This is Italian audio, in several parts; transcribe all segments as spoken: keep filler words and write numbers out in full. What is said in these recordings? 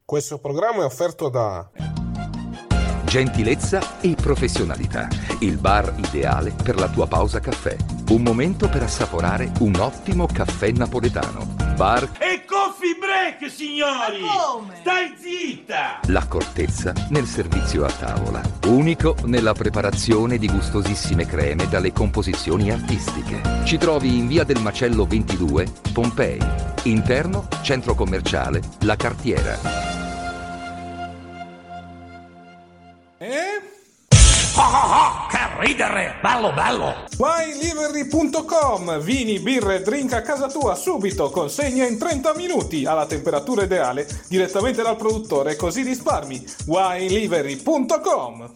Questo programma è offerto da Gentilezza e professionalità. Il bar ideale per la tua pausa caffè. Un momento per assaporare un ottimo caffè napoletano. Bar e coffee break, signori! Ma come? Stai zitta! L'accortezza nel servizio a tavola. Unico nella preparazione di gustosissime creme dalle composizioni artistiche. Ci trovi in via del Macello ventidue, Pompei. Interno, centro commerciale La Cartiera. Oh, oh, oh, che ridere! Bello, bello! wine livery punto com. Vini, birre e drink a casa tua subito, consegna in trenta minuti alla temperatura ideale direttamente dal produttore, così risparmi. wine livery punto com.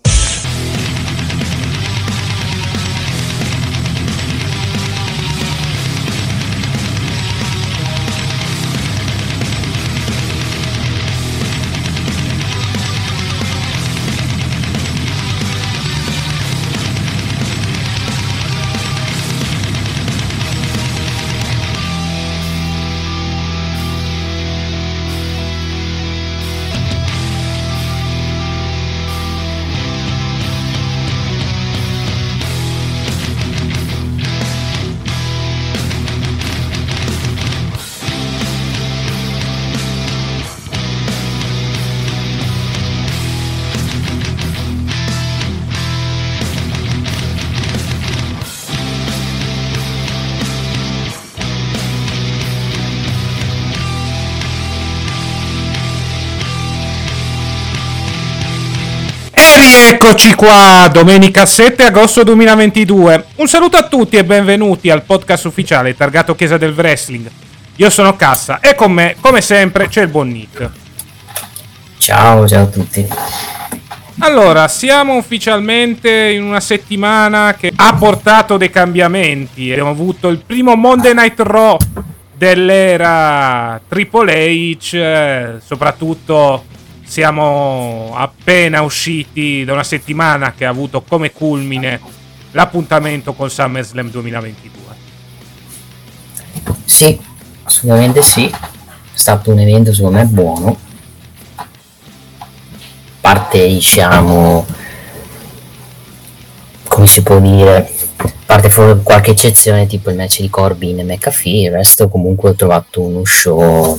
Eccoci qua, domenica sette agosto duemilaventidue. Un saluto a tutti e benvenuti al podcast ufficiale targato Chiesa del Wrestling. Io sono Cassa e con me, come sempre, c'è il buon Nick. Ciao, ciao a tutti. Allora, siamo ufficialmente in una settimana che ha portato dei cambiamenti. Abbiamo avuto il primo Monday Night Raw dell'era Triple H, eh, soprattutto siamo appena usciti da una settimana che ha avuto come culmine l'appuntamento con SummerSlam duemilaventidue. Sì, assolutamente sì. È stato un evento secondo me buono. A parte, diciamo, come si può dire, a parte qualche eccezione tipo il match di Corbin e McAfee, il resto comunque ho trovato uno show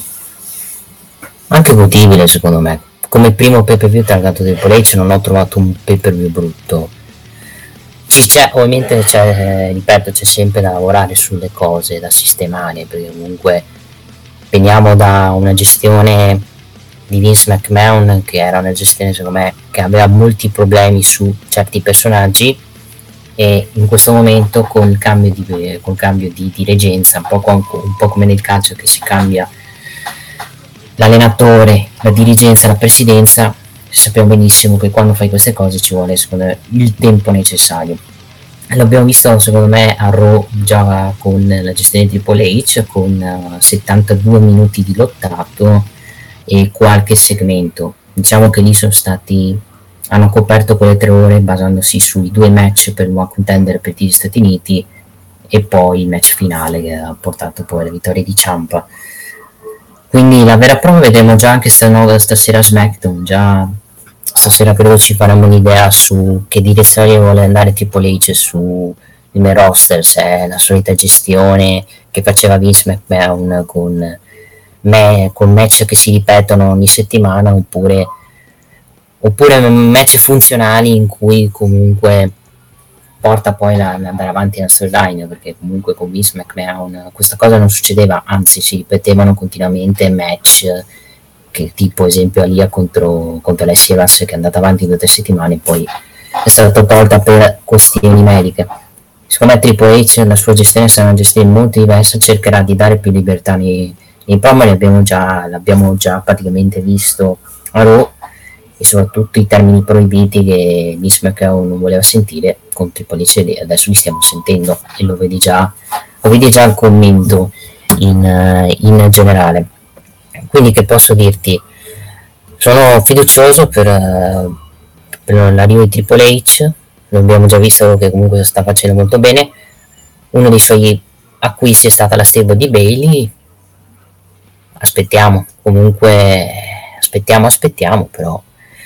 anche godibile secondo me. Come primo pay per view targato Triple H non ho trovato un pay per view brutto. Ci c'è, ovviamente c'è, ripeto, c'è sempre da lavorare sulle cose, da sistemare, perché comunque veniamo da una gestione di Vince McMahon che era una gestione secondo me che aveva molti problemi su certi personaggi, e in questo momento con il cambio di, col cambio di, di reggenza, un po', un po' come nel calcio che si cambia l'allenatore, la dirigenza, la presidenza, sappiamo benissimo che quando fai queste cose ci vuole secondo me il tempo necessario. L'abbiamo visto secondo me a Raw già con la gestione di Triple H, con uh, settantadue minuti di lottato e qualche segmento. Diciamo che lì sono stati, hanno coperto quelle tre ore basandosi sui due match per il nuovo contender per gli Stati Uniti e poi il match finale che ha portato poi alla vittoria di Ciampa. Quindi la vera prova vedremo già anche stanotte, stasera a SmackDown. Già stasera credo ci faremo un'idea su che direzione vuole andare Triple H su il main roster, se è la solita gestione che faceva Vince McMahon con, me, con match che si ripetono ogni settimana, oppure, oppure match funzionali in cui comunque porta poi ad andare avanti la storyline, perché comunque con Vince McMahon questa cosa non succedeva, anzi si ripetevano continuamente match che tipo esempio Alia contro, contro Alessia Evans, che è andata avanti due o tre settimane e poi è stata tolta per questioni mediche. Secondo me Triple H, la sua gestione sarà una gestione molto diversa, cercherà di dare più libertà nei, nei promo, abbiamo già, l'abbiamo già praticamente visto a Raw, e soprattutto i termini proibiti che Vince McMahon non voleva sentire con Triple H adesso li stiamo sentendo, e lo vedi già, lo vedi già il commento in, in generale. Quindi che posso dirti, sono fiducioso per, per l'arrivo di Triple H, lo abbiamo già visto che comunque sta facendo molto bene. Uno dei suoi acquisti è stata la stable di Bayley, aspettiamo, comunque aspettiamo, aspettiamo, però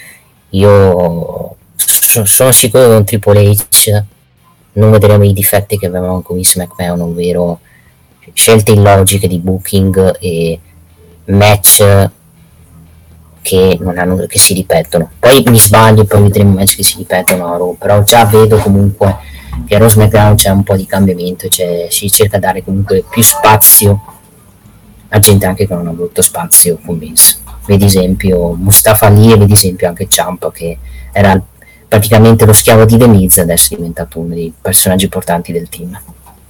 io so, sono sicuro che un Triple H non vedremo i difetti che avevamo con Vince McMahon, ovvero scelte illogiche di booking e match che non hanno, che si ripetono. Poi mi sbaglio, poi vedremo match che si ripetono a Raw, però già vedo comunque che a Raw SmackDown c'è un po' di cambiamento, cioè si cerca di dare comunque più spazio a gente anche che non ha avuto spazio con Vince. Vedi esempio Mustafa Ali e vedi esempio anche Ciampa, che era praticamente lo schiavo di The Miz, adesso è diventato uno dei personaggi importanti del team.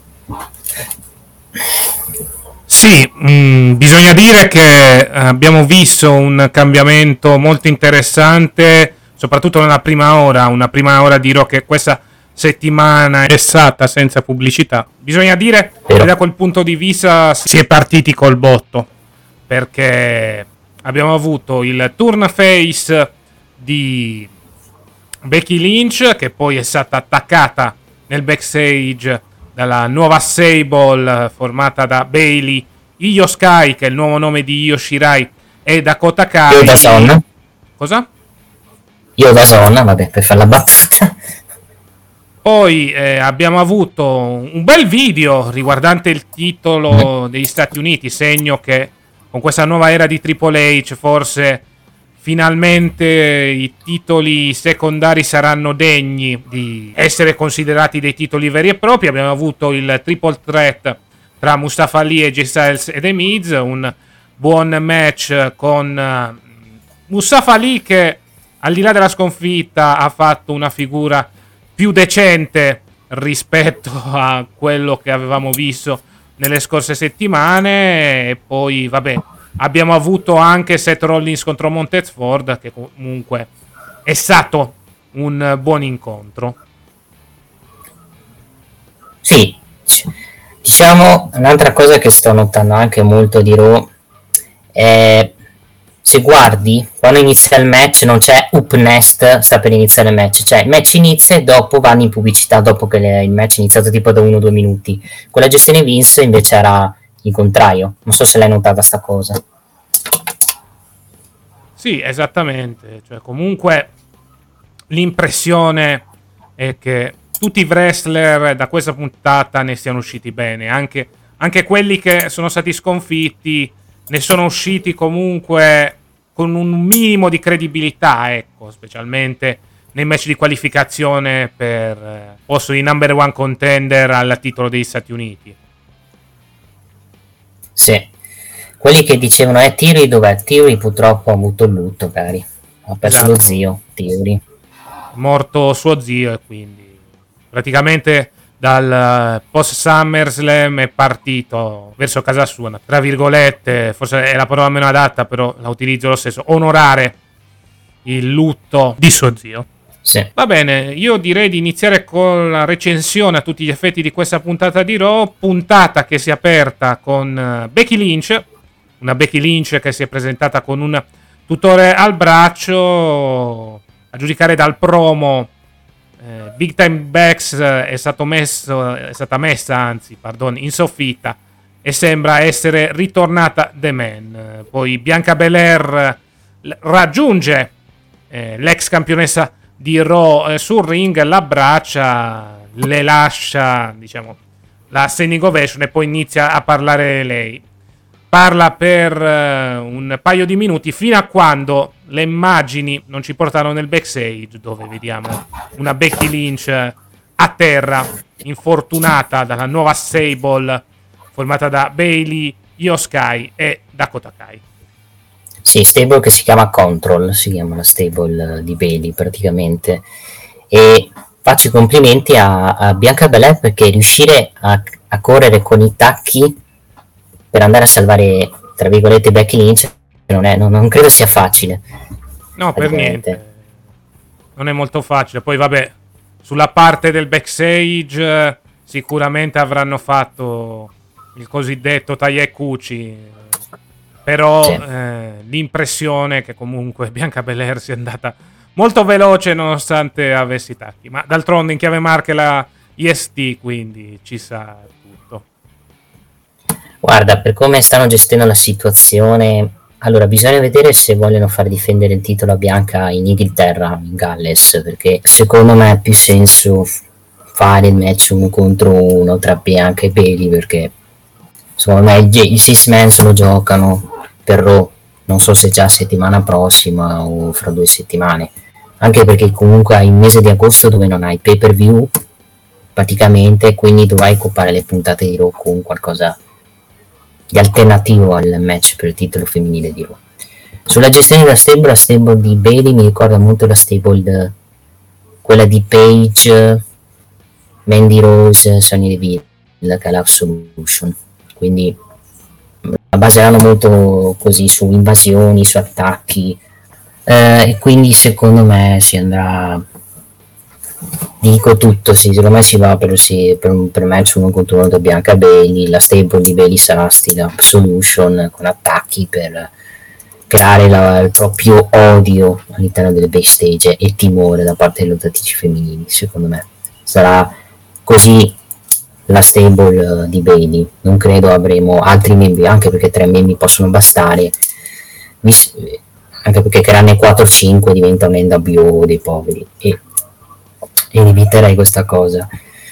Sì, mh, bisogna dire che abbiamo visto un cambiamento molto interessante, soprattutto nella prima ora, una prima ora di Raw che questa settimana è stata senza pubblicità. Bisogna dire che da quel punto di vista si è partiti col botto, perché abbiamo avuto il turn face di Becky Lynch, che poi è stata attaccata nel backstage dalla nuova stable formata da Bayley, Io Sky, che è il nuovo nome di Io Shirai, e Dakota Kai. Io da Son. Cosa? Io da Son, vabbè, per fare la battuta. Poi eh, abbiamo avuto un bel video riguardante il titolo degli Stati Uniti, segno che con questa nuova era di Triple H forse finalmente i titoli secondari saranno degni di essere considerati dei titoli veri e propri. Abbiamo avuto il triple threat tra Mustafa Ali e J Styles e The Miz, un buon match con uh, Mustafa Ali che al di là della sconfitta ha fatto una figura più decente rispetto a quello che avevamo visto nelle scorse settimane. E poi vabbè, abbiamo avuto anche Seth Rollins contro Montez Ford, che comunque è stato un buon incontro. Sì, diciamo un'altra cosa che sto notando anche molto di Raw è, se guardi, quando inizia il match non c'è up next, sta per iniziare il match, cioè il match inizia e dopo vanno in pubblicità dopo che le, il match è iniziato tipo da uno o due minuti. Con la gestione Vince invece era il contrario, non so se l'hai notata sta cosa. Sì, esattamente, cioè comunque l'impressione è che tutti i wrestler da questa puntata ne siano usciti bene, anche, anche quelli che sono stati sconfitti ne sono usciti comunque con un minimo di credibilità, ecco, specialmente nei match di qualificazione per eh, posto di number one contender al titolo degli Stati Uniti. Sì, quelli che dicevano eh Theory dov'è? Theory purtroppo ha avuto il lutto, cari, ha perso Esatto. lo zio Theory, È morto suo zio e quindi praticamente dal post SummerSlam è partito verso casa sua, tra virgolette, forse è la parola meno adatta, però la utilizzo lo stesso, onorare il lutto di suo zio. sì. Va bene, io direi di iniziare con la recensione a tutti gli effetti di questa puntata di Raw, puntata che si è aperta con Becky Lynch, una Becky Lynch che si è presentata con un tutore al braccio, a giudicare dal promo. Eh, Big Time Bex è stato messo, è stata messa, anzi, pardon, in soffitta e sembra essere ritornata The Man. Eh, poi Bianca Belair raggiunge eh, l'ex campionessa di Raw eh, sul ring, l'abbraccia, le lascia, diciamo, la standing ovation e poi inizia a parlare lei. Parla per uh, un paio di minuti fino a quando le immagini non ci portano nel backstage, dove vediamo una Becky Lynch a terra, infortunata dalla nuova stable formata da Bayley, Io Sky e Dakota Kai. Sì, stable che si chiama Control, si chiama la stable di Bayley praticamente, e faccio i complimenti a, a Bianca Belair perché riuscire a, a correre con i tacchi per andare a salvare, tra virgolette, Becky Lynch non, è, non, non credo sia facile. No, per niente. Non è molto facile. Poi vabbè, sulla parte del backstage eh, sicuramente avranno fatto il cosiddetto taglia e cuci, però sì. eh, l'impressione è che comunque Bianca Belair sia andata molto veloce nonostante avessi i tacchi, ma d'altronde in chiave marche la I S T, quindi ci sa tutto. Guarda, per come stanno gestendo la situazione Allora, bisogna vedere se vogliono far difendere il titolo a Bianca in Inghilterra, in Galles, perché secondo me ha più senso fare il match uno contro uno tra Bianca e Bayley, perché secondo me i six man se lo giocano per Raw, non so se già settimana prossima o fra due settimane, anche perché comunque hai il mese di agosto dove non hai pay per view praticamente, quindi dovrai occupare le puntate di Raw con qualcosa di alternativo al match per il titolo femminile di Raw. Sulla gestione della stable, la stable di Bayley mi ricorda molto la stable de, quella di Paige, Mandy Rose, Sonya Deville, che è l'Absolution, quindi la baseranno molto così su invasioni, su attacchi, eh, e quindi secondo me si andrà, dico tutto, sì, secondo me si va per, sì, per, per match uno contro uno da Bianca Bayley, la stable di Bayley sarà stile Absolution con attacchi per creare la, il proprio odio all'interno delle backstage e timore da parte delle lottatrici femminili. Secondo me sarà così la stable di Bayley, non credo avremo altri membri, anche perché tre membri possono bastare, anche perché crearne quattro o cinque diventa un N W O dei poveri, e e eviterei questa cosa.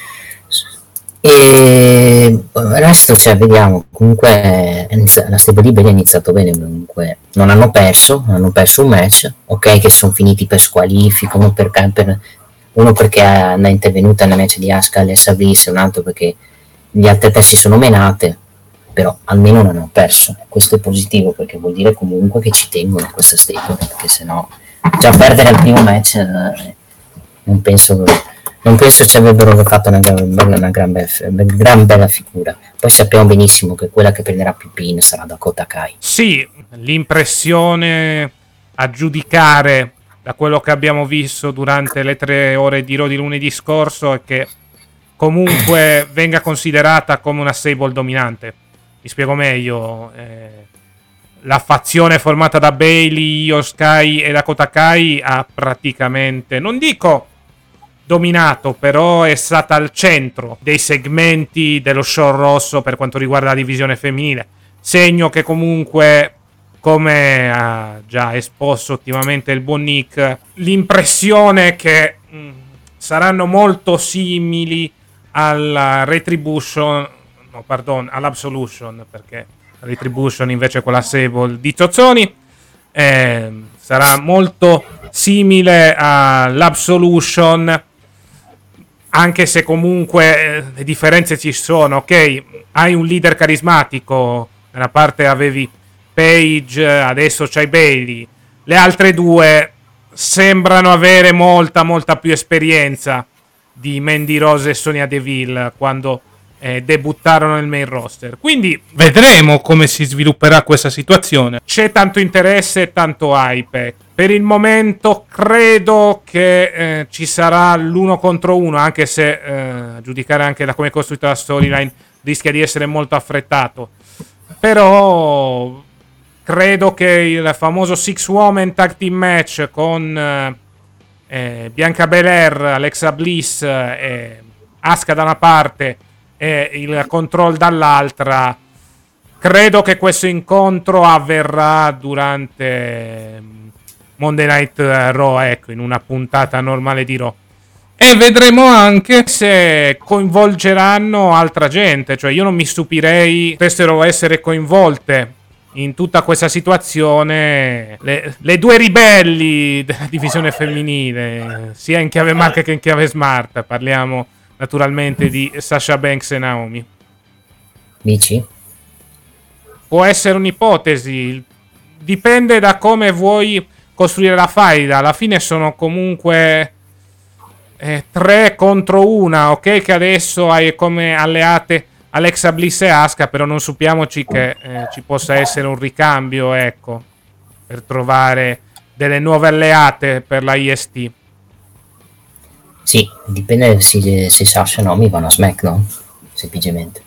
E il resto, cioè, vediamo. Comunque la stable di Bayley ha iniziato bene, comunque non hanno perso, non hanno perso un match, ok, che sono finiti per squalifica, uno perché, per, uno perché è intervenuta nel match di Asuka Alexa Bliss e un altro perché gli altri tre si sono menate, però almeno non hanno perso. Questo è positivo, perché vuol dire comunque che ci tengono a questa stable, perché sennò già perdere il primo match eh, non penso non penso ci avrebbero fatto una, una, una gran, bella, gran bella figura. Poi sappiamo benissimo che quella che prenderà più pin sarà Dakota Kai. Sì, l'impressione a giudicare da quello che abbiamo visto durante le tre ore di Raw di lunedì scorso è che comunque venga considerata come una stable dominante. Mi spiego meglio. Eh, la fazione formata da Bayley, Io Sky e Dakota Kai ha praticamente, non dico dominato, però è stata al centro dei segmenti dello show rosso per quanto riguarda la divisione femminile, segno che comunque, come ha già esposto ottimamente il buon Nick, l'impressione che mh, saranno molto simili alla Retribution, no pardon, all'Absolution, perché la Retribution invece è quella stable di Zozzoni, eh, sarà molto simile all'Absolution, anche se comunque eh, le differenze ci sono, ok? Hai un leader carismatico, da una parte avevi Paige, adesso c'hai Bayley, le altre due sembrano avere molta molta più esperienza di Mandy Rose e Sonya Deville quando eh, debuttarono nel main roster, quindi vedremo come si svilupperà questa situazione. C'è tanto interesse e tanto hype. Per il momento credo che eh, ci sarà l'uno contro uno, anche se eh, a giudicare anche da come è costruita la storyline rischia di essere molto affrettato. Però credo che il famoso Six Woman Tag Team Match con eh, eh, Bianca Belair, Alexa Bliss e Asuka da una parte e il Control dall'altra, credo che questo incontro avverrà durante Monday Night Raw, ecco, in una puntata normale di Raw. E vedremo anche se coinvolgeranno altra gente, cioè io non mi stupirei potessero essere coinvolte in tutta questa situazione le, le due ribelli della divisione femminile, sia in chiave marca che in chiave smart. Parliamo naturalmente di Sasha Banks e Naomi. Dici? Può essere un'ipotesi, dipende da come vuoi costruire la faida. Alla fine sono comunque eh, tre contro una, ok, che adesso hai come alleate Alexa Bliss e Asuka, però non suppiamoci che eh, ci possa essere un ricambio, ecco, per trovare delle nuove alleate per la I S T. Sì, dipende se, se Sasha e Naomi vanno a SmackDown, semplicemente,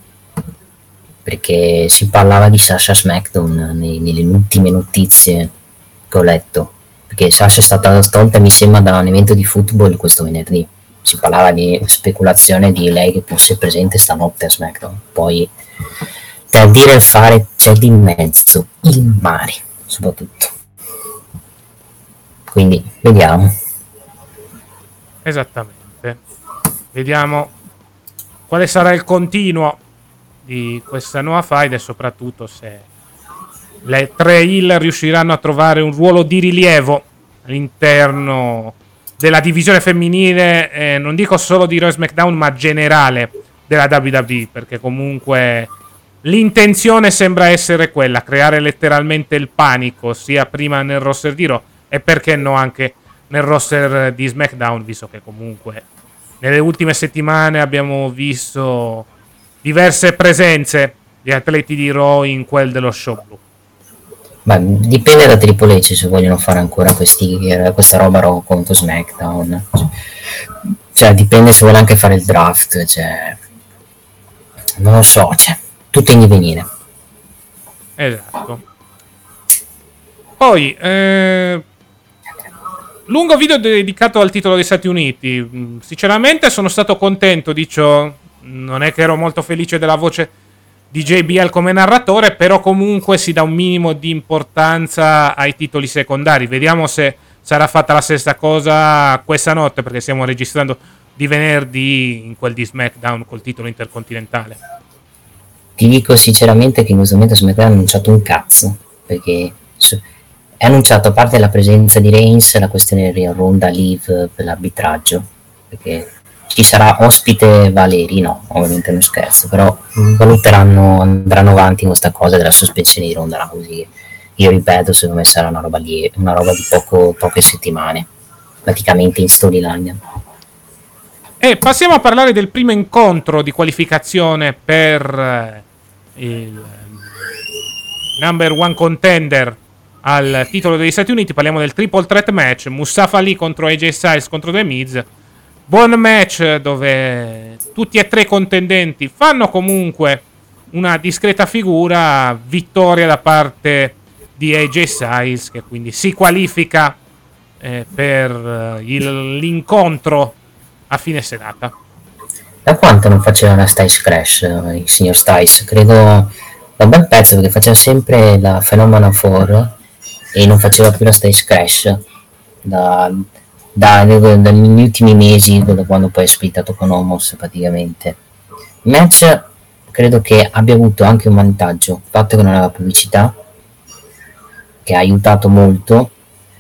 perché si parlava di Sasha SmackDown nei, nelle ultime notizie che ho letto, perché Sasha è stata tolta, mi sembra, da un evento di football questo venerdì. Si parlava di speculazione di lei che fosse presente stanotte a SmackDown. Poi Tra il dire e il fare c'è di mezzo il mare, soprattutto. Quindi vediamo. Esattamente. Vediamo quale sarà il continuo di questa nuova fight e soprattutto se le tre heel riusciranno a trovare un ruolo di rilievo all'interno della divisione femminile, eh, non dico solo di Raw e SmackDown, ma generale della W W E, perché comunque l'intenzione sembra essere quella, creare letteralmente il panico sia prima nel roster di Raw e perché no anche nel roster di SmackDown, visto che comunque nelle ultime settimane abbiamo visto diverse presenze di atleti di Raw in quel dello show blu. Ma dipende da Triple H se vogliono fare ancora questi, questa roba Raw contro SmackDown, cioè dipende se vuole anche fare il draft, cioè non lo so, cioè tutto in divenire. Esatto. Poi eh, lungo video dedicato al titolo degli Stati Uniti. Sinceramente sono stato contento di ciò. Non è che ero molto felice della voce di J B L come narratore, però comunque si dà un minimo di importanza ai titoli secondari. Vediamo se sarà fatta la stessa cosa questa notte, perché stiamo registrando di venerdì in quel di SmackDown col titolo intercontinentale. Ti dico sinceramente che in questo momento SmackDown ha annunciato un cazzo, perché è annunciato, a parte la presenza di Reigns, la questione di Ronda Liv per l'arbitraggio, perché ci sarà ospite Valeri, no, ovviamente non scherzo, però valuteranno, andranno avanti in questa cosa della sospensione di Ronda Rousey. Io ripeto, secondo me sarà una roba di, una roba di poco, poche settimane, praticamente in storyline. E passiamo a parlare del primo incontro di qualificazione per il number one contender al titolo degli Stati Uniti. Parliamo del triple threat match, Mustafa Ali contro A J Styles contro The Miz. Buon match dove tutti e tre i contendenti fanno comunque una discreta figura. Vittoria da parte di A J Styles, che quindi si qualifica eh, per il, l'incontro a fine serata. Da quanto non faceva una Styles Crash il signor Styles? Credo da un bel pezzo, perché faceva sempre la Phenomena quattro e non faceva più la Styles Crash da, da, da, dagli ultimi mesi, da quando poi è splittato con Omos praticamente. Il match credo che abbia avuto anche un vantaggio, il fatto che non aveva pubblicità, che ha aiutato molto.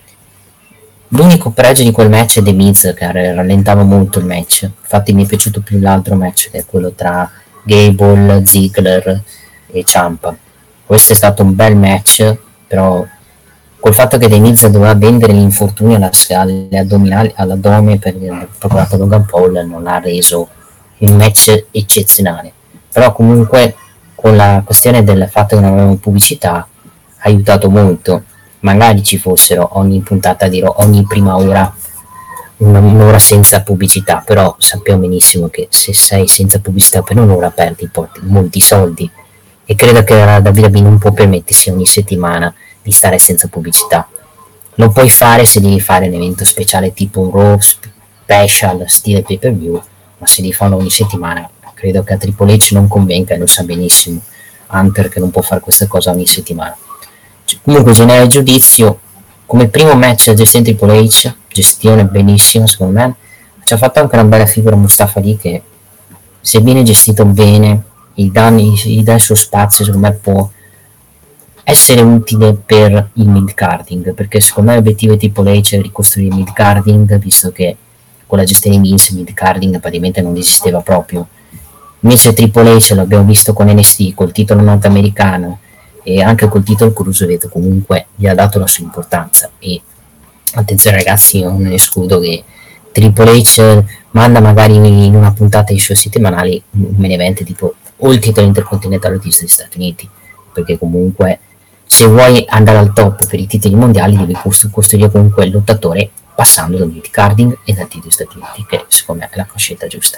L'unico pregio di quel match è The Miz, che rallentava molto il match. Infatti mi è piaciuto più l'altro match, che è quello tra Gable, Ziggler e Ciampa. Questo è stato un bel match, però col fatto che The Miz doveva vendere l'infortunio alla, alle addominali, all'addome per il procurato Logan Paul, non ha reso un match eccezionale. Però comunque con la questione del fatto che non avevamo pubblicità ha aiutato molto. Magari ci fossero ogni puntata, dirò ogni prima ora un'ora senza pubblicità, però sappiamo benissimo che se sei senza pubblicità per un'ora perdi molti soldi, e credo che la W W E non può permettersi ogni settimana di stare senza pubblicità. Lo puoi fare se devi fare un evento speciale tipo un Raw special stile pay per view, ma se devi farlo ogni settimana credo che a Triple H non convenga, e lo sa benissimo Hunter che non può fare questa cosa ogni settimana. Comunque, generale giudizio, come primo match gestione Triple H, gestione benissima secondo me. Ci ha fatto anche una bella figura Mustafa lì, che se viene gestito bene gli dà, gli dà il suo spazio, secondo me può essere utile per il mid-carding, perché secondo me l'obiettivo di Triple H è ricostruire il mid-carding, visto che con la gestione di Vince il mid-carding praticamente non esisteva proprio. Invece Triple H l'abbiamo visto con N X T, col titolo nordamericano e anche col titolo Cruiserweight, comunque gli ha dato la sua importanza. E attenzione ragazzi, non escludo che Triple H manda magari in una puntata dei suoi settimanali un main event tipo o il titolo intercontinentale degli Stati Uniti, perché comunque se vuoi andare al top per i titoli mondiali devi costruire comunque il lottatore passando dal mid-carding e dal titolo degli Stati Uniti, che secondo me è la scelta giusta.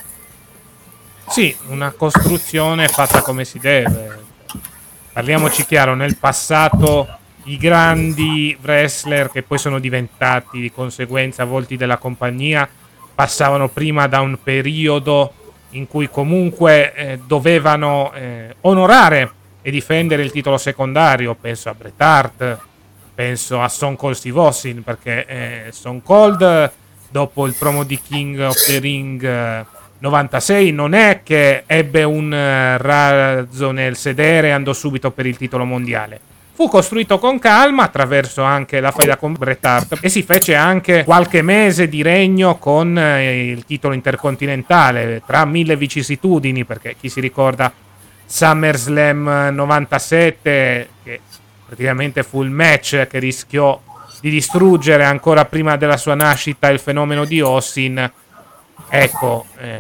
Sì, una costruzione fatta come si deve. Parliamoci chiaro, nel passato i grandi wrestler che poi sono diventati di conseguenza volti della compagnia passavano prima da un periodo in cui comunque eh, dovevano eh, onorare e difendere il titolo secondario. Penso a Bret Hart, penso a Stone Cold Steve Austin, perché eh, Stone Cold dopo il promo di King of the Ring eh, novantasei non è che ebbe un eh, razzo nel sedere e andò subito per il titolo mondiale. Fu costruito con calma attraverso anche la faida con Bret Hart e si fece anche qualche mese di regno con eh, il titolo intercontinentale, tra mille vicissitudini, perché chi si ricorda SummerSlam novantasette, che praticamente fu il match che rischiò di distruggere ancora prima della sua nascita il fenomeno di Austin. Ecco, eh,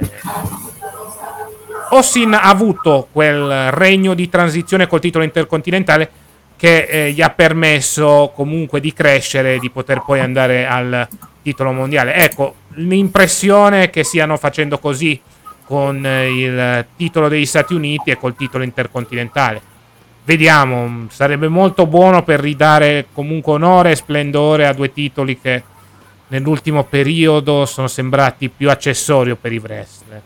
Austin ha avuto quel regno di transizione col titolo intercontinentale che eh, gli ha permesso comunque di crescere e di poter poi andare al titolo mondiale. Ecco, l'impressione è che stiano facendo così con eh, il titolo degli Stati Uniti e col titolo intercontinentale. Vediamo, sarebbe molto buono per ridare comunque onore e splendore a due titoli che nell'ultimo periodo sono sembrati più accessorio per i wrestler.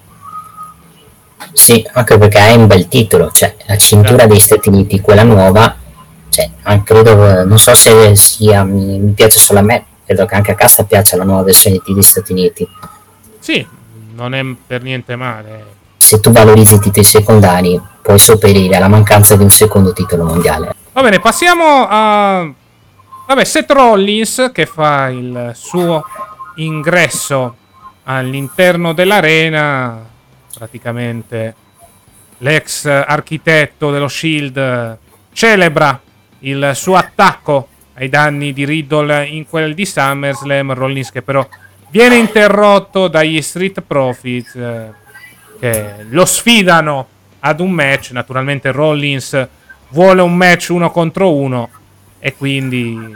Sì, anche perché è un bel titolo, cioè la cintura degli Stati Uniti, quella nuova, cioè anche credo, non so se sia, mi, mi piace solo a me, credo che anche a Casta piaccia la nuova versione degli Stati Uniti. Sì, non è per niente male. Se tu valorizzi i titoli secondari, puoi sopperire alla mancanza di un secondo titolo mondiale. Va bene, passiamo a... Vabbè, Seth Rollins che fa il suo ingresso all'interno dell'arena. Praticamente l'ex architetto dello Shield celebra il suo attacco ai danni di Riddle in quel di SummerSlam. Rollins che però viene interrotto dagli Street Profits eh, che lo sfidano ad un match. Naturalmente Rollins vuole un match uno contro uno e quindi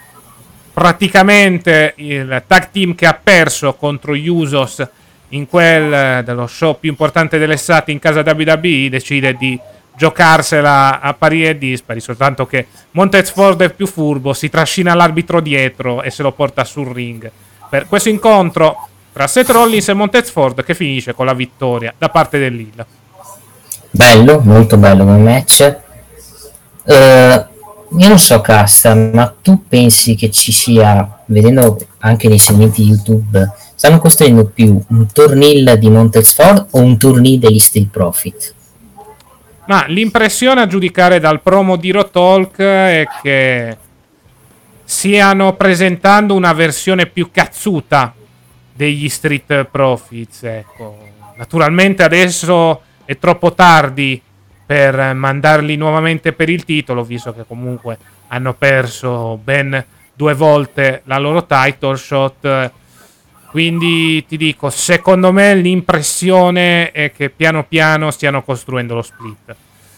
praticamente il tag team che ha perso contro gli Usos in quel dello show più importante dell'estate in casa W W E decide di giocarsela a pari e dispari, soltanto che Montez Ford è più furbo, si trascina l'arbitro dietro e se lo porta sul ring per questo incontro tra Seth Rollins e Montez Ford, che finisce con la vittoria da parte dell'Hill. Bello, molto bello come match. Uh, io non so, Casta, ma tu pensi che ci sia, vedendo anche nei segmenti YouTube, stanno costruendo più un turnil di Montez Ford o un turnil degli Street Profit? Ma l'impressione, a giudicare dal promo di Raw Talk, è che stiano presentando una versione più cazzuta degli Street Profits, ecco. Naturalmente adesso è troppo tardi per mandarli nuovamente per il titolo, visto che comunque hanno perso ben due volte la loro title shot. Quindi ti dico, secondo me l'impressione è che piano piano stiano costruendo lo split,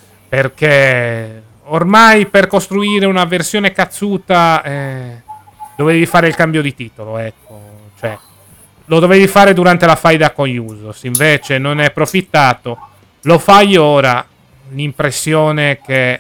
perché ormai per costruire una versione cazzuta eh, dovevi fare il cambio di titolo, ecco, cioè lo dovevi fare durante la faida con Usos, invece non è profittato, lo fai ora. L'impressione è che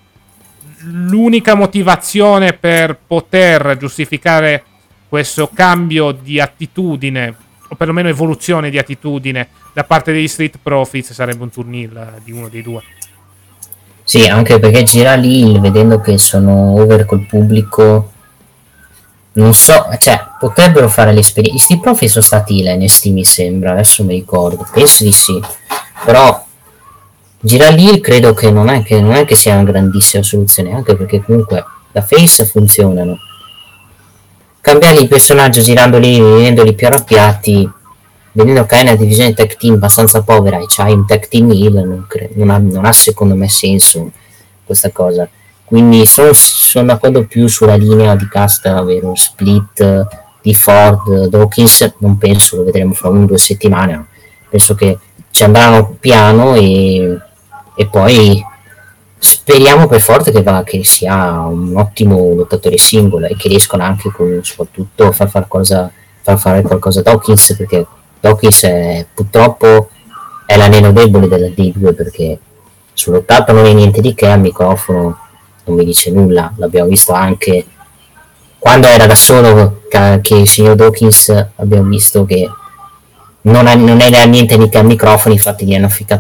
l'unica motivazione per poter giustificare questo cambio di attitudine, o perlomeno evoluzione di attitudine da parte degli Street Profits, sarebbe un turnil di uno dei due. Sì, anche perché gira lì, vedendo che sono over col pubblico, non so, cioè potrebbero fare l'esperienza. I Street Profits sono stati l'N X T, mi sembra, adesso mi ricordo, penso di sì, però gira lì credo che non è che, non è che sia una grandissima soluzione, anche perché comunque da face funzionano. Cambiare il personaggio girandoli, vedendoli più arrabbiati, vedendo che hai una divisione tag team abbastanza povera e c'hai un tag team heel, non, cre- non, ha, non ha secondo me senso questa cosa. Quindi sono, sono d'accordo più sulla linea di Casta, avere un split di Ford, Dawkins, non penso lo vedremo fra un o due settimane, penso che ci andranno piano e, e poi speriamo per forte che, va, che sia un ottimo lottatore singolo e che riescono anche con, soprattutto a far, far, cosa, far fare qualcosa a Dawkins, perché Dawkins è, purtroppo è l'anello debole della D due, perché sull'ottato non è niente di che, al microfono non mi dice nulla, l'abbiamo visto anche quando era da solo che, che il signor Dawkins abbiamo visto che non, ha, non era niente di che al microfono, infatti gli hanno affittato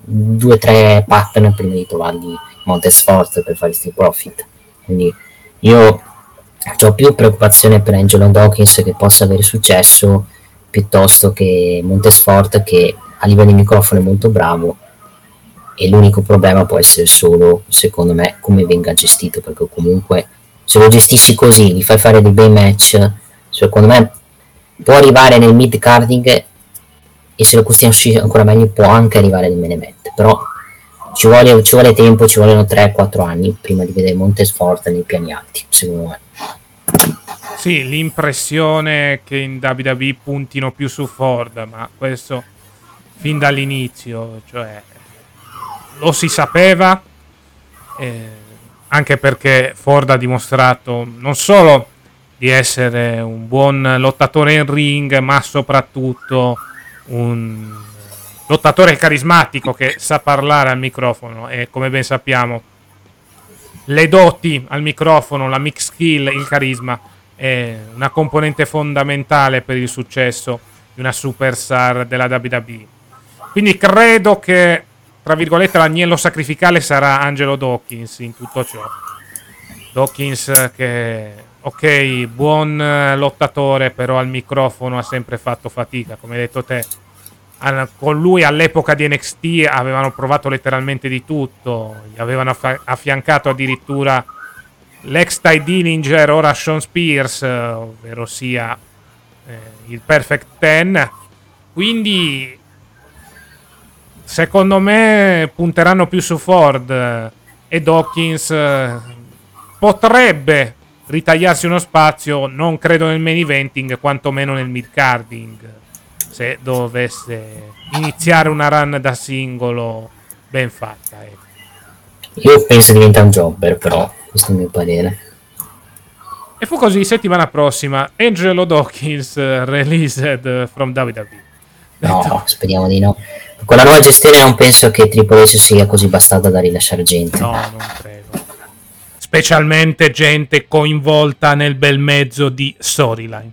due o tre pattern prima di trovargli Montesfort per fare street profit. Quindi io ho più preoccupazione per Angelo Dawkins che possa avere successo piuttosto che Montesfort, che a livello di microfono è molto bravo, e l'unico problema può essere solo, secondo me, come venga gestito, perché comunque se lo gestissi così, gli fai fare dei bei match, secondo me può arrivare nel mid carding, e se lo costruisci ancora meglio può anche arrivare nel main event, però ci vuole, ci vuole tempo, ci vogliono tre quattro anni prima di vedere Montesfort nei piani alti, secondo me. Sì, l'impressione che in W W E puntino più su Ford, ma questo fin dall'inizio, cioè lo si sapeva, eh, anche perché Ford ha dimostrato non solo di essere un buon lottatore in ring, ma soprattutto un lottatore carismatico che sa parlare al microfono, e come ben sappiamo le doti al microfono, la mix skill, il carisma è una componente fondamentale per il successo di una superstar della W W E. Quindi credo che, tra virgolette, l'agnello sacrificale sarà Angelo Dawkins in tutto ciò. Dawkins che, ok, buon lottatore, però al microfono ha sempre fatto fatica, come hai detto te. Con lui all'epoca di N X T avevano provato letteralmente di tutto, gli avevano aff- affiancato addirittura l'ex Ty Dillinger, ora Sean Spears, ovvero sia eh, il Perfect Ten. Quindi secondo me punteranno più su Ford, e Dawkins eh, potrebbe ritagliarsi uno spazio, non credo nel main eventing, quantomeno nel mid carding, se dovesse iniziare una run da singolo ben fatta. Ecco. Io penso diventa un jobber, però questo è il mio parere. E fu così. Settimana prossima Angelo Dawkins uh, released from W W E. No, speriamo di no. Con la nuova gestione non penso che Triple H sia così bastardo da rilasciare gente. No, non credo. Specialmente gente coinvolta nel bel mezzo di storyline.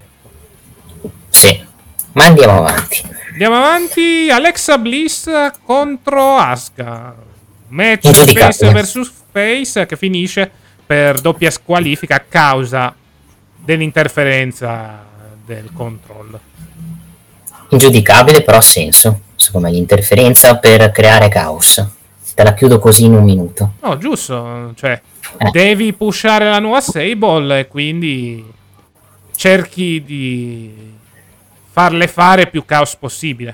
Sì, ma andiamo avanti. Andiamo avanti. Alexa Bliss contro Asuka. Match face versus face che finisce per doppia squalifica a causa dell'interferenza del control. Ingiudicabile, però ha senso. Secondo me l'interferenza per creare caos. Te la chiudo così in un minuto. No, giusto. Cioè, eh. devi pushare la nuova Sable e quindi cerchi di farle fare più caos possibile.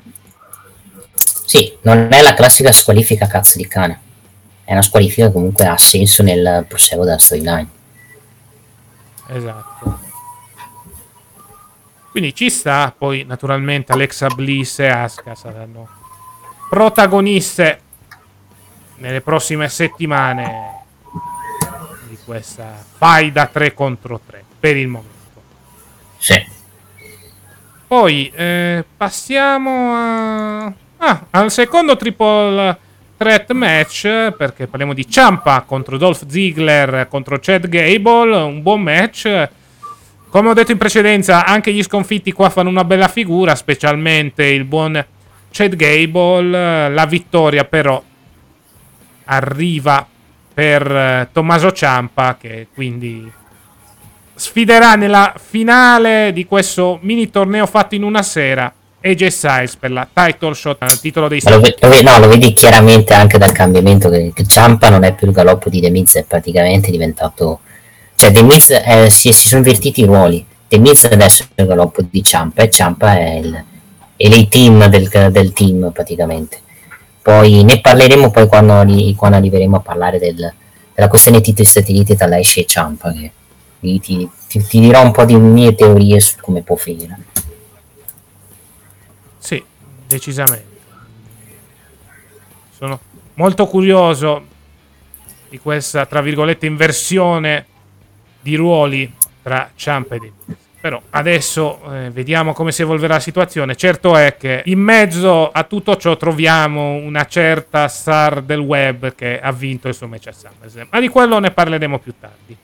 Sì, non è la classica squalifica cazzo di cane. È una squalifica che comunque ha senso nel proseguo della storyline. Esatto. Quindi ci sta. Poi naturalmente Alexa Bliss e Asuka saranno protagoniste nelle prossime settimane di questa faida tre contro tre per il momento. Sì. Poi eh, passiamo a... ah, al secondo triple threat match, perché parliamo di Ciampa contro Dolph Ziggler contro Chad Gable. Un buon match. Come ho detto in precedenza, anche gli sconfitti qua fanno una bella figura, specialmente il buon Chad Gable. La vittoria però arriva per Tommaso Ciampa, che quindi sfiderà nella finale di questo mini torneo fatto in una sera A J Styles per la title shot al titolo dei lo, ve- lo, ve- no, lo vedi chiaramente anche dal cambiamento che, che Ciampa non è più il galoppo di The Miz, è praticamente diventato, cioè The Miz eh, si, si sono invertiti i ruoli. The Miz adesso è il galoppo di Ciampa e Ciampa è il è l'A-team del, del team praticamente. Poi ne parleremo poi quando, quando arriveremo a parlare del, della questione titoli Stati Uniti tra Lashley e Ciampa, che ti, ti, ti, ti dirò un po' di mie teorie su come può finire. Sì, decisamente. Sono molto curioso di questa, tra virgolette, inversione di ruoli tra Ciampa e Miz. Però adesso eh, vediamo come si evolverà la situazione. Certo è che in mezzo a tutto ciò troviamo una certa star del web che ha vinto il suo match a SummerSlam, ma di quello ne parleremo più tardi.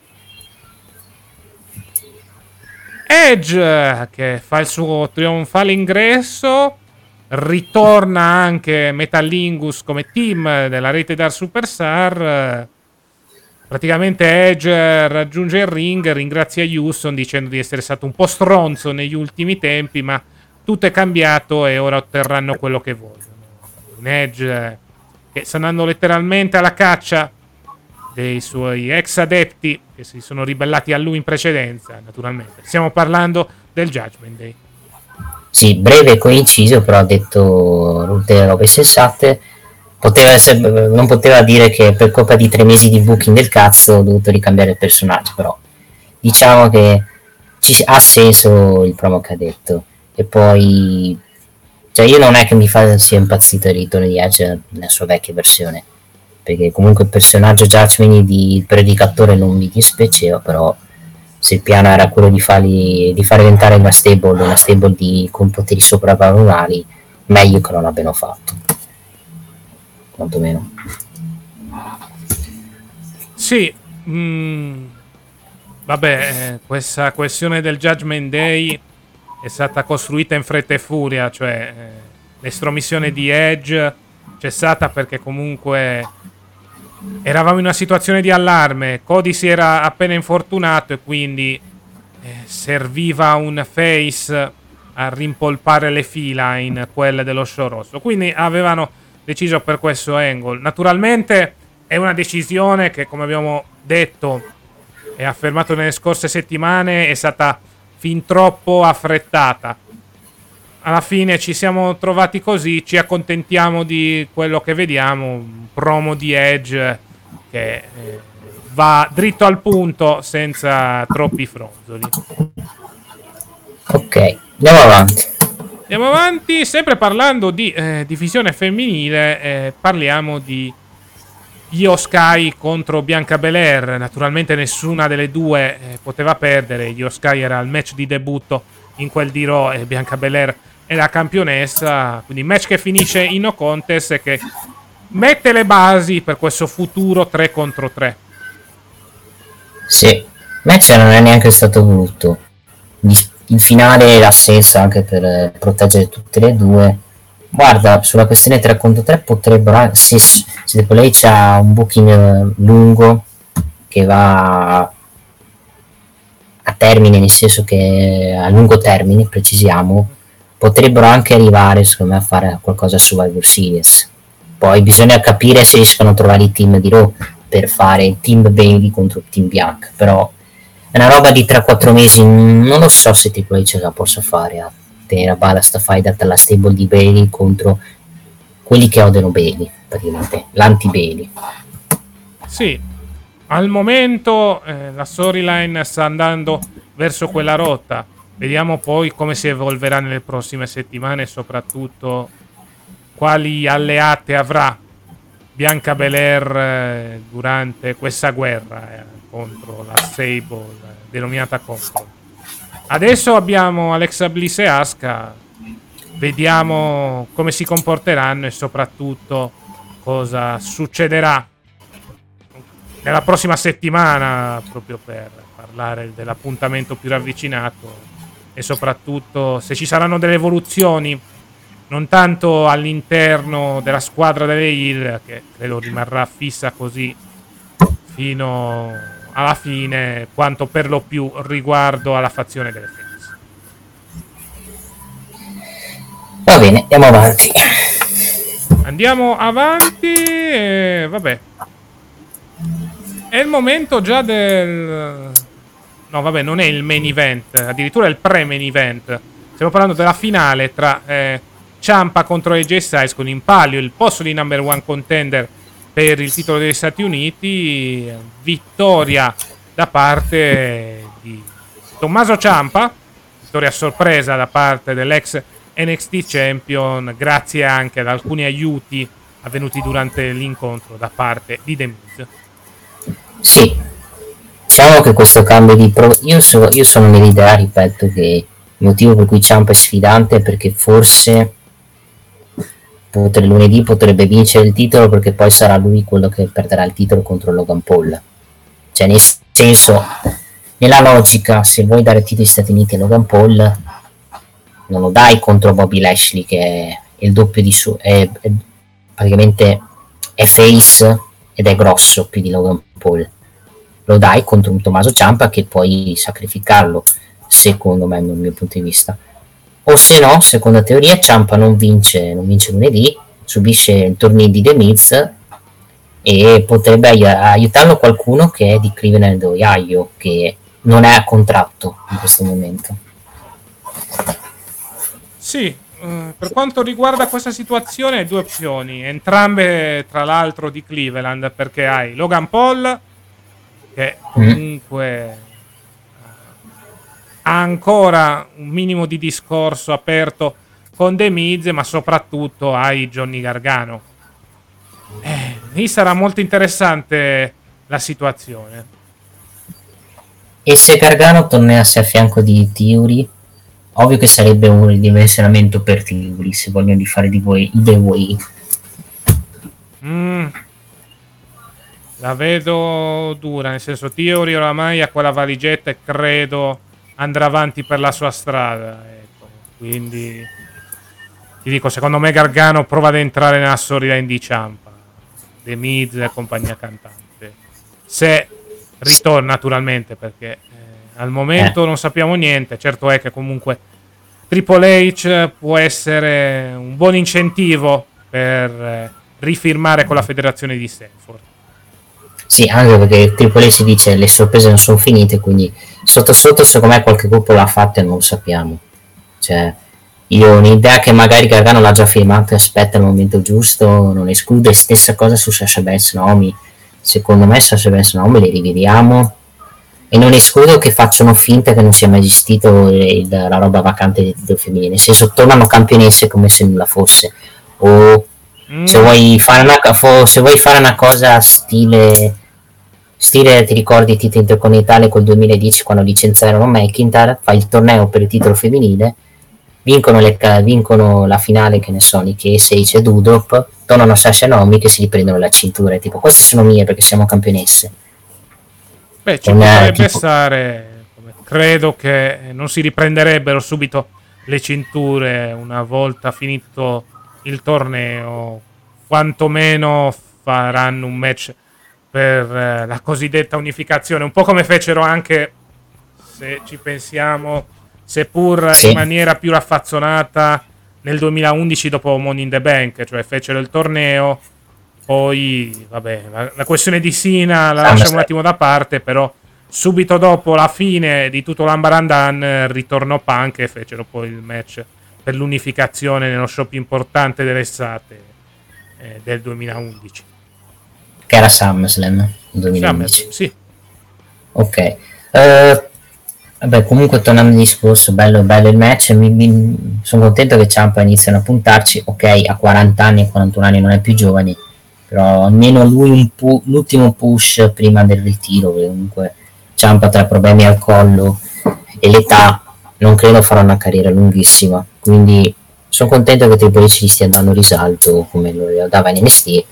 Edge che fa il suo trionfale ingresso, ritorna anche Metalingus come team della rete Dark Superstar. Praticamente Edge raggiunge il ring, ringrazia Houston dicendo di essere stato un po' stronzo negli ultimi tempi, ma tutto è cambiato e ora otterranno quello che vogliono. Un Edge che sta andando letteralmente alla caccia dei suoi ex adepti che si sono ribellati a lui in precedenza, naturalmente. Stiamo parlando del Judgment Day. Sì, breve e coinciso, però ha detto delle robe sensate. Poteva essere, non poteva dire che per colpa di tre mesi di booking del cazzo ho dovuto ricambiare il personaggio, però diciamo che ci, ha senso il promo che ha detto. E poi, cioè, io non è che mi fa sia impazzito il ritorno di Edge nella sua vecchia versione, perché comunque il personaggio Judgment di predicatore non mi dispiaceva, però se il piano era quello di farli di far diventare una stable una stable di con poteri sopravvalorati, meglio che non l'abbiano fatto, quantomeno. Sì, mm, vabbè, eh, questa questione del Judgment Day è stata costruita in fretta e furia, cioè eh, l'estromissione di Edge c'è stata perché comunque eravamo in una situazione di allarme. Cody si era appena infortunato e quindi eh, serviva un face a rimpolpare le fila in quelle dello show rosso, quindi avevano deciso per questo angle. Naturalmente è una decisione che, come abbiamo detto e affermato nelle scorse settimane, è stata fin troppo affrettata. Alla fine ci siamo trovati così, ci accontentiamo di quello che vediamo, un promo di Edge che eh, va dritto al punto senza troppi fronzoli. Ok, andiamo avanti. Andiamo avanti, sempre parlando di eh, divisione femminile, eh, parliamo di Io Sky contro Bianca Belair. Naturalmente nessuna delle due eh, poteva perdere. Io Sky era il match di debutto in quel di Raw e Bianca Belair è la campionessa, quindi match che finisce in no contest e che mette le basi per questo futuro tre contro tre. Sì, match non è neanche stato brutto. Il finale ha senso anche per proteggere tutte le due. Guarda, sulla questione tre contro tre potrebbero, se, se Triple H ha un booking lungo che va a termine, nel senso che a lungo termine, precisiamo, potrebbero anche arrivare secondo me a fare qualcosa su Survivor Series. Poi bisogna capire se riescono a trovare il team di Raw per fare il team Bailey contro il team Bianca, però è una roba di tre quattro mesi, non lo so se Triple H la possa fare a tenere a balla sta fight dalla stable di Bailey contro quelli che odiano Bailey, praticamente l'anti-Bailey. Sì, al momento eh, la storyline sta andando verso quella rotta. Vediamo poi come si evolverà nelle prossime settimane e soprattutto quali alleate avrà Bianca Belair eh, durante questa guerra eh, contro la stable eh, denominata Control. Adesso abbiamo Alexa Bliss e Asuka. Vediamo come si comporteranno e soprattutto cosa succederà nella prossima settimana, proprio per parlare dell'appuntamento più ravvicinato e soprattutto se ci saranno delle evoluzioni, non tanto all'interno della squadra delle Heel, che credo rimarrà fissa così fino alla fine, quanto per lo più riguardo alla fazione delle Face. Va bene, andiamo avanti. Andiamo avanti e vabbè. È il momento già del... No, vabbè, non è il main event, addirittura è il pre-main event. Stiamo parlando della finale tra eh, Ciampa contro A J Styles, con in palio il posto di number one contender per il titolo degli Stati Uniti. Vittoria da parte di Tommaso Ciampa, vittoria sorpresa da parte dell'ex N X T Champion, grazie anche ad alcuni aiuti avvenuti durante l'incontro da parte di The Miz. Sì, diciamo che questo cambio di pro... io, so, io sono nell'idea, ripeto, che il motivo per cui Ciampa è sfidante è perché forse potre, lunedì potrebbe vincere il titolo, perché poi sarà lui quello che perderà il titolo contro Logan Paul. Cioè, nel senso, nella logica, se vuoi dare il titolo agli Stati Uniti a Logan Paul, non lo dai contro Bobby Lashley, che è è il doppio di su, è, è praticamente è face ed è grosso più di Logan Paul. Lo dai contro un Tommaso Ciampa che puoi sacrificarlo, secondo me, dal mio punto di vista. O se no, seconda teoria, Ciampa non vince, non vince lunedì, subisce il torneo di The Miz e potrebbe aiutarlo qualcuno che è di Cleveland, Ohio, che non è a contratto in questo momento. Sì, uh, per quanto riguarda questa situazione hai due opzioni, entrambe tra l'altro di Cleveland, perché hai Logan Paul che comunque mm. ha ancora un minimo di discorso aperto con The Miz, ma soprattutto hai Johnny Gargano. Eh, lì sarà molto interessante la situazione. E se Gargano tornasse a fianco di Theory, ovvio che sarebbe un ridimensionamento per Theory se vogliono di fare di voi The Way. Mm. La vedo dura, nel senso Theory oramai ha quella valigetta e credo andrà avanti per la sua strada, ecco. Quindi ti dico, secondo me Gargano prova ad entrare nella storyline di Ciampa, The Miz e compagnia cantante, se ritorna naturalmente, perché eh, al momento eh. non sappiamo niente. Certo è che comunque Triple H può essere un buon incentivo per eh, rifirmare con la federazione di Stanford. Sì, anche perché Triple H dice le sorprese non sono finite, quindi sotto sotto secondo me qualche gruppo l'ha fatto e non lo sappiamo. Cioè, io ho un'idea che magari Gargano l'ha già firmato e aspetta il momento giusto, non esclude. Stessa cosa su Sasha Banks Naomi, secondo me Sasha Banks Naomi le rivediamo e non escludo che facciano finta che non sia mai esistito il, la roba vacante del titolo femminile, nel senso tornano campionesse come se nulla fosse, o mm. se vuoi fare una, se vuoi fare una cosa stile stile ti ricordi il titolo intercontinentale col duemiladieci quando licenziarono McIntyre, fai il torneo per il titolo femminile, vincono, le, vincono la finale, che ne so, Nikki Sage e Doudrop, tornano a Sasha Naomi che si riprendono la cintura, tipo queste sono mie perché siamo campionesse. Beh, ci Con, potrebbe tipo... stare, credo che non si riprenderebbero subito le cinture una volta finito il torneo, quantomeno faranno un match per eh, la cosiddetta unificazione, un po' come fecero anche, se ci pensiamo, seppur sì. in maniera più raffazzonata, nel duemilaundici dopo Money in the Bank, cioè fecero il torneo, poi vabbè, la, la questione di Cena la lasciamo un attimo da parte, però subito dopo la fine di tutto l'Ambarandan ritornò Punk e fecero poi il match per l'unificazione nello show più importante dell'estate eh, del duemilaundici. Che era SummerSlam duemilaundici. SummerSlam, sì. Ok. Uh, vabbè, comunque tornando al discorso, bello, bello il match. Mi, mi, sono contento che Ciampa iniziano a puntarci. Ok, a quaranta anni e quarantuno anni non è più giovane, però almeno lui un pu- l'ultimo push prima del ritiro. Comunque Ciampa tra problemi al collo e l'età non credo farà una carriera lunghissima, quindi sono contento che Triple H gli stia dando risalto come lo dava in N X T.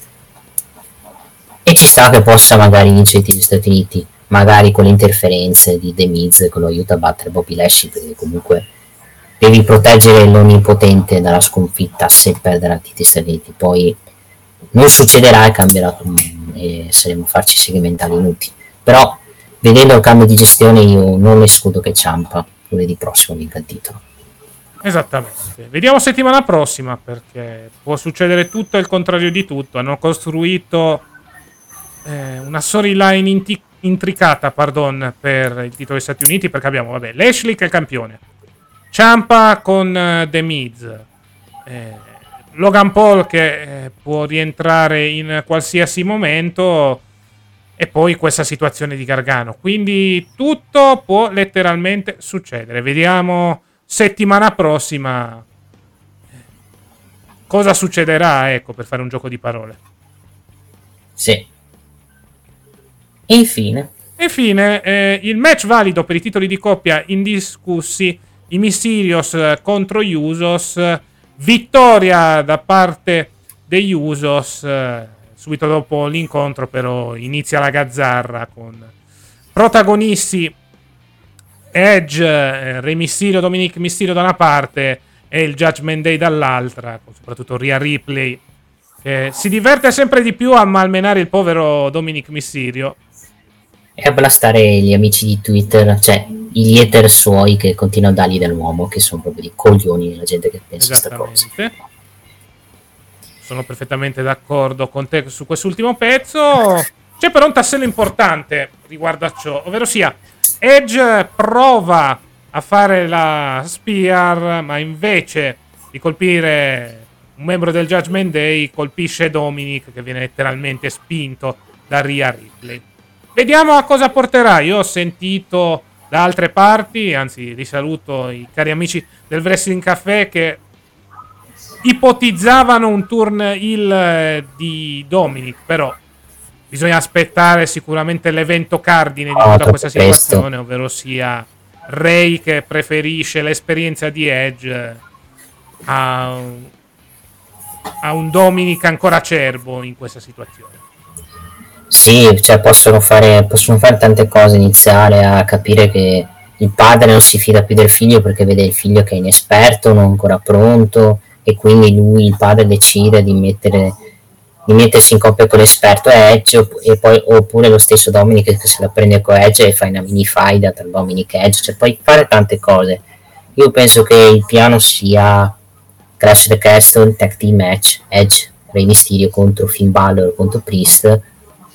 E ci sta che possa magari vincere gli Stati Uniti, magari con le interferenze di The Miz che lo aiuta a battere Bobby Lashley, perché comunque devi proteggere l'onnipotente dalla sconfitta se perderà il titolo Stati Uniti. Poi non succederà e cambierà e saremo a farci segmentali inutili, però vedendo il cambio di gestione io non escludo che Ciampa lunedì prossimo vinca il titolo. Esattamente, vediamo settimana prossima, perché può succedere tutto e il contrario di tutto. Hanno costruito Eh, una storyline inti- intricata pardon, per il titolo degli Stati Uniti, perché abbiamo vabbè, Lashley che è il campione, Ciampa con uh, The Miz, eh, Logan Paul che eh, può rientrare in qualsiasi momento, e poi questa situazione di Gargano, quindi tutto può letteralmente succedere. Vediamo settimana prossima cosa succederà, ecco, per fare un gioco di parole. Sì. E infine, e infine eh, il match valido per i titoli di coppia indiscussi, i Mysterios contro gli Usos, vittoria da parte degli Usos. Eh, subito dopo l'incontro però inizia la gazzarra con protagonisti Edge, eh, Re Mysterio, Dominic Mysterio da una parte e il Judgment Day dall'altra, con soprattutto Rhea Ripley, che si diverte sempre di più a malmenare il povero Dominic Mysterio. E a blastare gli amici di Twitter, cioè gli hater suoi che continuano a dargli dell'uomo, che sono proprio dei coglioni la gente che pensa questa cosa. Sono perfettamente d'accordo con te su quest'ultimo pezzo. C'è però un tassello importante riguardo a ciò, ovvero sia Edge prova a fare la spear, ma invece di colpire un membro del Judgment Day colpisce Dominic, che viene letteralmente spinto da Rhea Ripley. Vediamo a cosa porterà. Io ho sentito da altre parti, anzi li saluto i cari amici del Wrestling Café, che ipotizzavano un turn heel di Dominic, però bisogna aspettare sicuramente l'evento cardine di oh, tutta questa situazione, presto. ovvero sia Ray che preferisce l'esperienza di Edge a, a un Dominic ancora acerbo in questa situazione. Sì, cioè possono fare, possono fare tante cose, iniziare a capire che il padre non si fida più del figlio perché vede il figlio che è inesperto, non ancora pronto, e quindi lui, il padre, decide di mettere di mettersi in coppia con l'esperto Edge, e poi oppure lo stesso Dominic che se la prende con Edge e fa una mini faida tra Dominic e Edge, cioè puoi fare tante cose. Io penso che il piano sia Clash of the Castle Tag Team Match, Edge, Rey Mysterio contro Finn Balor contro Priest.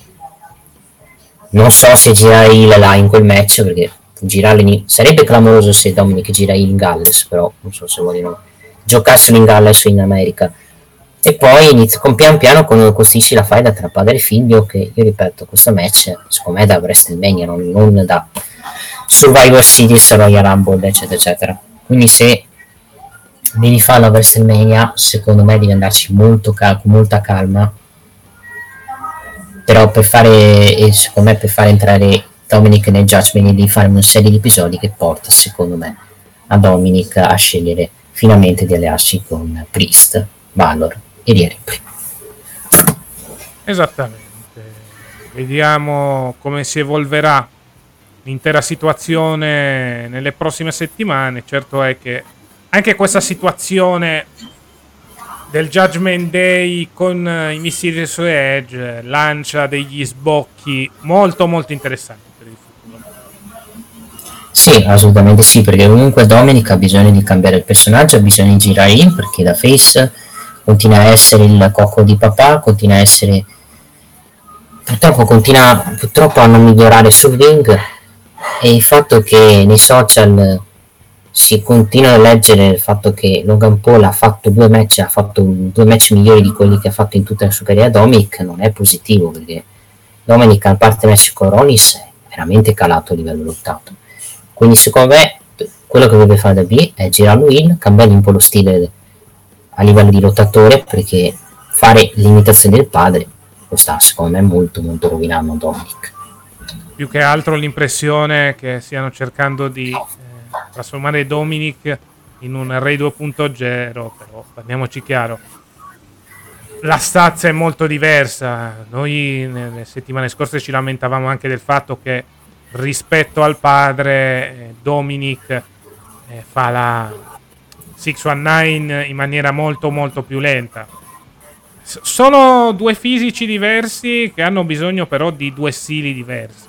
Non so se girare il là in quel match, perché girarlo in... sarebbe clamoroso se Dominic gira in Galles, però non so se vogliono giocarselo in Galles o in America. E poi inizia con pian piano con costruisci la faida tra padre e figlio, che io ripeto, questo match secondo me è da WrestleMania, non, non da Survivor Series, Royal Rumble, eccetera eccetera. Quindi se devi fare la WrestleMania, secondo me devi andarci molto cal- con molta calma, però per fare, e secondo me per fare entrare Dominic nel Judgment devi fare una serie di episodi che porta secondo me a Dominic a scegliere finalmente di allearsi con Priest, Balor e Rhea Ripley. Esattamente. Vediamo come si evolverà l'intera situazione nelle prossime settimane. Certo è che anche questa situazione del Judgment Day con i Mysterious Edge lancia degli sbocchi molto molto interessanti per il futuro. Sì, assolutamente sì, perché comunque Dominic ha bisogno di cambiare il personaggio, ha bisogno di girare in, perché da face continua a essere il cocco di papà, continua a essere purtroppo continua purtroppo a non migliorare sul ring, e il fatto che nei social si continua a leggere il fatto che Logan Paul ha fatto due match, ha fatto due match migliori di quelli che ha fatto in tutta la sua carriera Dominic, non è positivo, perché Dominic, a parte match con Rollins, è veramente calato a livello lottato. Quindi secondo me quello che deve fare da B è girarlo in, cambiare un po' lo stile a livello di lottatore, perché fare l'imitazione del padre lo sta secondo me molto molto rovinando Dominic. Più che altro l'impressione che stiano cercando di trasformare Dominic in un Ray due punto zero, però parliamoci chiaro, la stazza è molto diversa. Noi nelle settimane scorse ci lamentavamo anche del fatto che rispetto al padre Dominic eh, fa la sei diciannove in maniera molto molto più lenta. S- sono due fisici diversi che hanno bisogno però di due stili diversi.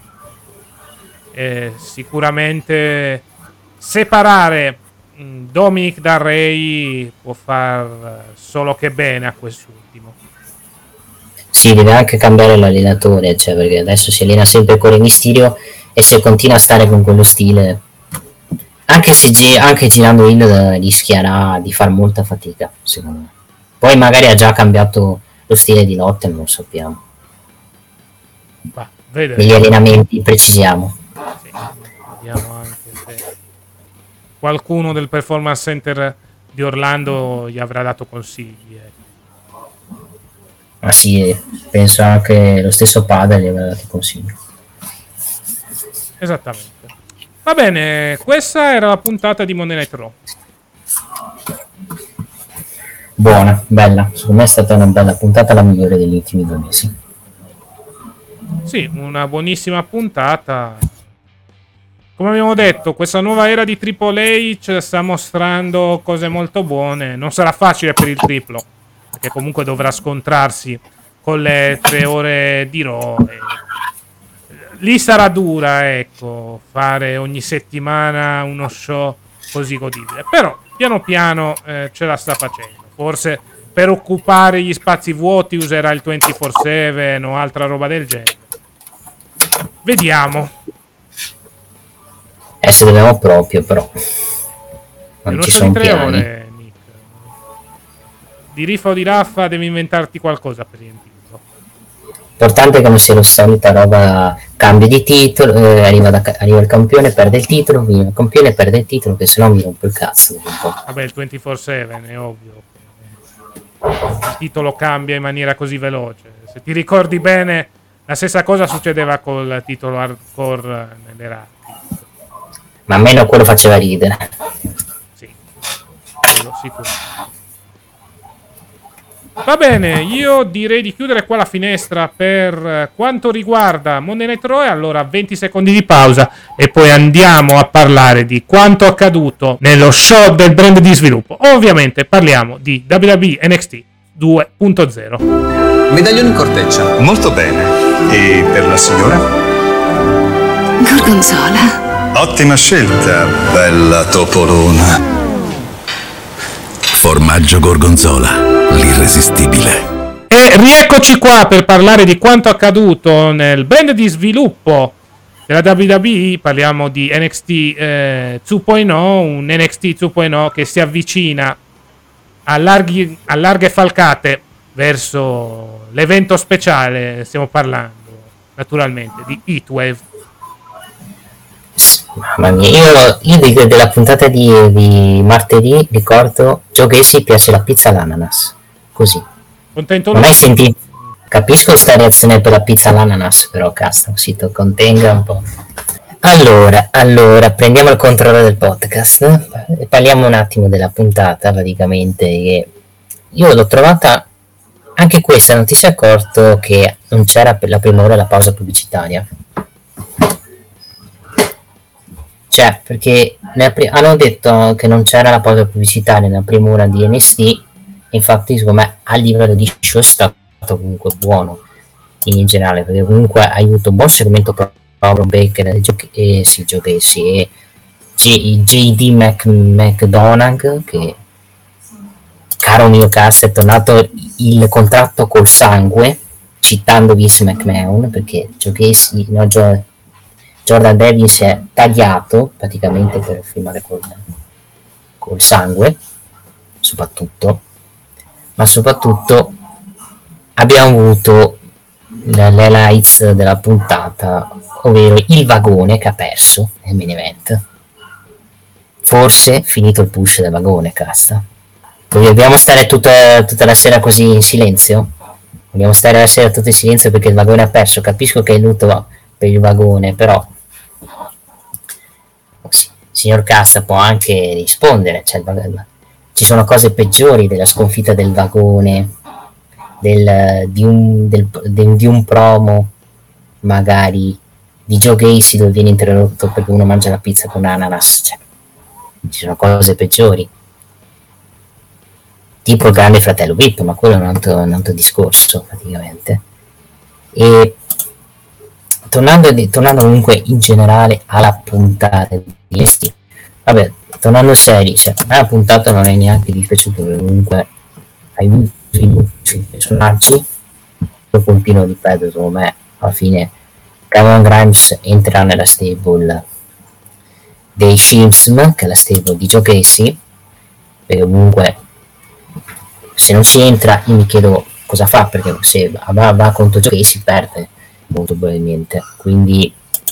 Eh, sicuramente separare mh, Dominic da Ray può far solo che bene a quest'ultimo. Sì, deve anche cambiare l'allenatore, cioè, perché adesso si allena sempre con il Mysterio, e se continua a stare con quello stile, anche se gi- anche girando il rischierà di far molta fatica, secondo me. Poi magari ha già cambiato lo stile di lotta, non lo sappiamo. Va, vedere. Negli allenamenti precisiamo. Sì, vediamo anche se qualcuno del Performance Center di Orlando gli avrà dato consigli. Eh. Ma sì, penso anche lo stesso padre gli avrà dato consigli. Esattamente. Va bene, questa era la puntata di Monday Night Raw. Buona, bella. Secondo me è stata una bella puntata, la migliore degli ultimi due mesi. Sì, una buonissima puntata. come abbiamo detto, questa nuova era di Triple H sta mostrando cose molto buone. Non sarà facile per il triplo, perché comunque dovrà scontrarsi con le tre ore di Raw. E lì sarà dura, ecco, fare ogni settimana uno show così godibile. Però piano piano eh, ce la sta facendo. Forse per occupare gli spazi vuoti userà il ventiquattro sette o altra roba del genere. Vediamo. Eh, se dobbiamo proprio, però non ci sono tre piani. Ore, Nick. Di Rifa o di Raffa devi inventarti qualcosa per riempirlo. L'importante è che non sia la solita roba, cambio di titolo, eh, arriva, da, arriva il campione, perde il titolo, viene il campione, perde il titolo, che sennò mi rompo il cazzo. Vabbè, il ventiquattro sette è ovvio. Il titolo cambia in maniera così veloce. Se ti ricordi bene, la stessa cosa succedeva col titolo hardcore nelle rate. Ma almeno quello faceva ridere. Sì, quello sicuro. Va bene, io direi di chiudere qua la finestra per quanto riguarda Monday Night Raw. Allora venti secondi di pausa e poi andiamo a parlare di quanto accaduto nello show del brand di sviluppo. Ovviamente parliamo di W W E N X T due punto zero. Medaglione in corteccia. Molto bene. E per la signora? Gorgonzola. Ottima scelta, bella topolona. Formaggio Gorgonzola, l'irresistibile. E rieccoci qua per parlare di quanto accaduto nel brand di sviluppo della W W E. Parliamo di N X T eh, due punto zero, un N X T due punto zero che si avvicina a, larghi, a larghe falcate verso l'evento speciale. Stiamo parlando naturalmente di Heatwave. Mamma mia, io, io di, della puntata di, di martedì ricordo Joe Gacy piace la pizza all'ananas, così. Contento? Non hai sentito? Capisco sta reazione per la pizza all'ananas, però cazzo, si to contenga un po'. Allora, allora, prendiamo il controllo del podcast e parliamo un attimo della puntata, praticamente, che io l'ho trovata, anche questa, non ti sei accorto che non c'era per la prima ora la pausa pubblicitaria? Cioè, perché pri- hanno detto che non c'era la pausa pubblicitaria nella prima ora di N X T, infatti secondo me a livello di show è stato comunque buono in generale, perché comunque ha avuto un buon segmento per Paolo Baker e, Gio- e sì, Joe Gacy e J- J D Mc- McDonagh, che caro mio cazzo è tornato il contratto col sangue, citando Vince McMahon, perché Joe Gacy, no, Joe Jordan Devlin si è tagliato praticamente per filmare col, col sangue, soprattutto, ma soprattutto abbiamo avuto le highlights della puntata, ovvero il vagone che ha perso nel main event. Forse finito il push del vagone, casta. Dobbiamo stare tutta, tutta la sera così in silenzio? Dobbiamo stare la sera tutto in silenzio perché il vagone ha perso. Capisco che è lutto per il vagone, però signor Cassa può anche rispondere, cioè, ci sono cose peggiori della sconfitta del vagone, del, di, un, del, de, di un promo magari di Joe Gacy dove viene interrotto perché uno mangia la pizza con ananas, cioè, ci sono cose peggiori, tipo il Grande Fratello V I P, ma quello è un altro, un altro discorso praticamente. E Tornando, di, tornando comunque in generale alla puntata di N X T, vabbè, tornando seri, cioè, a me la puntata non è neanche dispiaciuta, comunque hai avuto i personaggi, io continuo a ripetere, secondo me alla fine Cameron Grimes entrerà nella stable dei Simpson, che è la stable di Joe Gacy, perché comunque se non ci entra io mi chiedo cosa fa, perché se va, va contro Joe Gacy perde molto probabilmente, quindi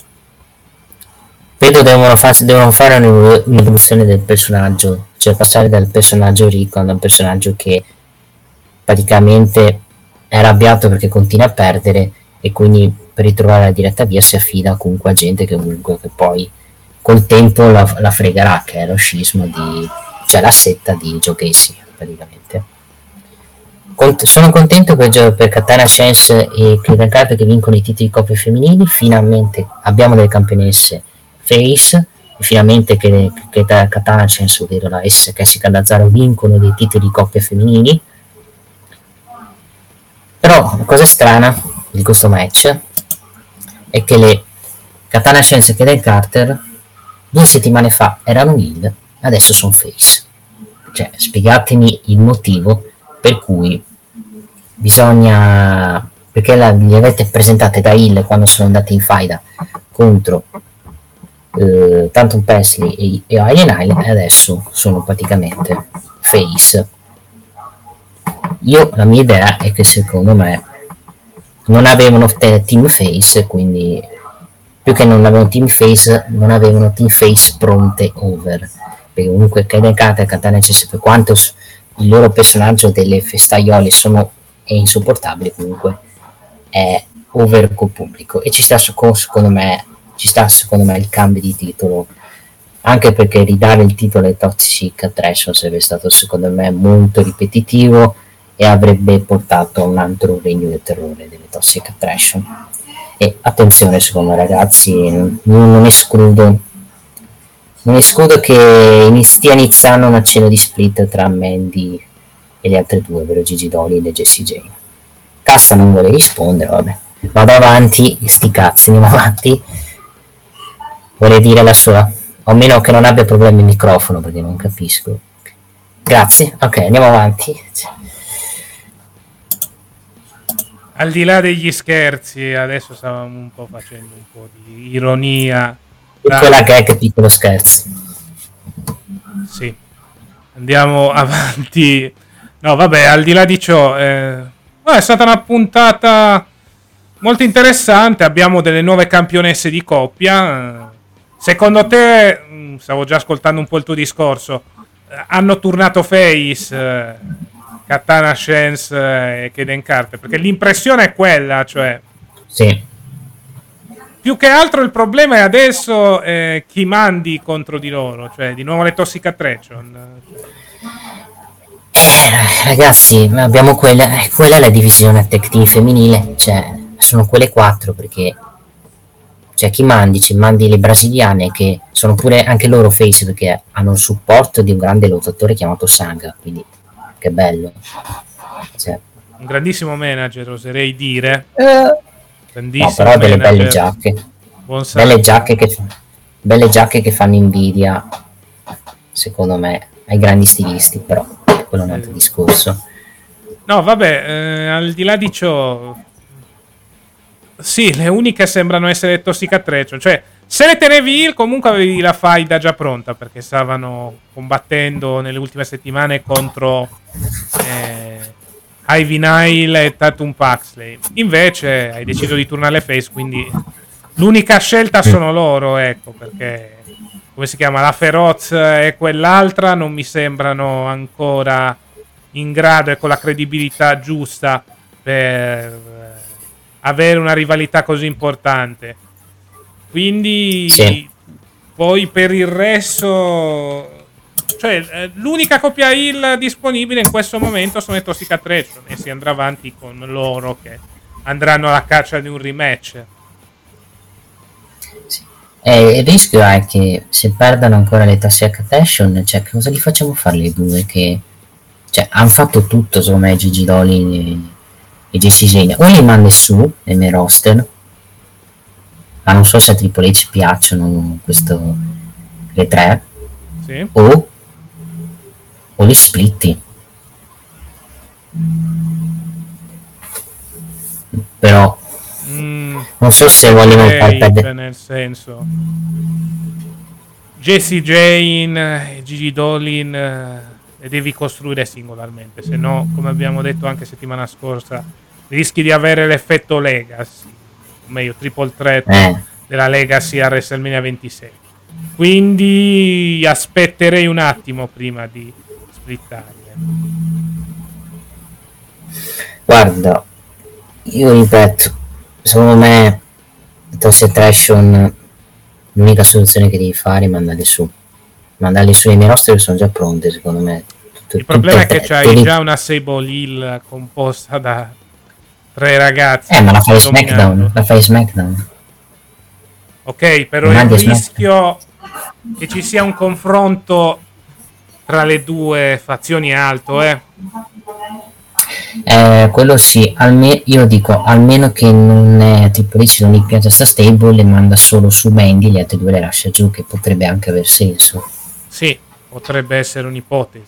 vedo devono, farsi, devono fare un'evoluzione del personaggio, cioè passare dal personaggio ricco a un personaggio che praticamente è arrabbiato perché continua a perdere e quindi per ritrovare la diretta via si affida comunque a gente che comunque che poi col tempo la, la fregherà, che è lo scisma di, cioè la setta di Joe Gacy praticamente. Sono contento per, per Katana Chance e Cleveland Carter che vincono i titoli di coppie femminili. Finalmente abbiamo delle campionesse face, e finalmente che, che da Katana Chance, ovvero la S K Catanzaro, vincono dei titoli di coppia femminili. Però la cosa strana di questo match è che le Katana Chance e Kayden Carter due settimane fa erano heel, adesso sono face. Cioè, spiegatemi il motivo per cui bisogna, perché la, li avete presentate da heel quando sono andate in faida contro eh, Tatum Pasley e, e Alien Island, e adesso sono praticamente face. Io, la mia idea è che secondo me non avevano te- team face, quindi più che non avevano team face, non avevano team face pronte over, perché comunque Kayden Carter e Katana Chance, per quanto il loro personaggio delle festaiole sono è insopportabile, comunque è over col pubblico, e ci sta secondo me ci sta secondo me il cambio di titolo, anche perché ridare il titolo ai Toxic Attraction sarebbe stato secondo me molto ripetitivo e avrebbe portato a un altro regno del terrore delle Toxic Attraction. E attenzione, secondo me, ragazzi, non, non escludo non escludo che stia iniziando un accenno di split tra Mandy e le altre due, ovvero Gigi Dolin e Jessie J. Cassa non vuole rispondere, vabbè, vado avanti, sti cazzi, andiamo avanti. Vuole dire la sua, o meno che non abbia problemi di microfono, perché non capisco. Grazie, ok, andiamo avanti. Al di là degli scherzi, adesso stavamo un po' facendo un po' di ironia. Piccola gag, piccolo scherzo. Sì, andiamo avanti. No, vabbè, al di là di ciò, eh, è stata una puntata molto interessante. Abbiamo delle nuove campionesse di coppia. Secondo te, stavo già ascoltando un po' il tuo discorso, hanno turnato face eh, Katana Chance e Kayden Carter? Perché l'impressione è quella, cioè... Sì. Più che altro il problema è adesso eh, chi mandi contro di loro, cioè di nuovo le Toxic Attraction. Eh, ragazzi, abbiamo quella, quella è la divisione tech team femminile, cioè sono quelle quattro, perché cioè chi mandi? Ci mandi le brasiliane, che sono pure anche loro face, perché hanno il supporto di un grande lottatore chiamato Sanga, quindi che bello. Cioè, un grandissimo manager, oserei dire. Uh. No, però delle belle giacche, belle giacche, che, belle giacche che fanno invidia, secondo me, ai grandi stilisti, però quello è un altro discorso. No, vabbè, eh, al di là di ciò, sì, le uniche sembrano essere Toxic Attraction, cioè se le tenevi il, comunque avevi la faida già pronta, perché stavano combattendo nelle ultime settimane contro eh, Ivy Nile e Tatum Paxley. Invece hai deciso di turnare le face, quindi l'unica scelta sono loro, ecco, perché come si chiama, la Feroz e quell'altra non mi sembrano ancora in grado e con la credibilità giusta per avere una rivalità così importante. Quindi sì. Poi per il resto, cioè l'unica coppia heel disponibile in questo momento sono le Toxic Attraction, e si andrà avanti con loro che andranno alla caccia di un rematch. Sì. E il rischio è che se perdono ancora le Toxic Attraction, cioè cosa li facciamo fare le due che cioè hanno fatto tutto, secondo me, Gigi Dolin e, e Jessie J? O li mandi su nel mio roster, ma non so se a Triple H piacciono questo, le tre, sì. o o li splitti, però mm, non so se vogliono far perdere, nel senso Jessie Jane e Gigi Dolin eh, le devi costruire singolarmente, se no, come abbiamo detto anche settimana scorsa, rischi di avere l'effetto Legacy, o meglio Triple Threat eh. della Legacy a WrestleMania ventisei. Quindi aspetterei un attimo prima di splittarle. Guarda, io ripeto, secondo me Toxic Attraction l'unica soluzione che devi fare è mandarle su mandarle su, i miei roster sono già pronte, secondo me. Tutto, il problema è che c'hai tutti... già una Sable Hill composta da tre ragazzi. Eh, ma la fai SmackDown, la fai SmackDown. Ok, però il rischio che ci sia un confronto tra le due fazioni è alto, eh? Eh, quello sì, alme- io dico, almeno che non è tipo dici non gli piace sta stable, le manda solo su Mandy, gli altri due le lascia giù, che potrebbe anche aver senso. Sì, potrebbe essere un'ipotesi.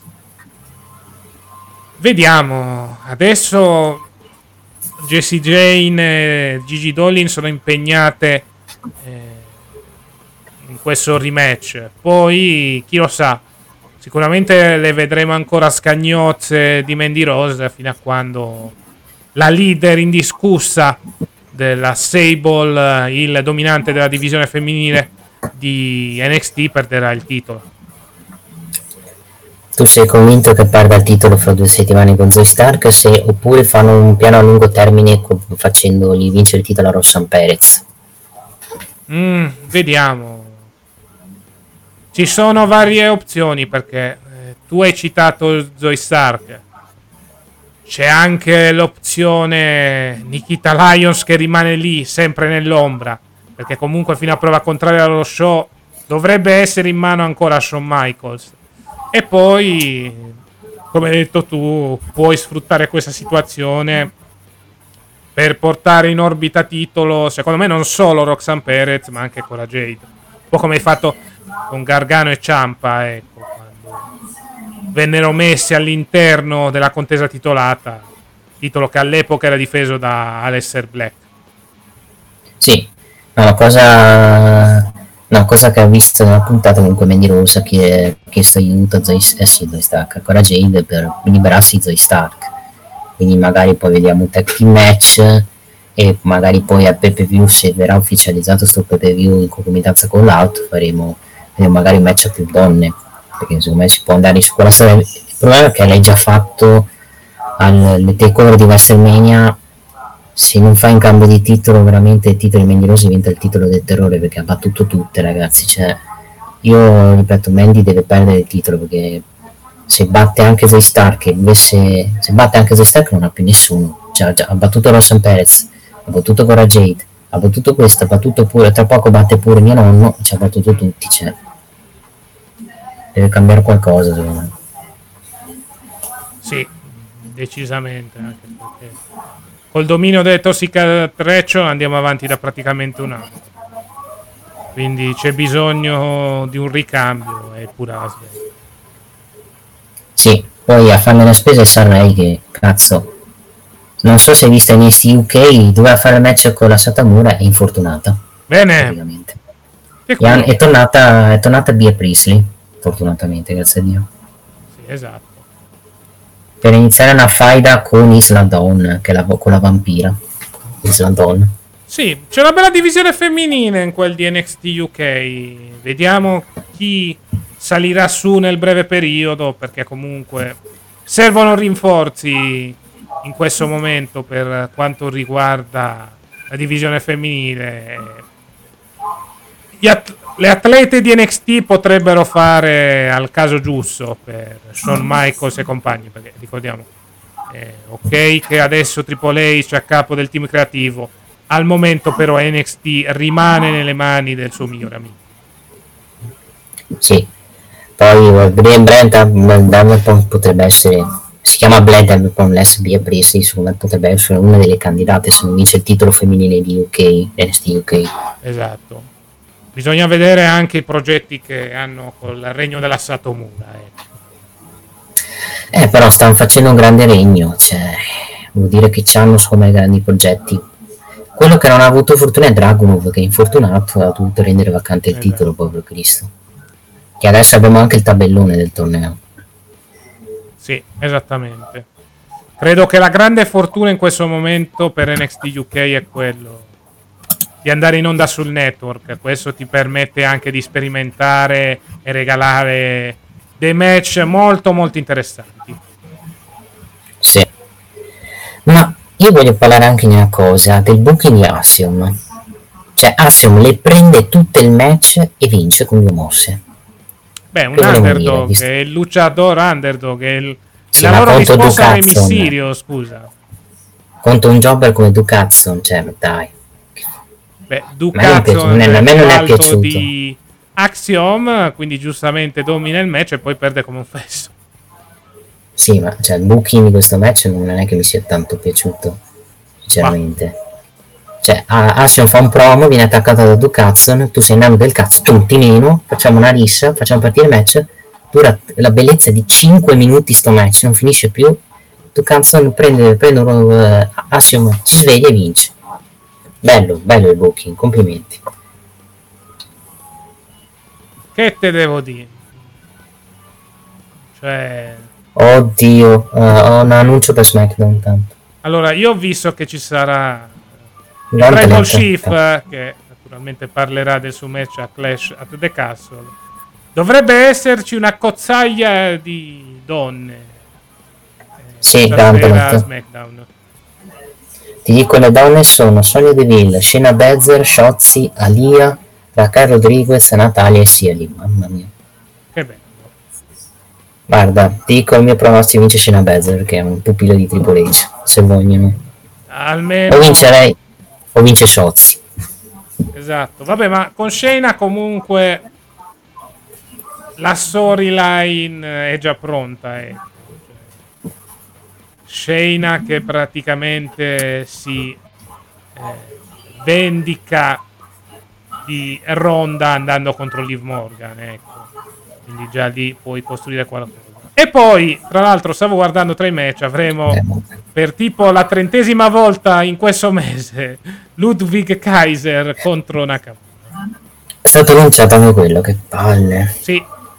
Vediamo, adesso Jessie Jane e Gigi Dolin sono impegnate eh, in questo rematch, poi chi lo sa, sicuramente le vedremo ancora scagnozze di Mandy Rose fino a quando la leader indiscussa della Sable, il dominante della divisione femminile di N X T, perderà il titolo. Tu sei convinto che perda il titolo fra due settimane con Zoe Stark, se, oppure fanno un piano a lungo termine facendogli vincere il titolo a Roxanne Perez? Mm, vediamo. Ci sono varie opzioni, perché eh, tu hai citato Zoe Stark. C'è anche l'opzione Nikita Lyons che rimane lì, sempre nell'ombra, perché comunque fino a prova contraria allo show dovrebbe essere in mano ancora a Shawn Michaels. E poi, come hai detto tu, puoi sfruttare questa situazione per portare in orbita titolo, secondo me, non solo Roxanne Perez, ma anche con la Jade. Un po' come hai fatto con Gargano e Ciampa, ecco, quando vennero messi all'interno della contesa titolata, titolo che all'epoca era difeso da Aleister Black. Sì, no, la cosa... No, cosa che ho visto nella puntata comunque Mandy Rose che ha chiesto aiuto a Zoe, eh sì, Zoe Stark, ancora Jade, per liberarsi di Zoe Stark. Quindi magari poi vediamo un tag team match e magari poi al pay per view, se verrà ufficializzato sto pay per view in concomitanza con l'altro, faremo, faremo magari un match a più donne, perché secondo me si può andare su quella storia. Il problema è che l'hai già fatto alle takeover di WrestleMania. Se non fa in cambio di titolo, veramente il titolo di Mandy Rose diventa il titolo del terrore, perché ha battuto tutte, ragazzi. Cioè, io ripeto, Mandy deve perdere il titolo, perché se batte anche Zoe Stark, invece se batte anche Zoe Stark non ha più nessuno. Cioè, già, ha battuto Roxanne Perez, ha battuto Cora Jade, ha battuto questo, ha battuto pure, tra poco batte pure mio nonno, ci ha battuto tutti. Cioè, deve cambiare qualcosa, secondo me. Sì, decisamente, anche perché col dominio delle Toxic Attraction andiamo avanti da praticamente un anno, quindi c'è bisogno di un ricambio e pure la sveglia. Sì, poi a farne la spesa è Sarray, che cazzo, non so se hai visto N X T U K, doveva fare il match con la Satamura, è infortunata. Bene, è, è tornata è tornata Bea Priestley, fortunatamente, grazie a Dio. Sì, esatto. Per iniziare una faida con Isla Dawn, che è la, con la vampira Isla Dawn. Sì, c'è una bella divisione femminile in quel di N X T U K. Vediamo chi salirà su nel breve periodo, perché comunque servono rinforzi in questo momento per quanto riguarda la divisione femminile. Gli at- le atlete di N X T potrebbero fare al caso giusto per Shawn Michaels e compagni, perché ricordiamo, eh, ok che adesso Triple H è a capo del team creativo, al momento però N X T rimane nelle mani del suo migliore amico. Sì, poi Brian Brand potrebbe essere, si chiama Bled Less Bea Priestley, secondo me potrebbe essere una delle candidate se non vince il titolo femminile di U K, N X T U K. Esatto. Bisogna vedere anche i progetti che hanno col regno della Satomura. Eh, eh però stanno facendo un grande regno, cioè, vuol dire che hanno come grandi progetti. Quello che non ha avuto fortuna è Dragunov, che è infortunato, ha dovuto rendere vacante il titolo, eh povero Cristo. Che adesso abbiamo anche il tabellone del torneo. Sì, esattamente. Credo che la grande fortuna in questo momento per N X T U K è quello di andare in onda sul network. Questo ti permette anche di sperimentare e regalare dei match molto molto interessanti. Sì, ma io voglio parlare anche di una cosa, del booking di Axiom. Cioè Axiom le prende tutte il match e vince con due mosse. Beh, un underdog, dire, è il luchador underdog, è il, sì, la loro risposta a Rey Mysterio, scusa. Contro un jobber come Duke Hudson, cioè dai. Beh, A me non Ducazzo piace- non è- a me non è alto piaciuto. di Axiom, quindi giustamente domina il match e poi perde come un fesso. Sì, ma cioè, il booking di questo match non è che mi sia tanto piaciuto, sinceramente. Cioè, A- Action fa un promo, viene attaccato da Ducazzo, tu sei nano del cazzo, tutti meno, facciamo una rissa, facciamo partire il match, dura la bellezza di cinque minuti sto match, non finisce più. Ducazzo prende, prende uh, Action, si sveglia e vince. Bello, bello il booking, complimenti. Che te devo dire? Cioè... Oddio, uh, ho un annuncio per SmackDown tanto. Allora, io ho visto che ci sarà il Non te Tribal ne Chief, frega. eh, che naturalmente parlerà del suo match a Clash at the Castle. Dovrebbe esserci una cozzaia di donne. eh, Sì, stasera a Gauntlet. SmackDown. Ti dico, le donne sono Sonia Deville, Shayna Baszler, Shotzi, Alia, Raquel Rodriguez, Natalia e Cieli. Mamma mia. Che bello. Guarda, ti dico il mio pronostico vince Shayna Baszler, che è un pupillo di Triple H, se vogliono. Almeno... O vince lei, o vince Shotzi. Esatto. Vabbè, ma con Shayna comunque la storyline è già pronta, ecco. Shayna che praticamente si eh, vendica di Ronda andando contro Liv Morgan, ecco. Quindi già lì puoi costruire qualcosa. E poi, tra l'altro, stavo guardando tra i match, avremo per tipo la trentesima volta in questo mese Ludwig Kaiser contro Nakamura. È stato annunciato anche quello, che palle. Sì.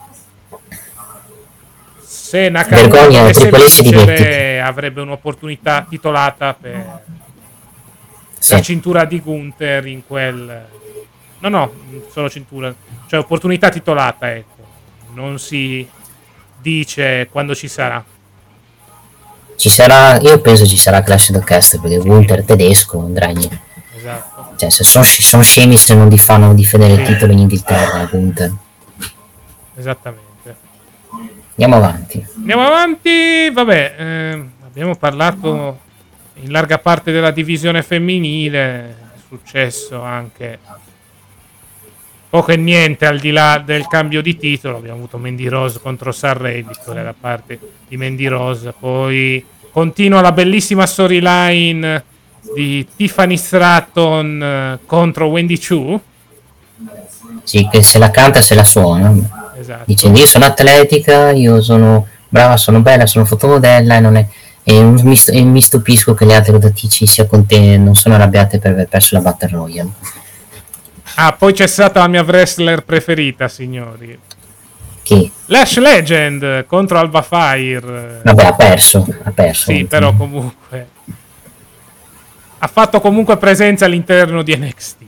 Se Nakamura Vergogna, dovesse Triple H si vincere, dimentica. avrebbe un'opportunità titolata per Sì. la cintura di Gunther in quel... No, no, solo cintura. Cioè opportunità titolata, ecco. Non si dice quando ci sarà. Ci sarà, io penso ci sarà Clash of the Castle, perché Gunther tedesco andrà in... Esatto. Cioè, se sono son scemi se non ti fanno difendere il titolo in Inghilterra, Gunther. Esattamente. Andiamo avanti. Andiamo avanti. Vabbè, eh, abbiamo parlato in larga parte della divisione femminile. È successo anche poco e niente al di là del cambio di titolo. Abbiamo avuto Mandy Rose contro Sarray, vittoria da parte di Mandy Rose. Poi continua la bellissima storyline di Tiffany Stratton eh, contro Wendy Chu. Sì, che se la canta se la suona. Esatto. Dice, io sono atletica, io sono brava, sono bella, sono fotomodella e non è... E mi, st- e mi stupisco che le altre lottatrici sia contente, non sono arrabbiate per aver perso la Battle Royale. Ah, poi c'è stata la mia wrestler preferita, signori. Chi? Lash Legend contro Alba Fire. Vabbè, ha perso, ha perso. Sì, però comunque ha fatto comunque presenza all'interno di N X T.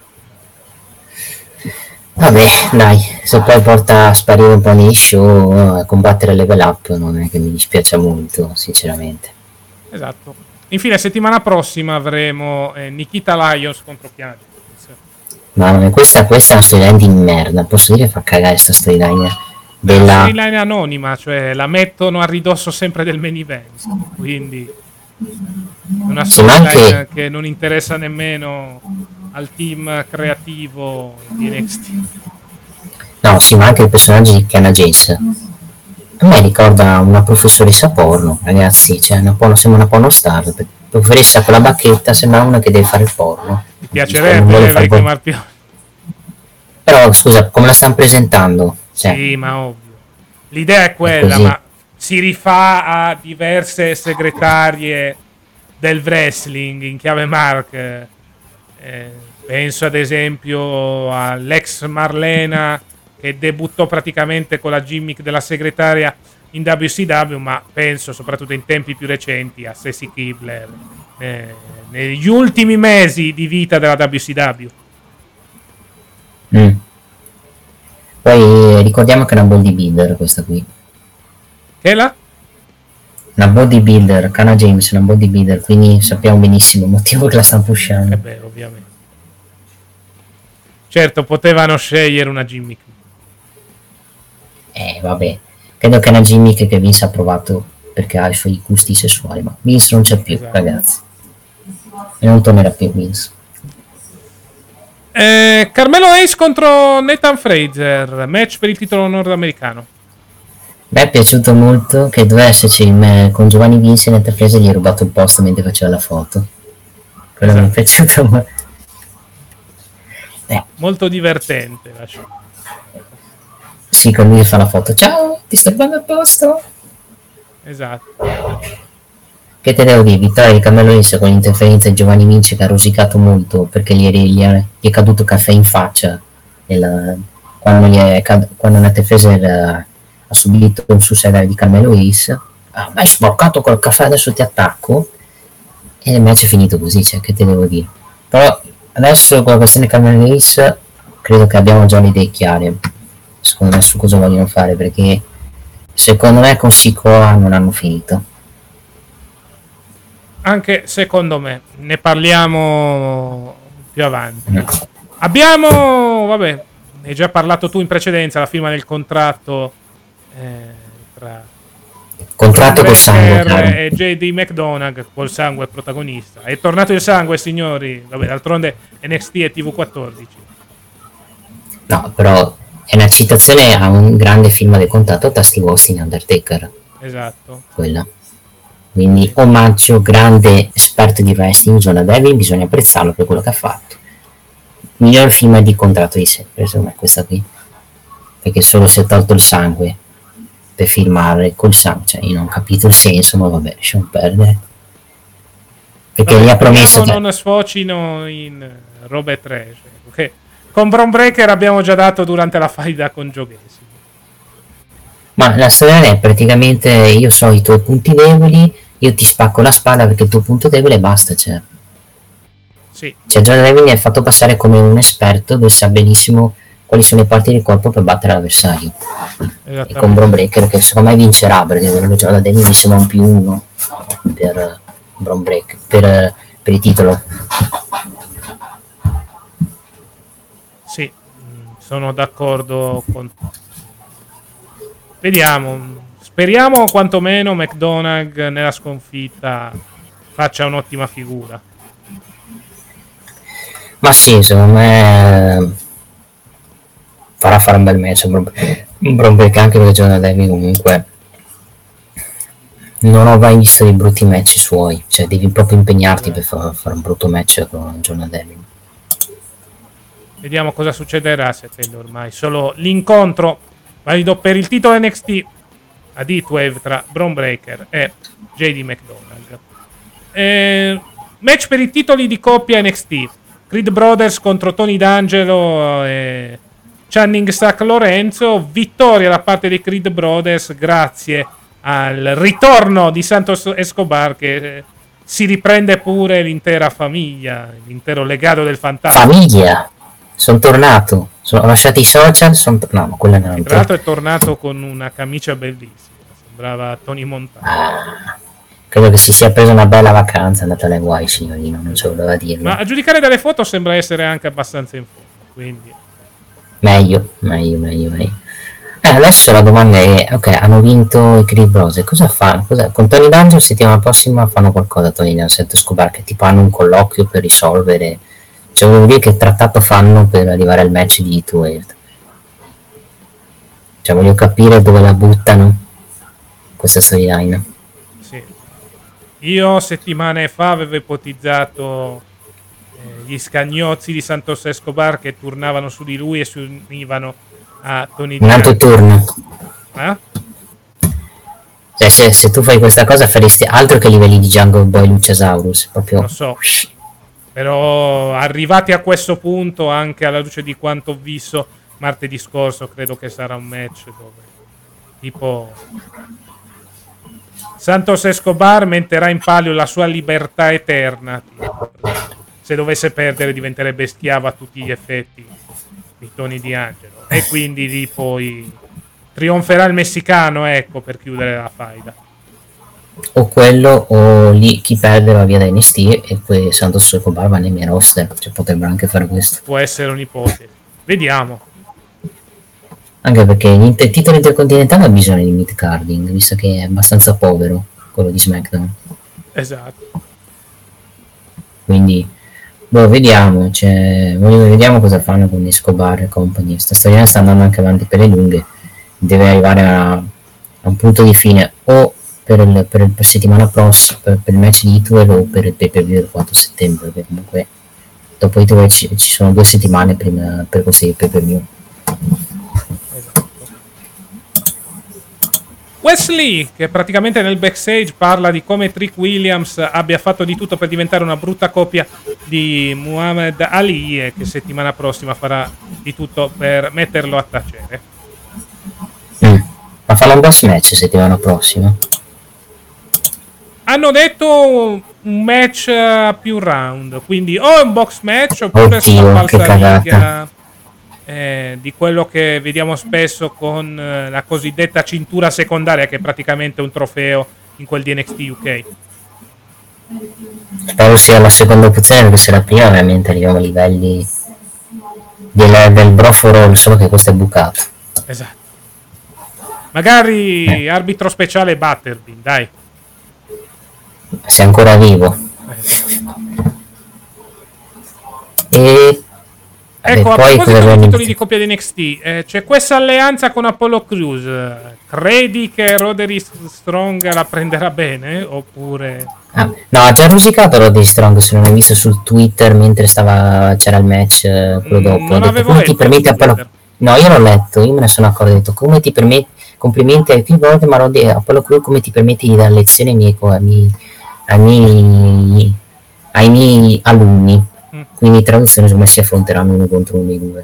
Vabbè, dai, se poi porta a sparire un po' nei show, a combattere level up, non è che mi dispiace molto, sinceramente. Esatto. Infine, settimana prossima avremo eh, Nikita Lyons contro Kiana James. Mamma mia, questa, questa è una storyline di merda, posso dire, fa cagare sta storyline della... Storyline anonima, cioè la mettono a ridosso sempre del main event, quindi una Sì, ma storyline anche- che non interessa nemmeno al team creativo di N X T. No, sì, ma anche il personaggio di Kiana James. A me ricorda una professoressa porno, ragazzi, cioè una porno, sembra una pornostar. Professoressa con la bacchetta, sembra una che deve fare il porno. Mi Non piacerebbe vuole fare Enrico porno. Marpione. Però, scusa, come la stanno presentando? Cioè, Sì, ma ovvio. L'idea è quella, così. ma si rifà a diverse segretarie del wrestling in chiave Mark. Eh, penso ad esempio all'ex Marlena che debuttò praticamente con la gimmick della segretaria in W C W, ma penso soprattutto in tempi più recenti a Stacy Keibler eh, negli ultimi mesi di vita della W C W. Mm. Poi eh, ricordiamo che è una bodybuilder questa qui. Che la? Una bodybuilder, Kiana James è una bodybuilder, quindi sappiamo benissimo il motivo che la stanno pushando. Eh beh, ovviamente. Certo, potevano scegliere una gimmick. Eh, vabbè. Credo che è una gimmick che Vince ha provato perché ha i suoi gusti sessuali, ma Vince non c'è più, Esatto. ragazzi. E non tornerà più Vince. Eh, Carmelo Hayes contro Nathan Fraser, match per il titolo nordamericano. Mi è piaciuto molto che doveva esserci il me- con Giovanni Vinci e Nathan Fraser, gli ho rubato il posto mentre faceva la foto. Quello esatto. Mi è piaciuto molto. Eh. Molto divertente la show. Sì, con lui che fa la foto. Ciao, ti sto rubando il posto. Esatto. Che te devo dire, vittoria di Carmelo Hayes con l'interferenza di Giovanni Vinci che ha rosicato molto perché gli è, gli è, gli è caduto caffè in faccia nella, quando, gli è, quando Nathan Fraser ha, ha subito un suicidio di Carmelo Hayes. Ah, ma hai sporcato col caffè, adesso ti attacco. E il match è finito così, cioè, che te devo dire. Però adesso con la questione di Carmelo Hayes credo che abbiamo già le idee chiare secondo me su cosa vogliono fare, perché secondo me con Sikoa non hanno finito. Anche secondo me, ne parliamo più avanti. Mm. Abbiamo, vabbè, hai già parlato tu in precedenza, la firma del contratto eh, tra contratto col sangue e J D McDonagh col sangue protagonista. È tornato il sangue, signori. Vabbè, d'altronde N X T e T V quattordici. No, però è una citazione a un grande film del contratto tra Steve Austin e Undertaker. Esatto. Quella. Quindi omaggio, grande esperto di wrestling, Jonah Devlin, bisogna apprezzarlo per quello che ha fatto. Miglior film di contratto di sempre, secondo me, questa qui. Perché solo si è tolto il sangue per filmare col sangue, cioè io non ho capito il senso, ma vabbè, lasciamo perdere. Perché vabbè, gli ha promesso che non sfocino in robe trash. Okay. Con Bron Breakker abbiamo già dato durante la faida con Joe Gacy. Ma la storia è praticamente io so i tuoi punti deboli, io ti spacco la spalla perché il tuo punto debole e basta, cioè. Sì. Cioè John Devlin è fatto passare come un esperto che sa benissimo quali sono le parti del corpo per battere l'avversario. E con Bron Breakker che secondo me vincerà, perché quello John Devlin mi sembra un più uno per Bron Breakker, per, per il titolo. Sì, sono d'accordo con vediamo, speriamo quantomeno McDonagh nella sconfitta faccia un'ottima figura. Ma sì, secondo me farà fare un bel match un Bron Breakker, anche perché Jonah Devlin comunque non ho mai visto dei brutti match suoi, cioè devi proprio impegnarti per fare un brutto match con Jonah Devlin. Vediamo cosa succederà a settembre ormai. Solo l'incontro valido per il titolo N X T a D-Wave tra Bron Breakker e J D McDonagh. Eh, match per i titoli di coppia N X T. Creed Brothers contro Tony D'Angelo e Channing Stack Lorenzo. Vittoria da parte dei Creed Brothers grazie al ritorno di Santos Escobar che eh, si riprende pure l'intera famiglia, l'intero legado del fantasma. Famiglia? Sono tornato, sono lasciati i social, sono to- no, ma quella non tra l'altro è tornato con una camicia bellissima, sembrava Tony Montana. Ah, credo che si sia preso una bella vacanza, è andata alle guai, signorino, non ce lo doveva dire. Ma a giudicare dalle foto sembra essere anche abbastanza in forma, quindi meglio, meglio, meglio, meglio. Eh, adesso la domanda è, ok, hanno vinto i Creed Brothers, cosa fanno? Cosa... Con Tony D'Angelo settimana prossima fanno qualcosa, Tony D'Angelo e Escobar, che tipo hanno un colloquio per risolvere. Cioè volevo dire che trattato fanno per arrivare al match di Two-Wave. Cioè voglio capire dove la buttano questa storyline. Sì. Io settimane fa avevo ipotizzato eh, gli scagnozzi di Santos Escobar che turnavano su di lui e si univano a Tony un altro turno. Eh? Cioè se, se tu fai questa cosa faresti altro che livelli di Jungle Boy Luchasaurus proprio. Lo so. Però arrivati a questo punto, anche alla luce di quanto ho visto martedì scorso, credo che sarà un match dove tipo Santos Escobar metterà in palio la sua libertà eterna. Se dovesse perdere diventerebbe schiavo a tutti gli effetti di Tony D'Angelo e quindi lì poi trionferà il messicano, ecco, per chiudere la faida. O quello o lì chi perde va via da N X T e poi Santos Escobar va nei miei roster, cioè potrebbero anche fare questo. Può essere un'ipotesi, vediamo. Anche perché il titolo intercontinentale ha bisogno di mid-carding, visto che è abbastanza povero quello di SmackDown. Esatto. Quindi boh, vediamo, cioè, vediamo cosa fanno con Escobar e compagnia. Sta storia sta andando anche avanti per le lunghe, deve arrivare a, a un punto di fine o per il, per il per settimana prossima, per, per il match di Hitler o per il pay per view del quattro settembre, perché comunque dopo Hitler ci, ci sono due settimane prima per questi pay per view. Wesley, che praticamente nel backstage parla di come Trick Williams abbia fatto di tutto per diventare una brutta copia di Muhammad Ali e che settimana prossima farà di tutto per metterlo a tacere. Mm. Ma farà un boss match settimana prossima? Hanno detto un match a più round, quindi o è un box match oppure Oddio, una che falsariga eh, di quello che vediamo spesso con eh, la cosiddetta cintura secondaria, che è praticamente un trofeo in quel di N X T U K. Spero sia la seconda opzione, perché se la prima veramente arriviamo a livelli del, del broforo, solo che questo è bucato. Esatto. Magari eh. arbitro speciale Butterbean, dai. Sei ancora vivo. E ecco, vabbè, a poi proposito dei mi... titoli di coppia di N X T, eh, c'è questa alleanza con Apollo Crews. Credi che Roderick Strong la prenderà bene? Oppure... Ah, no, ha già rosicato Roderick Strong, se non hai visto sul Twitter mentre stava c'era il match eh, quello dopo. Non ha detto, come ti permette Apollo... No, io l'ho letto, io me ne sono accorto, ho detto come ti permette, complimenti a più volte, ma Roderick, Apollo Crews, come ti permetti di dare lezioni ai miei, ai miei, ai miei, ai miei alunni. Mm. Quindi in traduzione secondo me si affronteranno uno contro uno dei due.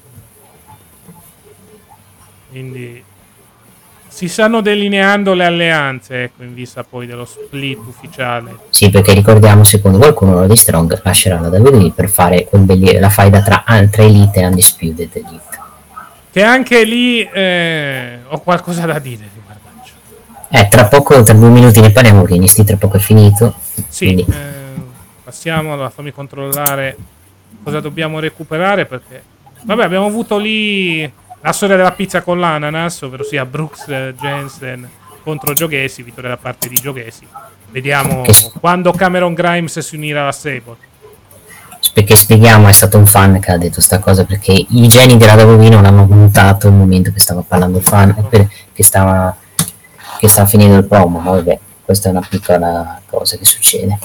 Quindi si stanno delineando le alleanze, ecco, in vista poi dello split ufficiale. Sì, perché ricordiamo, secondo qualcuno di Strong lascerà la W W E per fare quel belli- la faida tra, tra Elite e Undisputed Elite. Che anche lì eh, ho qualcosa da dire riguardaccio. Eh, tra poco, tra due minuti ne parliamo, che N X T tra poco è finito. Sì, quindi... eh, passiamo, allora fammi controllare cosa dobbiamo recuperare, perché vabbè, abbiamo avuto lì la storia della pizza con l'ananas, ovvero sia Brooks eh, Jensen contro Joe Gacy, vittoria da parte di Joe Gacy. Vediamo che... quando Cameron Grimes si unirà alla Sable. Perché spieghiamo, è stato un fan che ha detto sta cosa, perché i geni della W W E non hanno notato il momento che stava parlando il fan, per, che stava che stava finendo il promo, ma vabbè, questa è una piccola cosa che succede.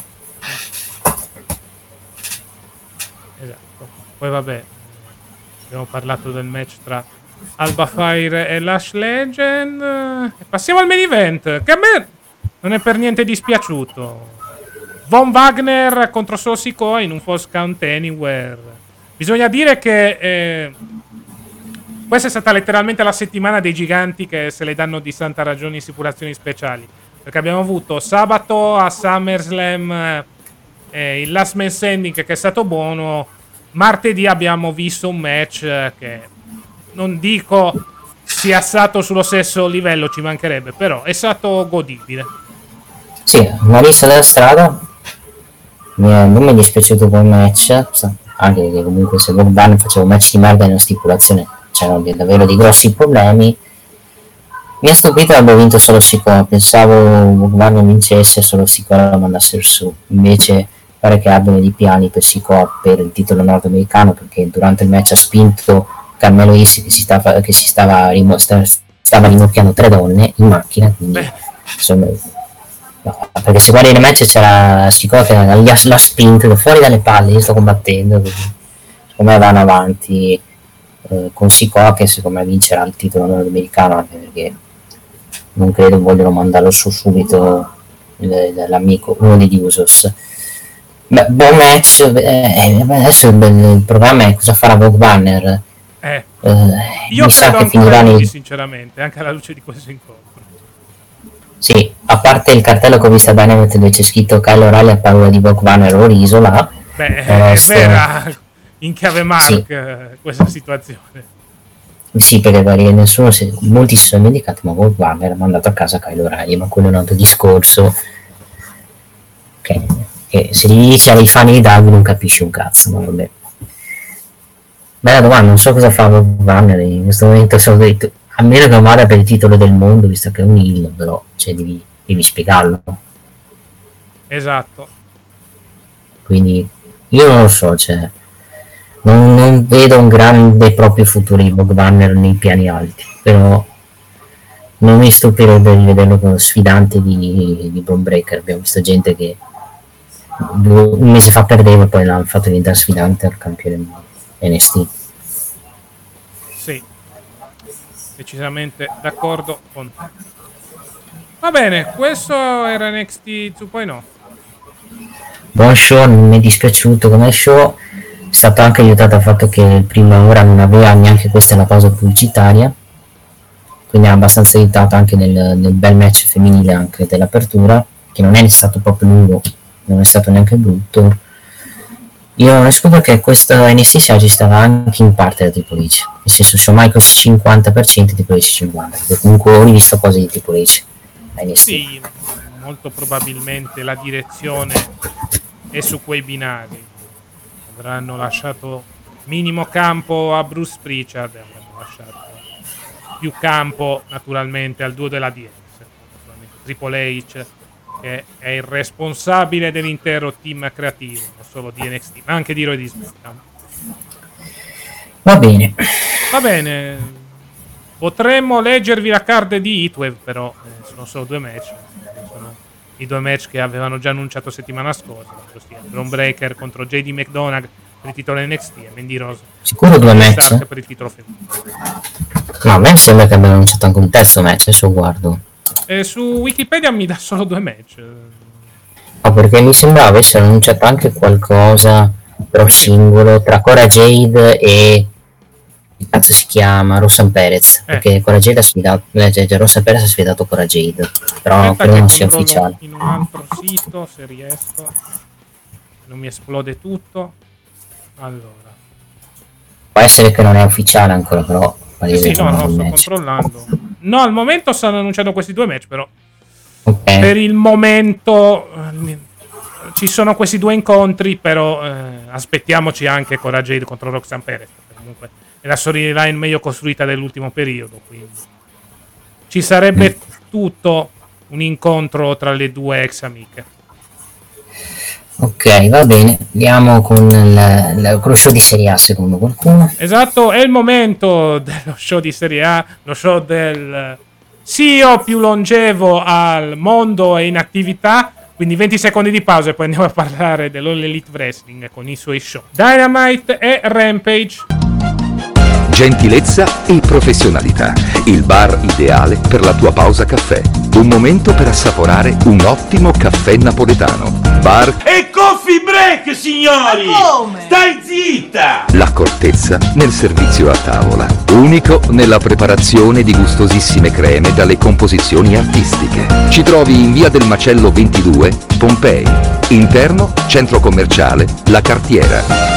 Esatto. Poi vabbè, abbiamo parlato del match tra Alba Fire e Lash Legend. Passiamo al main event, che a me non è per niente dispiaciuto. Von Wagner contro Solo Sikoa in un False Count Anywhere. Bisogna dire che eh, questa è stata letteralmente la settimana dei giganti che se le danno di santa ragione in stipulazioni speciali, perché abbiamo avuto sabato a SummerSlam eh, il Last Man Standing, che è stato buono. Martedì abbiamo visto un match che non dico sia stato sullo stesso livello, ci mancherebbe, però è stato godibile. Sì, una lista della strada. Non mi è dispiaciuto quel match, anche che comunque se Bob Barn faceva un match di merda in una stipulazione c'erano davvero dei grossi problemi. Mi ha stupito che abbia vinto Solo Sikoa, pensavo Bob Barn vincesse, Solo Sikoa lo mandassero su, invece pare che abbiano dei piani per Sikoa per il titolo nordamericano, perché durante il match ha spinto Carmelo Hayes che si stava, che si stava, rimo, stava, stava rimorchiando tre donne in macchina, quindi Beh. insomma... No, perché se guardi il match c'era Sikoa che l'ha spinto fuori dalle palle, io sto combattendo, quindi secondo me vanno avanti eh, con Sikoa, che secondo me vincerà il titolo nordamericano, anche perché non credo vogliono mandarlo su subito l'amico, uno degli Usos. Beh, buon match, eh, adesso il, il programma è cosa farà Bob Banner. Eh, eh, io mi sa credo che finirà nei... nei... sinceramente, anche alla luce di questo incontro. Sì, a parte il cartello che ho visto a Dynamite dove c'è scritto Kyle O'Reilly ha paura di Brock Banner o l'isola. Beh, è sto... vera in chiave Mark sì. questa situazione. Sì, perché nessuno si... molti si sono indicati, ma Brock Banner ha mandato a casa Kyle O'Reilly, ma quello è un altro discorso. Che, che se gli dici ai fan di Doug non capisci un cazzo, ma vabbè. Bella domanda, non so cosa fa Brock Banner in questo momento, sono detto. A meno che non vada per il titolo del mondo, visto che è un heel, però cioè, devi, devi spiegarlo. Esatto. Quindi io non lo so, cioè non, non vedo un grande proprio futuro di Brock Banner nei piani alti, però non mi stupirebbe di vederlo come sfidante di, di Bron Breakker. Abbiamo visto gente che due, un mese fa perdeva e poi l'hanno fatto diventare sfidante al campione di N X T. Sì, decisamente d'accordo con te. Va bene, questo era N X T due punto zero. Buon show, non mi è dispiaciuto come show, è stato anche aiutato dal fatto che prima ora non aveva neanche questa la pausa pubblicitaria, quindi ha abbastanza aiutato anche nel, nel bel match femminile anche dell'apertura, che non è stato proprio lungo, non è stato neanche brutto. Io scopro che questa N X T si aggiustava anche in parte da Triple H, nel senso Shawn Michaels cinquanta per cento e Triple H cinquanta per cento, perché comunque ho rivisto cose di Triple H. N X T. Sì, molto probabilmente la direzione è su quei binari. Avranno lasciato minimo campo a Bruce Pritchard e avranno lasciato più campo naturalmente al duo della D X, Triple H, che è il responsabile dell'intero team creativo, non solo di N X T ma anche di Raw e di SmackDown. Va bene, va bene, potremmo leggervi la card di Heatwave, però eh, sono solo due match, sono i due match che avevano già annunciato settimana scorsa, ossia Bron Breakker contro J D McDonagh per il titolo N X T e Mandy Rose sicuro due match per il titolo femminile. No, a me sembra che abbiano annunciato anche un terzo match, adesso guardo. E su Wikipedia mi dà solo due match. No, perché mi sembrava avessero annunciato anche qualcosa però singolo tra Cora Jade e che cazzo si chiama Roxanne Perez, eh. perché Cora Jade ha sfidato eh, Roxanne Perez ha sfidato Cora Jade, però aspetta, credo non sia ufficiale. In un altro sito, se riesco, non mi esplode tutto. Allora, può essere che non è ufficiale ancora, però eh sì, no, no, sto match. controllando. No, al momento stanno annunciando questi due match, però okay. Per il momento eh, ci sono questi due incontri, però eh, aspettiamoci anche Cora Jade contro Roxanne Perez, comunque è la storyline meglio costruita dell'ultimo periodo, quindi ci sarebbe mm. tutto un incontro tra le due ex amiche. Ok, va bene, andiamo con il, lo show di Serie A secondo qualcuno. Esatto, è il momento dello show di Serie A, lo show del C E O più longevo al mondo e in attività, quindi venti secondi di pausa e poi andiamo a parlare dell'All Elite Wrestling con i suoi show Dynamite e Rampage. Gentilezza e professionalità, il bar ideale per la tua pausa caffè, un momento per assaporare un ottimo caffè napoletano. Bar e coffee break, signori! Ma come? Stai zitta! L'accortezza nel servizio a tavola, unico nella preparazione di gustosissime creme dalle composizioni artistiche. Ci trovi in via del Macello ventidue, Pompei, interno centro commerciale La Cartiera.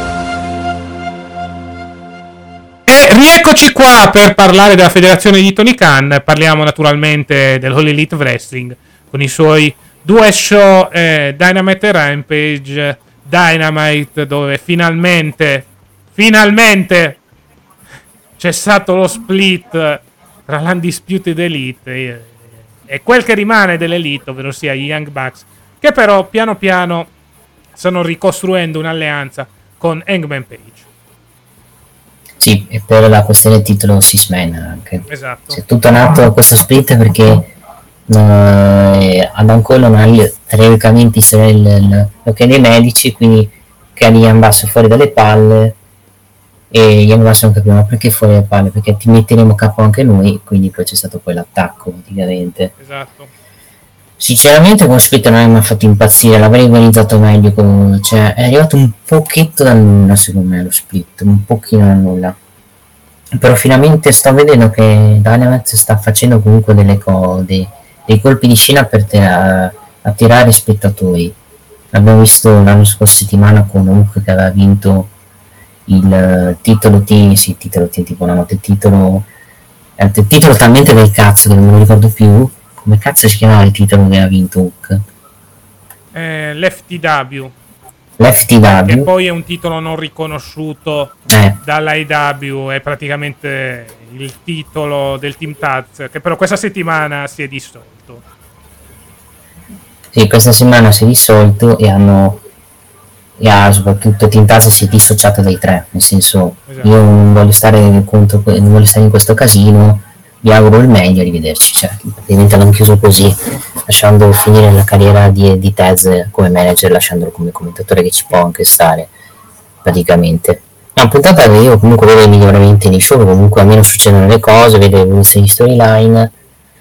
E rieccoci qua per parlare della federazione di Tony Khan. Parliamo naturalmente dell'All Elite Wrestling con i suoi due show eh, Dynamite e Rampage. Dynamite dove finalmente finalmente c'è stato lo split tra l'Undisputed Elite e, e quel che rimane dell'Elite, ovvero sia i Young Bucks, che però piano piano stanno ricostruendo un'alleanza con Hangman Page. Sì, e per la questione del titolo Six Man anche. Esatto. C'è tutto nato questo split perché eh, Adam Cole non ha teoricamente il ok dei medici, quindi che ha gli Young Bucks fuori dalle palle e gli Young Bucks non capiamo perché fuori dalle palle, perché ti metteremo capo anche noi, quindi poi c'è stato poi l'attacco praticamente. Esatto. Sinceramente con split non mi ha fatto impazzire, l'avrei organizzato meglio, con, cioè è arrivato un pochetto da nulla secondo me lo split, un pochino da nulla, però finalmente sto vedendo che Dynamite sta facendo comunque delle cose, dei colpi di scena per te, a, attirare spettatori. L'abbiamo visto l'anno scorso settimana con Hook che aveva vinto il titolo T, sì titolo T tipo una notte titolo il titolo talmente del cazzo che non me lo ricordo più. Come cazzo si chiamava il titolo che ha vinto Hook? Eh, L'F T W. L'F T W. Che poi è un titolo non riconosciuto eh. dall'A E W, è praticamente il titolo del Team Taz, che però questa settimana si è dissolto. Sì, questa settimana si è dissolto e hanno e ha soprattutto Tintazza si è dissociato dai tre, nel senso Esatto. io non voglio stare contro, non voglio stare in questo casino, vi auguro il meglio, arrivederci, cioè praticamente l'hanno chiuso così, lasciando finire la carriera di, di Tez come manager, lasciandolo come commentatore che ci può anche stare praticamente. È una puntata che io comunque vedo i miglioramenti nei show, comunque almeno succedono le cose, vedo l'evoluzione di storyline,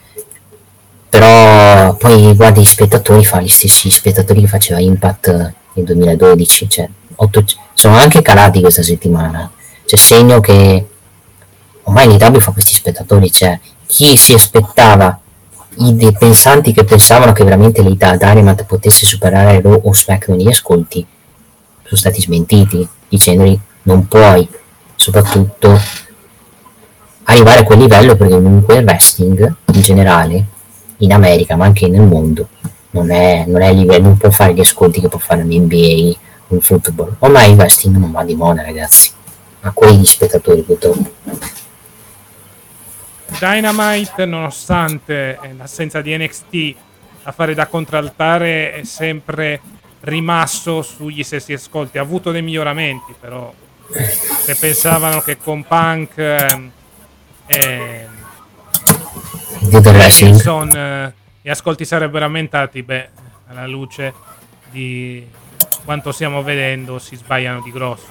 però poi guardi gli spettatori, fa gli stessi spettatori che faceva Impact nel duemiladodici, cioè otto, sono anche calati questa settimana, cioè segno che ormai l'I W fa questi spettatori, cioè chi si aspettava, i dei pensanti che pensavano che veramente l'I- Dynamite potesse superare Raw o SmackDown negli ascolti sono stati smentiti, dicendogli non puoi soprattutto arrivare a quel livello, perché comunque il wrestling in generale in America ma anche nel mondo non è, non è a livello, non può fare gli ascolti che può fare l'N B A o il football. Ormai il wrestling non va di moda, ragazzi, a quegli spettatori purtroppo. Dynamite, nonostante l'assenza di N X T a fare da contraltare, è sempre rimasto sugli stessi ascolti. Ha avuto dei miglioramenti, però se pensavano che con Punk ehm, ehm, Wilson, eh, gli ascolti sarebbero aumentati, beh, alla luce di quanto stiamo vedendo si sbagliano di grosso.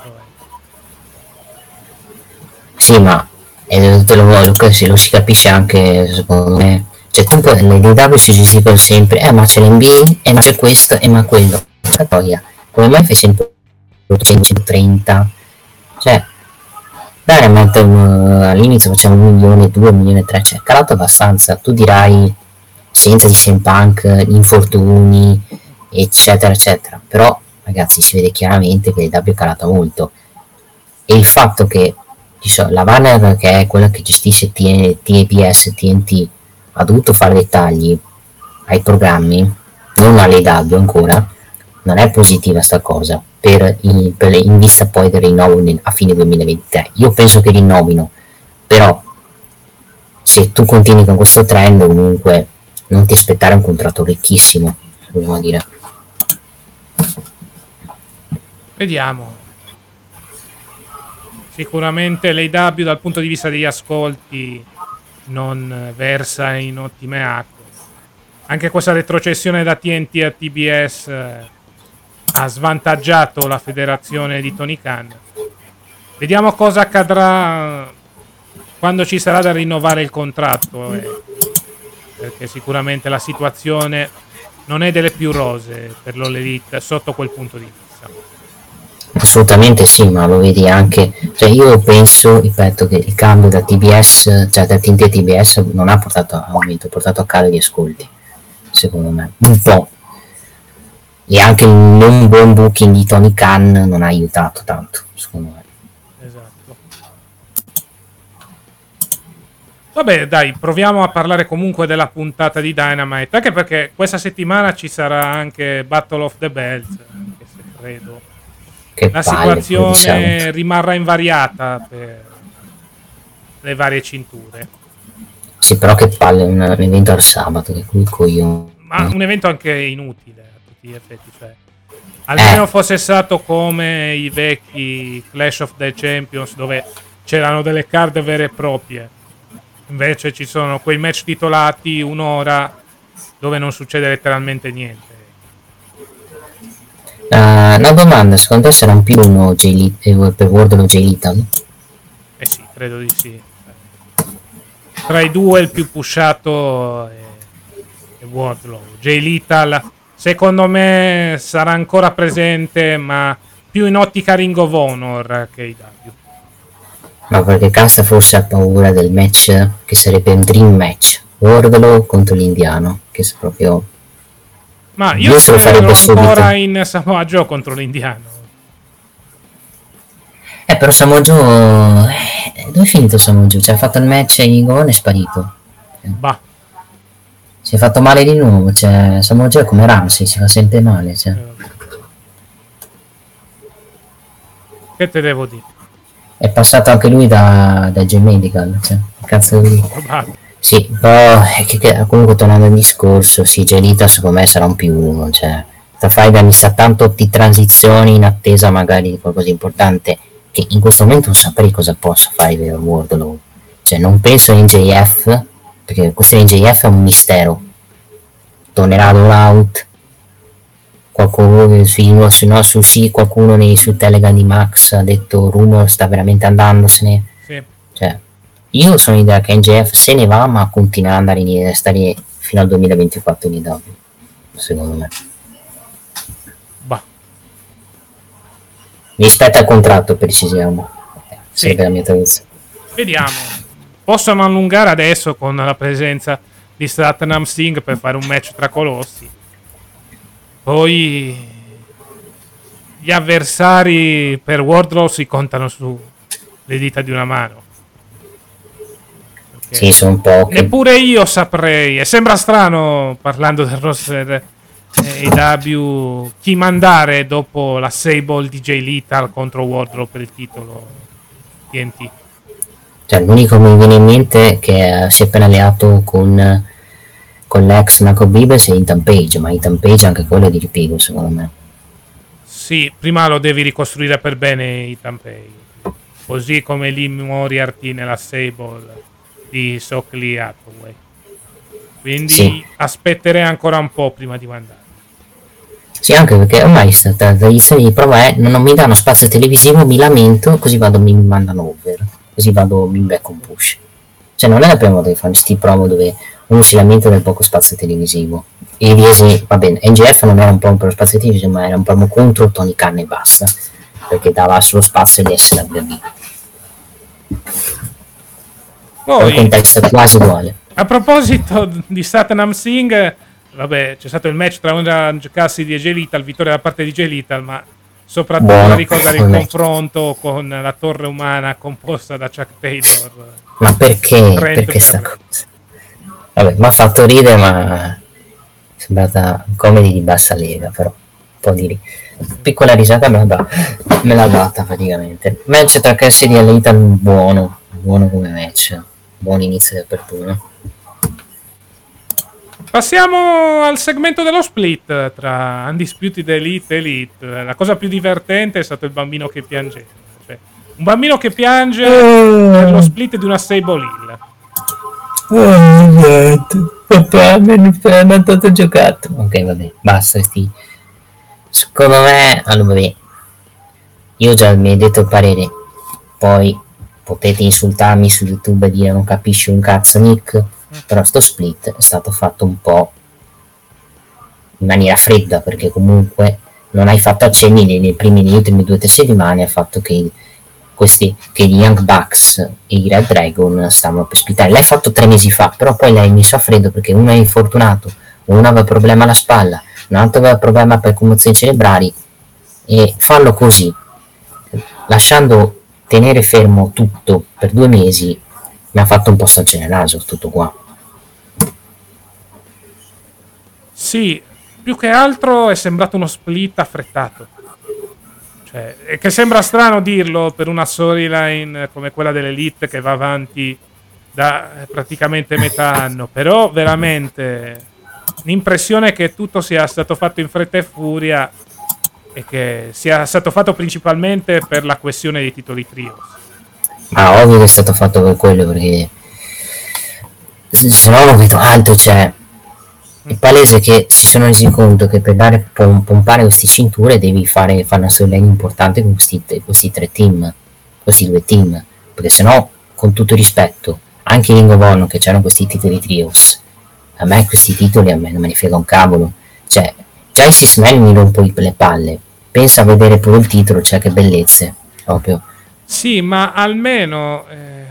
Eh. Sì, ma e te lo, lo, lo si capisce anche secondo me, cioè comunque le D W si giustificano sempre, eh ma c'è l'N B A, eh ma c'è questo, eh ma quello, cioè, poi come mai fai centotrenta, cioè Dynamite um, all'inizio facciamo un milione, due, un milione, tre, cioè calato abbastanza, tu dirai senza di C M Punk, infortuni eccetera eccetera, però ragazzi si vede chiaramente che le W è calato molto, e il fatto che la Warner, che è quella che gestisce T B S, T N T, ha dovuto fare dei tagli ai programmi, non alle W ancora, non è positiva sta cosa per, in, per in vista poi del rinnovo nel, a fine duemilaventitré. Io penso che rinnovino, però se tu continui con questo trend comunque non ti aspettare un contratto ricchissimo, dobbiamo dire. Vediamo. Sicuramente l'A E W dal punto di vista degli ascolti non versa in ottime acque. Anche questa retrocessione da T N T a T B S eh, ha svantaggiato la federazione di Tony Khan. Vediamo cosa accadrà quando ci sarà da rinnovare il contratto, eh, perché sicuramente la situazione non è delle più rosee per l'All Elite sotto quel punto di vista. Assolutamente sì, ma lo vedi anche, cioè io penso, ripeto, che il cambio da T B S, cioè da T N T a T B S non ha portato a aumento, ha portato a calo di ascolti, secondo me, un po', e anche il non buon booking di Tony Khan non ha aiutato tanto, secondo me. Esatto. Vabbè, dai, proviamo a parlare comunque della puntata di Dynamite, anche perché questa settimana ci sarà anche Battle of the Belts, anche se credo Che la palle, situazione diciamo. rimarrà invariata per le varie cinture. Sì, però che palle un, un evento al sabato, che qui coglione. Ma un evento anche inutile a tutti gli effetti, cioè almeno eh. fosse stato come i vecchi Clash of the Champions dove c'erano delle card vere e proprie. Invece ci sono quei match titolati un'ora dove non succede letteralmente niente. Uh, una domanda, secondo te sarà un più uno J eh, per Wardlow J Lethal? Eh sì, credo di sì. Tra i due il più pushato è, è Wardlow. J Lethal secondo me sarà ancora presente, ma più in ottica Ring of Honor che I W. Ma perché Cassa forse ha paura del match che sarebbe un dream match, Wardlow contro l'Indiano, che è proprio... Ma io se lo farebbe ancora subito in Samoa Joe contro l'Indiano. Eh però Samoa Joe eh, dove è finito Samoa Joe? Cioè ha fatto il match in Ring of Honor e è sparito. Bah. Si è fatto male di nuovo, cioè Samoa Joe è come Ramsey, si fa sempre male, cioè. Che te devo dire? È passato anche lui da, da J-Medical, cioè cazzo di... Sì, però eh, che, che, comunque tornando al discorso, sì, Gelita secondo me sarà un più uno, cioè sta faida mi sa tanto di transizioni in attesa magari di qualcosa di importante, che in questo momento non saprei cosa possa fare per Wardlow. Cioè non penso in J F, perché questo in J F è un mistero. Tornerà All Out, qualcuno su, su, no, su sì, qualcuno nei, sul Telegram di Max ha detto Rumor sta veramente andandosene. Sì. Cioè, io sono l'idea che N J F se ne va, ma continua ad andare in stare fino al duemilaventiquattro in I W, secondo me. Bah. Mi aspetta il contratto, precisiamo. Sì. Sarebbe la mia traduzione. Vediamo. Possono allungare adesso con la presenza di Satnam Singh per fare un match tra colossi. Poi gli avversari per Wardlow si contano su le dita di una mano. Perché sì, sono pochi. Neppure io saprei. E sembra strano, parlando del roster A E W, chi mandare dopo la Sable di Jay Lethal contro Wardlow per il titolo T N T. Cioè, l'unico che mi viene in mente è che uh, si è appena alleato con, con l'ex Michael Bibas e Ethan Page, ma Ethan Page anche quello è di ripiego, secondo me. Sì, prima lo devi ricostruire per bene Ethan Page, così come Lee Moriarty nella Sable di Stokely Hathaway. Quindi sì, aspetterei ancora un po' prima di mandare. Sì, anche perché ormai è stata la tradizione di prova è non mi danno spazio televisivo, mi lamento, così vado, mi mandano over, così vado, mi becco un push. Cioè non è la prima volta che fanno questi promo dove uno si lamenta del poco spazio televisivo. E Viesi, va bene, N G F non era un promo per lo spazio televisivo, ma era un promo contro Tony Khan e basta, perché dava solo spazio agli S W B. Poi, un contesto quasi uguale. A proposito di Satnam Singh, vabbè, c'è stato il match tra Orange Cassidy e Jay Lethal, vittoria da parte di Jay Lethal, ma soprattutto Buono, da ricordare il confronto con la torre umana composta da Chuck Taylor. Ma perché? Perché sta cosa? Vabbè, mi ha fatto ridere, ma è sembrata un comedy di bassa lega, però un po' di piccola risata me l'ha, me l'ha data praticamente. Match tra Cassidy e Lethal buono, buono come match, buon inizio di apertura. Passiamo al segmento dello split tra Undisputed Elite e Elite. La cosa più divertente è stato il bambino che piangeva. Cioè, un bambino che piange uh. per lo split di una Sable Hill. Oh, papà, mi è mandato giocato. Ok, vabbè, basta. Sti. Secondo me, allora, vabbè, io già mi ho detto il parere. Poi potete insultarmi su YouTube e dire non capisci un cazzo, Nick. Però sto split è stato fatto un po' in maniera fredda, perché comunque non hai fatto accenni nei, nei primi nei ultimi due o tre settimane al fatto che questi che gli Young Bucks e i Red Dragon stavano per splittare. L'hai fatto tre mesi fa, però poi l'hai messo a freddo perché uno è infortunato, uno aveva problema alla spalla, un altro aveva problema per commozioni cerebrali, e farlo così, lasciando tenere fermo tutto per due mesi, mi ha fatto un po' storcere il naso, tutto qua. Sì, più che altro è sembrato uno split affrettato. Cioè, è che sembra strano dirlo per una storyline come quella dell'Elite che va avanti da praticamente metà anno, però veramente l'impressione è che tutto sia stato fatto in fretta e furia e che sia stato fatto principalmente per la questione dei titoli trios. Ma ovvio che è stato fatto per quello, perché se no non vedo altro. Cioè, è palese che si sono resi conto che per dare pom- pompare queste cinture devi fare, fare una storyline importante con questi, questi tre team, questi due team, perché se no, con tutto il rispetto, anche in Ring of Honor che c'erano questi titoli trios, a me questi titoli a me non me ne frega un cavolo. Cioè, già i Six Man mi rompo le palle, pensa a vedere pure il titolo, cioè che bellezze proprio. Sì, ma almeno eh,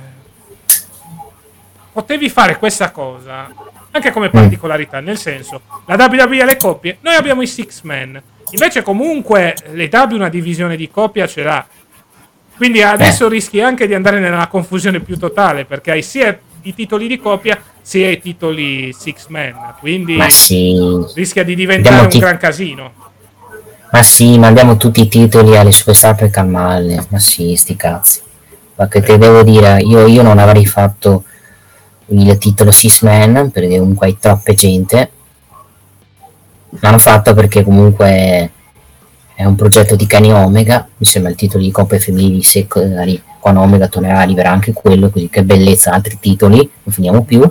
potevi fare questa cosa anche come particolarità, mm. nel senso, la W W E ha le coppie, noi abbiamo i Six Man, invece comunque le W una divisione di coppia ce l'ha, quindi adesso eh. rischi anche di andare nella confusione più totale, perché hai sia i titoli di coppia sia i titoli Six Man, quindi sì. rischia di diventare andiamo un ti- gran casino. Ma sì, mandiamo tutti i titoli alle superstar per calmarle. Ma sì, sti cazzi. Ma che te devo dire, io, io non avrei fatto il titolo Six Man perché comunque hai troppe gente. Non l'hanno fatto perché comunque è un progetto di Kenny Omega, mi sembra il titolo di coppe femminili secondari, quando Omega tornerà arriverà anche quello, così che bellezza, altri titoli, non finiamo più.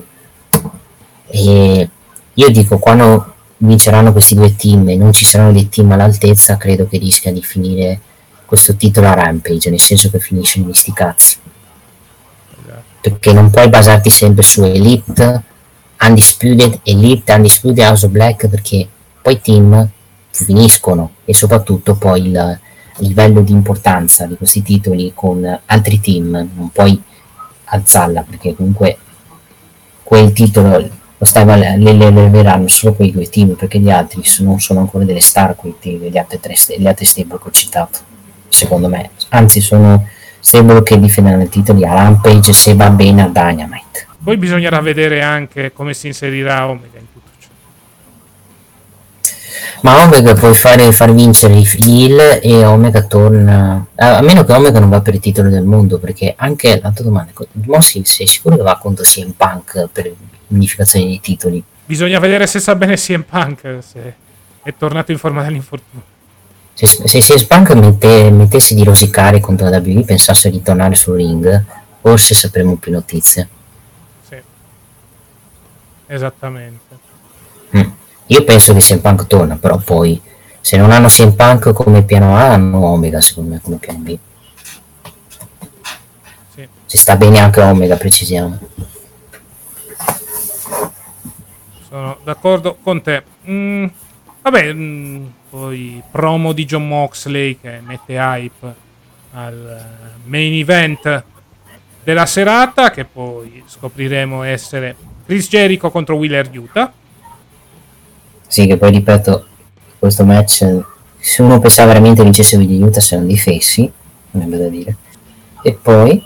E io dico, quando vinceranno questi due team e non ci saranno dei team all'altezza, credo che rischia di finire questo titolo a Rampage, nel senso che finisce in sti cazzi. Perché non puoi basarti sempre su Elite, Undisputed, Elite, Undisputed, House of Black, perché poi i team finiscono e soprattutto poi il, il livello di importanza di questi titoli con altri team non puoi alzarla, perché comunque quel titolo lo stai le, le, le leveranno solo quei due team, perché gli altri non sono ancora delle star, quei team, gli altri tre gli altri stable che ho citato, secondo me, anzi sono stable che difendono i titoli a Rampage se va bene a Dynamite. Poi bisognerà vedere anche come si inserirà Omega in tutto ciò. Ma Omega puoi fare far vincere i heel e Omega torna, a meno che Omega non va per il titolo del mondo, perché anche l'altra domanda, Mossi sei sicuro che va contro C M Punk per l'unificazione dei titoli? Bisogna vedere se sa bene C M Punk, se è tornato in forma dall'infortunio. Se, se C M Punk mette, mettesse di rosicare contro la W W E, pensasse di tornare sul ring, forse sapremo più notizie. Sì, esattamente. Mm. Io penso che C M Punk torna, però poi se non hanno C M Punk come piano A, hanno Omega secondo me come piano B. Sì. Se sta bene anche Omega, precisiamo. Sono d'accordo con te. Mm, vabbè, mm, poi promo di Jon Moxley che mette hype al main event della serata, che poi scopriremo essere Chris Jericho contro Wheeler Yuta. Sì, che poi ripeto, questo match, se uno pensava veramente vincesse Wheeler Yuta, se non difessi, non è da dire. E poi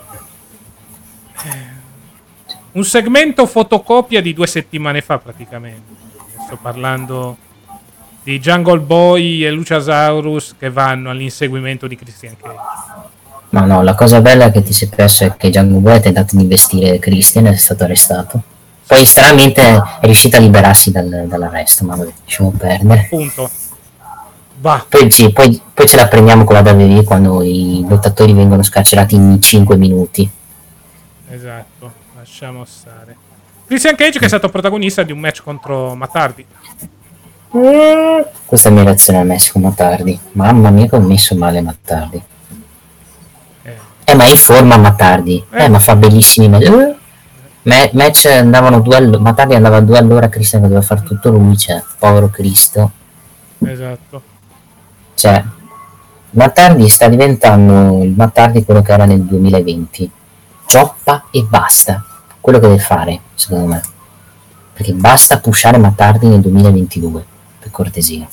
un segmento fotocopia di due settimane fa praticamente. Sto parlando di Jungle Boy e Luchasaurus che vanno all'inseguimento di Christian Cage. No, no, la cosa bella che ti sei perso è che Jungle Boy ha tentato di investire Christian ed è stato arrestato. Poi stranamente è riuscito a liberarsi dal, dall'arresto, ma vabbè, lasciamo perdere. Punto. Va. Poi, sì, poi, poi ce la prendiamo con la W W E quando i lottatori vengono scarcerati in cinque minuti. Esatto, lasciamo stare. Christian Cage che è stato protagonista di un match contro Matardi. Questa è la mia reazione al Messico Matardi. Mamma mia che ho messo male Matardi. Eh, eh ma è in forma Matardi. Eh, eh ma fa bellissimi match. Ma- match andavano due all- Matardi andava a due all'ora, Cristian doveva fare tutto lui, cioè, povero Cristo. esatto. Cioè, Matardi sta diventando il Matardi quello che era nel duemilaventi. Cioppa e basta. Quello che deve fare, secondo me. Perché basta pushare Matardi nel duemilaventidue, per cortesia.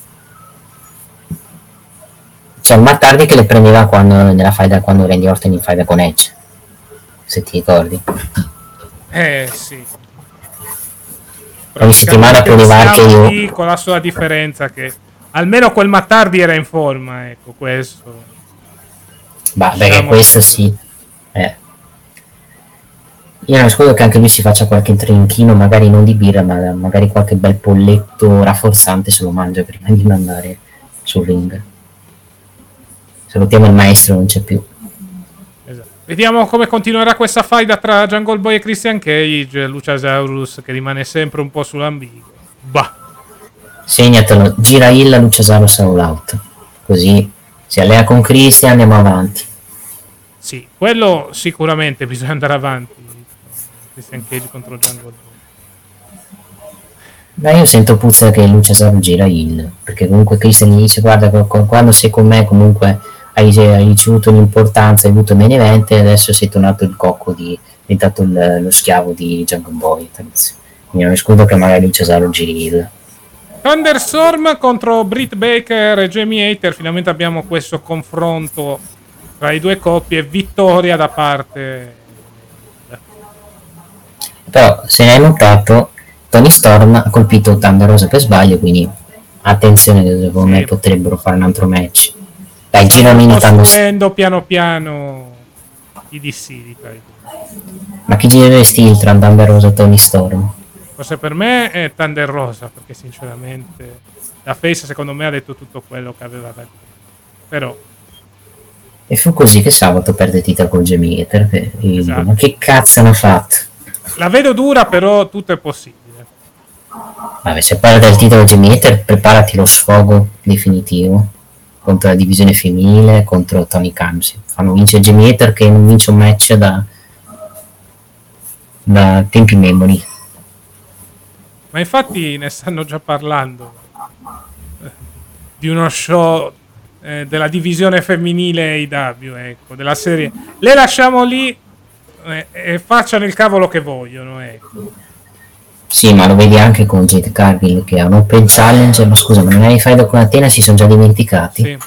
C'è il Matardi che le prendeva quando, nella faida, quando Randy Orton in faida con Edge, se ti ricordi. Eh sì. Ogni settimana prendeva anche io. Lì, con la sola differenza che almeno quel Matardi era in forma, ecco, questo. Bah, diciamo perché questo che... sì. Eh. Io non scuso che anche lui si faccia qualche trinchino, magari non di birra, ma magari qualche bel polletto rafforzante se lo mangia prima di andare sul ring. Salutiamo il maestro, non c'è più. Esatto. Vediamo come continuerà questa faida tra Jungle Boy e Christian Cage. Luchasaurus che rimane sempre un po' sull'ambiguo. Bah. Segnatelo, gira il Luchasaurus all out. Così si allea con Christian, andiamo avanti. Sì, quello sicuramente bisogna andare avanti. Christian Cage contro Jungle Boy. Ma io sento puzza che Luchasaurus gira il, perché comunque Christian gli dice guarda quando sei con me comunque hai, hai ricevuto un'importanza, hai avuto main event e adesso sei tornato il cocco di, diventato il, lo schiavo di Jungle Boy. Quindi non escludo che magari Luchasaurus giri il. Thunderstorm contro Britt Baker e Jamie Hater. Finalmente abbiamo questo confronto tra i due coppie, vittoria da parte. Però se ne hai notato Tony Storm ha colpito Thunder Rosa per sbaglio, quindi attenzione che secondo me potrebbero fare un altro match. Dai, girano in Thunder costruendo piano piano i dissidi tra i due. Ma chi gireresti tra Thunder Rosa e Tony Storm? Forse per me è Thunder Rosa, perché sinceramente la Face secondo me ha detto tutto quello che aveva da dire. Però e fu così che sabato perde il titolo con G-Meter. Esatto. Ma che cazzo hanno fatto? La vedo dura, però tutto è possibile. Vabbè, se perde il titolo G-Meter, preparati lo sfogo definitivo contro la divisione femminile, contro Tony Khan. Fanno vincere G-Meter che non vince un match da da tempi memori. Ma infatti ne stanno già parlando di uno show eh, della divisione femminile A E W, ecco, della serie. Le lasciamo lì eh, e facciano il cavolo che vogliono, ecco. Sì, ma lo vedi anche con Jade Cargill che ha un open challenge. Ma scusa, ma non hai fai con Atena, si sono già dimenticati? Sì.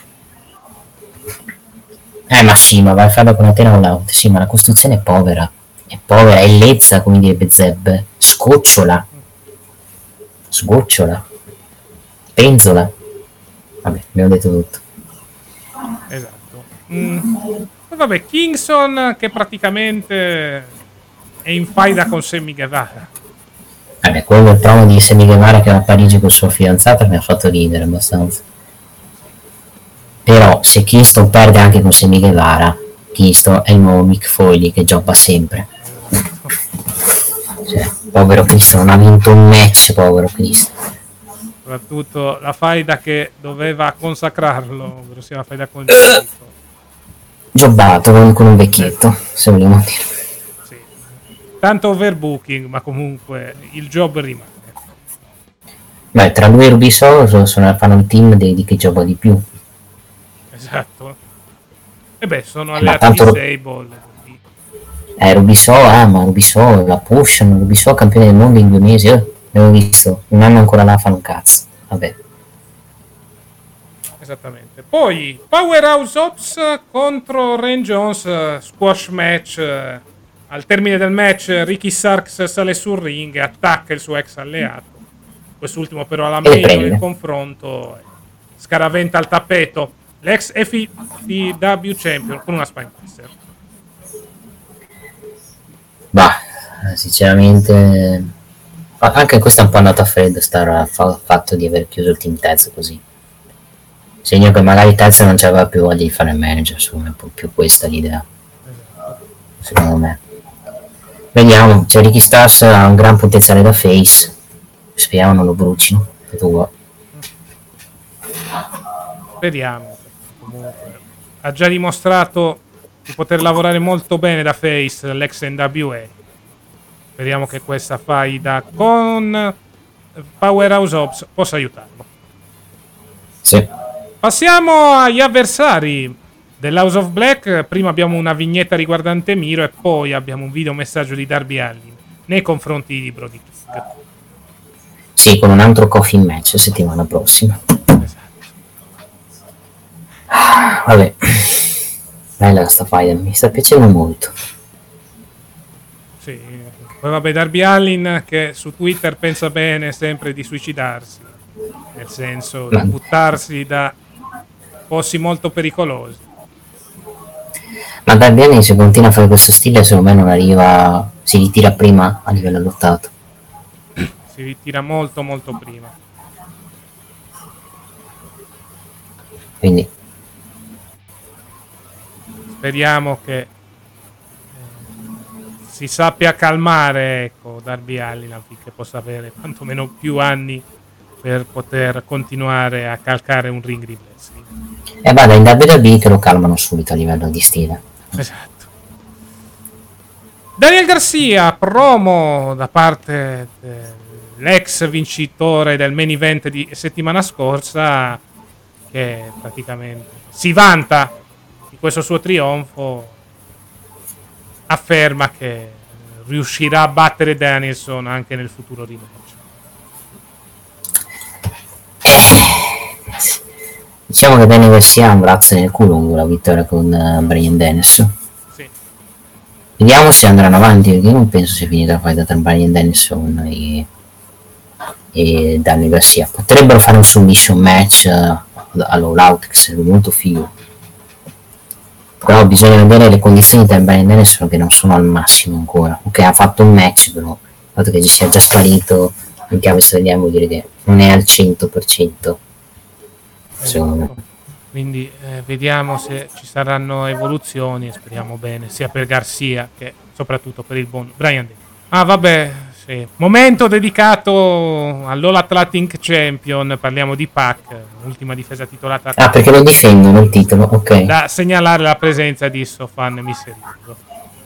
Eh ma sì, ma vai a farlo con Atena all out. Sì, ma la costruzione è povera. È povera, è lezza, come direbbe Zeb. Scocciola. Sgocciola. Penzola. Vabbè, abbiamo detto tutto. Esatto. Mm. E vabbè, Kingston che praticamente è in faida con Sammy Guevara. Vabbè, quello è il promo di Sammy Guevara che va a Parigi con sua fidanzata mi ha fatto ridere abbastanza. Però se Kingston perde anche con Sammy Guevara, Kingston è il nuovo Mick Foley che gioca sempre. Cioè, povero Cristo, non ha vinto un match, povero Cristo. Soprattutto la faida che doveva consacrarlo, ovvero sia la faida con Giobbato con, con un vecchietto, se vogliamo dire. Sì. Tanto overbooking, ma comunque il job rimane. Beh, tra lui e Rubisoso sono, fanno il team di, di chi gioca di più. Esatto. E beh, sono Eh, alleati tanto... di Sable. Eh, Rubiso, ah, ma Rubiso la pushano, Rubiso campione del mondo in due mesi, eh, abbiamo visto, un anno ancora là fanno un cazzo, vabbè. Esattamente. Poi Powerhouse Ops contro Ren Jones, squash match. Al termine del match Ricky Starks sale sul ring e attacca il suo ex alleato. Quest'ultimo però alla meglio nel confronto scaraventa al tappeto l'ex F I T W Champion con una Spinebuster. Bah, sinceramente anche questa è un po' andata a freddo sta fa- fatto di aver chiuso il team Taz così. Segno che magari Taz non c'aveva più voglia di fare il manager, insomma, è un po' più questa l'idea. Secondo me. Vediamo, c'è Ricky Starks, ha un gran potenziale da face. Speriamo non lo brucino. Speriamo. Comunque ha già dimostrato di poter lavorare molto bene da face l'ex N W A. Speriamo che questa faida con Powerhouse Ops possa aiutarlo. Sì. Passiamo agli avversari dell'House of Black. Prima abbiamo una vignetta riguardante Miro e poi abbiamo un video messaggio di Darby Allin nei confronti di Brody King. Sì, con un altro coffin match settimana prossima. Esatto. Vabbè, bella questa faida, mi sta piacendo molto. Sì, poi vabbè, Darby Allin che su Twitter pensa bene sempre di suicidarsi, nel senso di buttarsi da posti molto pericolosi. Ma Darby Allin se continua a fare questo stile secondo me non arriva, si ritira prima a livello lottato. Si ritira molto molto prima. Quindi speriamo che eh, si sappia calmare, ecco, Darby Allin affinché possa avere quantomeno più anni per poter continuare a calcare un ring di wrestling. E vada in W W E che lo calmano subito a livello di stile. Esatto. Daniel Garcia, promo da parte dell'ex vincitore del main event di settimana scorsa, che praticamente si vanta di questo suo trionfo, afferma che riuscirà a battere Danielson anche nel futuro rematch. Diciamo che Daniel Garcia ha un braccio nel culo con la vittoria con uh, Bryan Danielson. Sì. Vediamo se andranno avanti, perché io non penso sia finita la fight tra Bryan Danielson e, e Daniel Garcia. Potrebbero fare un submission match uh, all'All Out, che sarebbe molto figo. Però bisogna vedere le condizioni di Bryan Danielson che non sono al massimo ancora. Ok, ha fatto un match, però fatto che ci sia già sparito in chiave australiana vuol dire che non è al cento per cento, secondo me. Quindi eh, vediamo se ci saranno evoluzioni e speriamo bene, sia per Garcia che soprattutto per il buon Brian Day. Ah vabbè, sì. Momento dedicato all'All Atlantic Champion, parliamo di Pac, ultima difesa titolata. Ah, perché lo difendono il titolo, ok. Da segnalare la presenza di Sofan Misericcio.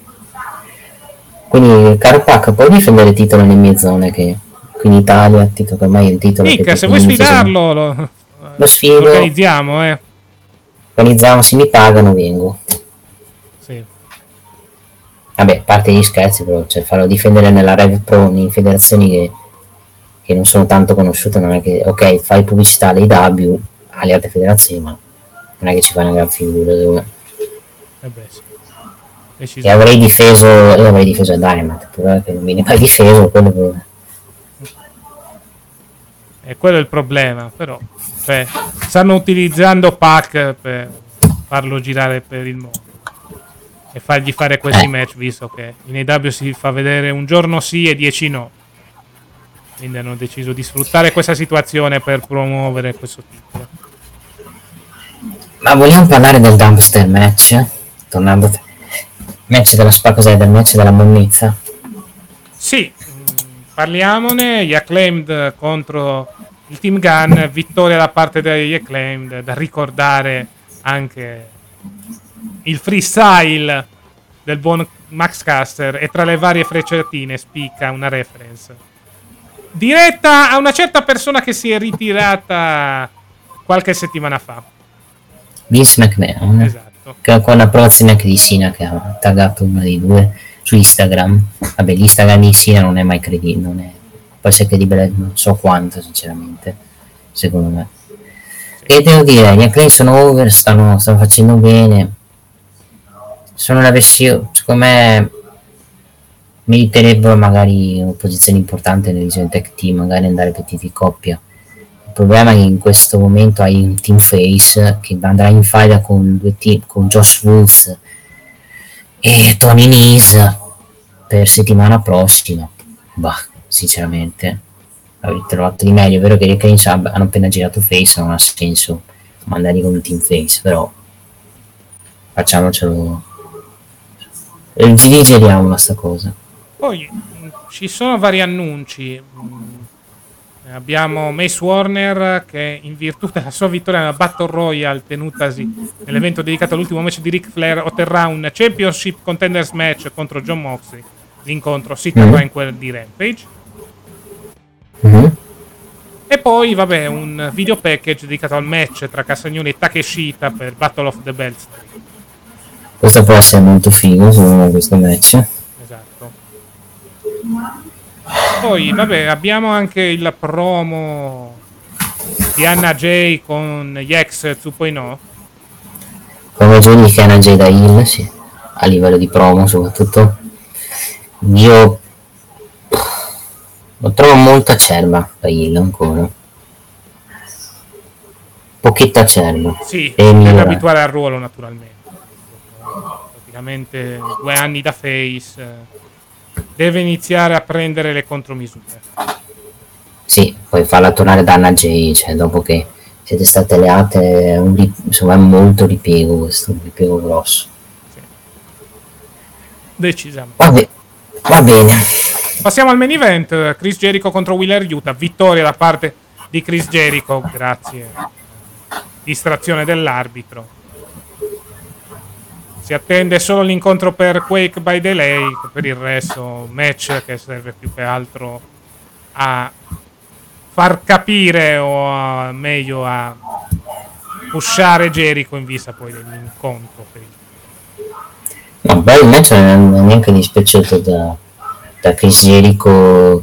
Quindi, caro Pac, puoi difendere il titolo nelle mie zone, che qui in Italia il titolo che ormai è il titolo. Mica, se vuoi sfidarlo, lo, lo sfido. Lo organizziamo, eh. Organizziamo, se mi pagano vengo. Sì. Vabbè, a parte gli scherzi, però, cioè farlo difendere nella Rev Pro in federazioni che, che non sono tanto conosciute, non è che, ok, fai pubblicità alle I W, alle altre federazioni, ma non è che ci fai una gran figura, dove. Eh beh, sì. E avrei difeso, io avrei difeso il Dynamite, però che non viene mai difeso, quello che... E quello è il problema, però, cioè, stanno utilizzando Pac per farlo girare per il mondo e fargli fare questi eh. match, visto che in A E W si fa vedere un giorno sì e dieci no. Quindi hanno deciso di sfruttare questa situazione per promuovere questo titolo. Ma vogliamo parlare del dumpster match? Tornando a te. Match della cos'è, del match della monnezza? Sì, parliamone. Gli Acclaimed contro il Team Gunn, vittoria da parte degli Acclaimed, da ricordare anche il freestyle del buon Max Caster, e tra le varie frecciatine spicca una reference diretta a una certa persona che si è ritirata qualche settimana fa, Vince McMahon. esatto, che con l'approvazione anche di Sina, che ha taggato uno dei due su Instagram. Vabbè, l'Instagram di Sina non è mai credibile, non è, può essere credibile non so quanto, sinceramente, secondo me. E devo dire, gli Acclaim sono over, stanno, stanno facendo bene, sono la versione, secondo me meriterebbero magari una posizione importante nella divisione tech team, magari andare per titoli coppia. Il problema è che in questo momento hai un team face che andrà in faida con due team, con Josh Woods e Tony Nese per settimana prossima. Bah, sinceramente avrei trovato di meglio. È vero che i Acclaim hanno appena girato face, non ha senso mandarli con un team face, però facciamocelo, digeriamo sta cosa. Poi ci sono vari annunci. Abbiamo Mace Warner che, in virtù della sua vittoria nella Battle Royale tenutasi nell'evento dedicato all'ultimo match di Ric Flair, otterrà un Championship Contenders match contro John Moxley. L'incontro si terrà mm-hmm. in quel di Rampage. Mm-hmm. E poi, vabbè, un video package dedicato al match tra Castagnoli e Takeshita per Battle of the Belts. Questo può essere molto figo, secondo me, questo match. Esatto. Poi, vabbè, abbiamo anche il promo di Anna Jay con gli ex due punto oh. Come giorni che Anna Jay da Hill, sì, a livello di promo soprattutto. Io lo trovo molto acerba da Hill ancora. Pochetta acerba. Sì, deve abituare al ruolo naturalmente. Praticamente due anni da face. Deve iniziare a prendere le contromisure. Sì, poi farla tornare da Anna Jay, cioè dopo che siete state alleate, è un rip- insomma è molto ripiego questo, un ripiego grosso. Sì. Decisamente. Va, be- va bene. Passiamo al main event, Chris Jericho contro Wheeler Yuta, vittoria da parte di Chris Jericho, grazie. Distrazione dell'arbitro. Si attende solo l'incontro per Quake by Delay, per il resto match che serve più che altro a far capire o a, meglio a pushare Jericho in vista poi dell'incontro. No, beh, il match non è neanche dispiaciuto da, da Chris Jericho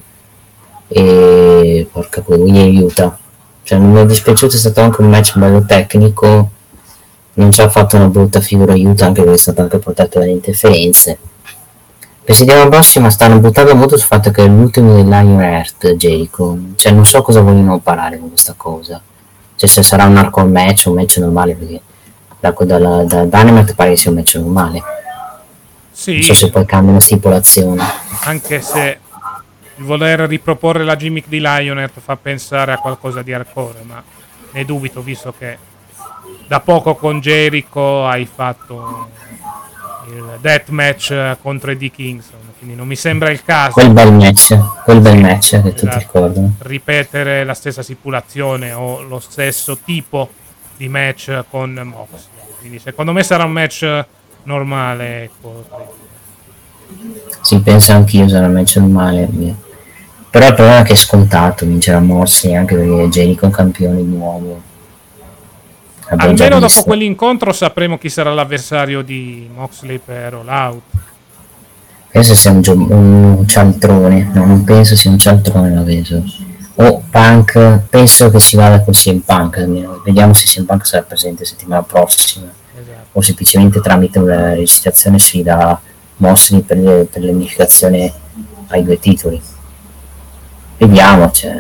e porca puttana Yuta, cioè non mi è dispiaciuto, è stato anche un match bello tecnico. Non ci ha fatto una brutta figura Yuta, anche perché è stato anche portato dalle interferenze. Per settimana prossima stanno buttando molto sul fatto che è l'ultimo del Lionheart Jericho, cioè non so cosa vogliono parare con questa cosa, cioè se sarà un hardcore match o un match normale, perché da, da, da Dynamite pare che sia un match normale. Sì, non so se poi cambia una stipulazione, anche se il voler riproporre la gimmick di Lionheart fa pensare a qualcosa di hardcore, ma ne dubito, visto che da poco con Jericho hai fatto il deathmatch contro Eddie Kingston, quindi non mi sembra il caso. Quel bel match, quel bel match che esatto, tutti ricordano. Ripetere la stessa stipulazione o lo stesso tipo di match con Moxley. Quindi secondo me sarà un match normale, ecco. Si pensa anch'io sarà un match normale. Però il problema è che è scontato vincere a Moxley, anche perché Jericho è un campione nuovo. Abbiamo Almeno dopo quell'incontro sapremo chi sarà l'avversario di Moxley per All Out. Penso sia un, gio- un cialtrone, no, non penso sia un cialtrone, la vedo. O Punk, penso che si vada con C M Punk, almeno. Vediamo se C M Punk sarà presente settimana prossima, esatto, o semplicemente tramite una recitazione si dà Moxley per, le, per l'unificazione ai due titoli. Vediamo, cioè.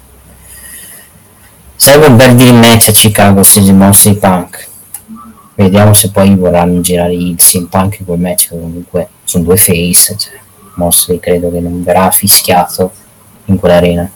Serve un bel deal match a Chicago se Moxley Punk. Vediamo se poi vorranno girare il C M Punk in quel match, comunque sono due face, cioè, Moxley credo che non verrà fischiato in quell'arena.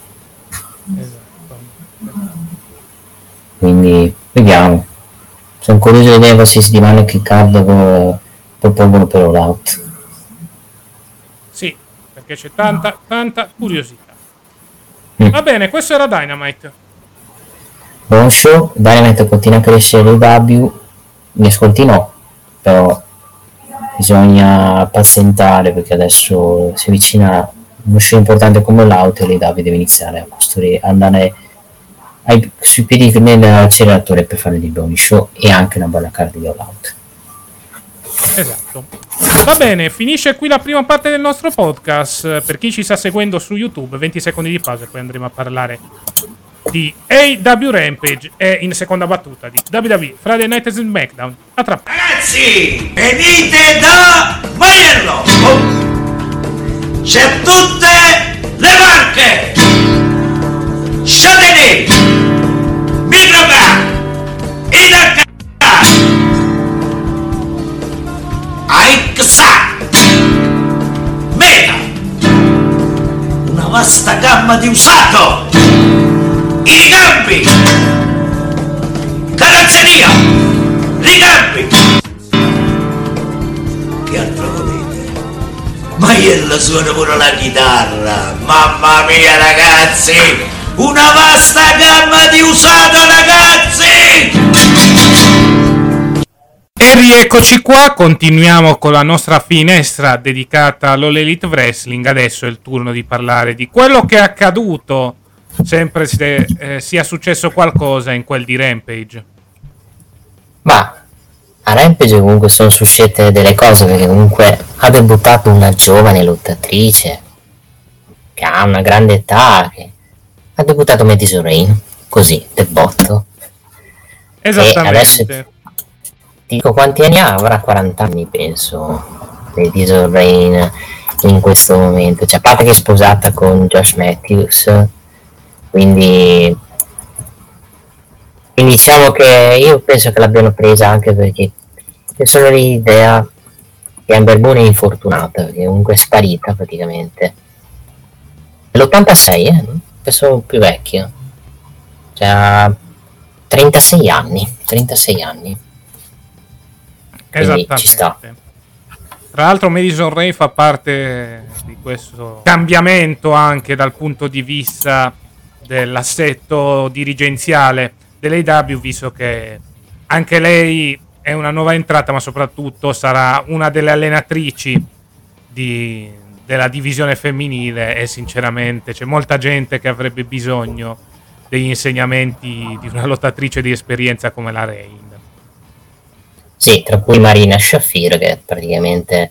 Quindi vediamo. Sono curioso di vedere queste settimane che card propongono per All Out. Sì, perché c'è tanta, tanta curiosità. Mm. Va bene, questo era Dynamite. Buon show, Dynamite continua a crescere l'A E W, mi ascolti no, però bisogna pazientare perché adesso si avvicina uno show importante come l'A E W e l'A E W deve iniziare a costruire, andare ai, sui piedi nell'acceleratore per fare dei buoni show e anche una bella card di All Out. Esatto. Va bene, finisce qui la prima parte del nostro podcast. Per chi ci sta seguendo su YouTube, venti secondi di pausa e poi andremo a parlare di A E W Rampage e in seconda battuta di W W E Friday Night SmackDown. A tra poco. Ragazzi, venite da Maiello! Oh. C'è tutte le marche! Châtelet, Microcar, Idaca, Aixa, Meta, una vasta gamma di usato, i ricambi, carrozzeria, ricambi. Che altro volete? Maiello suona pure la chitarra, mamma mia ragazzi! Una vasta gamma di usato, ragazzi! E rieccoci qua, continuiamo con la nostra finestra dedicata all'All Elite Wrestling. Adesso è il turno di parlare di quello che è accaduto, sempre se eh, sia successo qualcosa in quel di Rampage. Ma a Rampage comunque sono successe delle cose, perché comunque ha debuttato una giovane lottatrice che ha una grande età, che ha debuttato Madison Rain, così, del botto. Esattamente. E adesso, dico, quanti anni ha? Avrà quaranta anni, penso, Madison Rain in questo momento. Cioè, a parte che è sposata con Josh Matthews, quindi, quindi diciamo che io penso che l'abbiano presa anche perché io sono l'idea che Amber Moon è infortunata, perché comunque è sparita praticamente. È l'ottantasei, eh? Penso più vecchio, cioè ha trentasei anni, trentasei anni. Quindi ci sta. Tra l'altro Madison Rain fa parte di questo cambiamento anche dal punto di vista dell'assetto dirigenziale dell'A E W, visto che anche lei è una nuova entrata, ma soprattutto sarà una delle allenatrici di, della divisione femminile, e sinceramente c'è molta gente che avrebbe bisogno degli insegnamenti di una lottatrice di esperienza come la Rain. Sì, tra cui Marina Shafir, che praticamente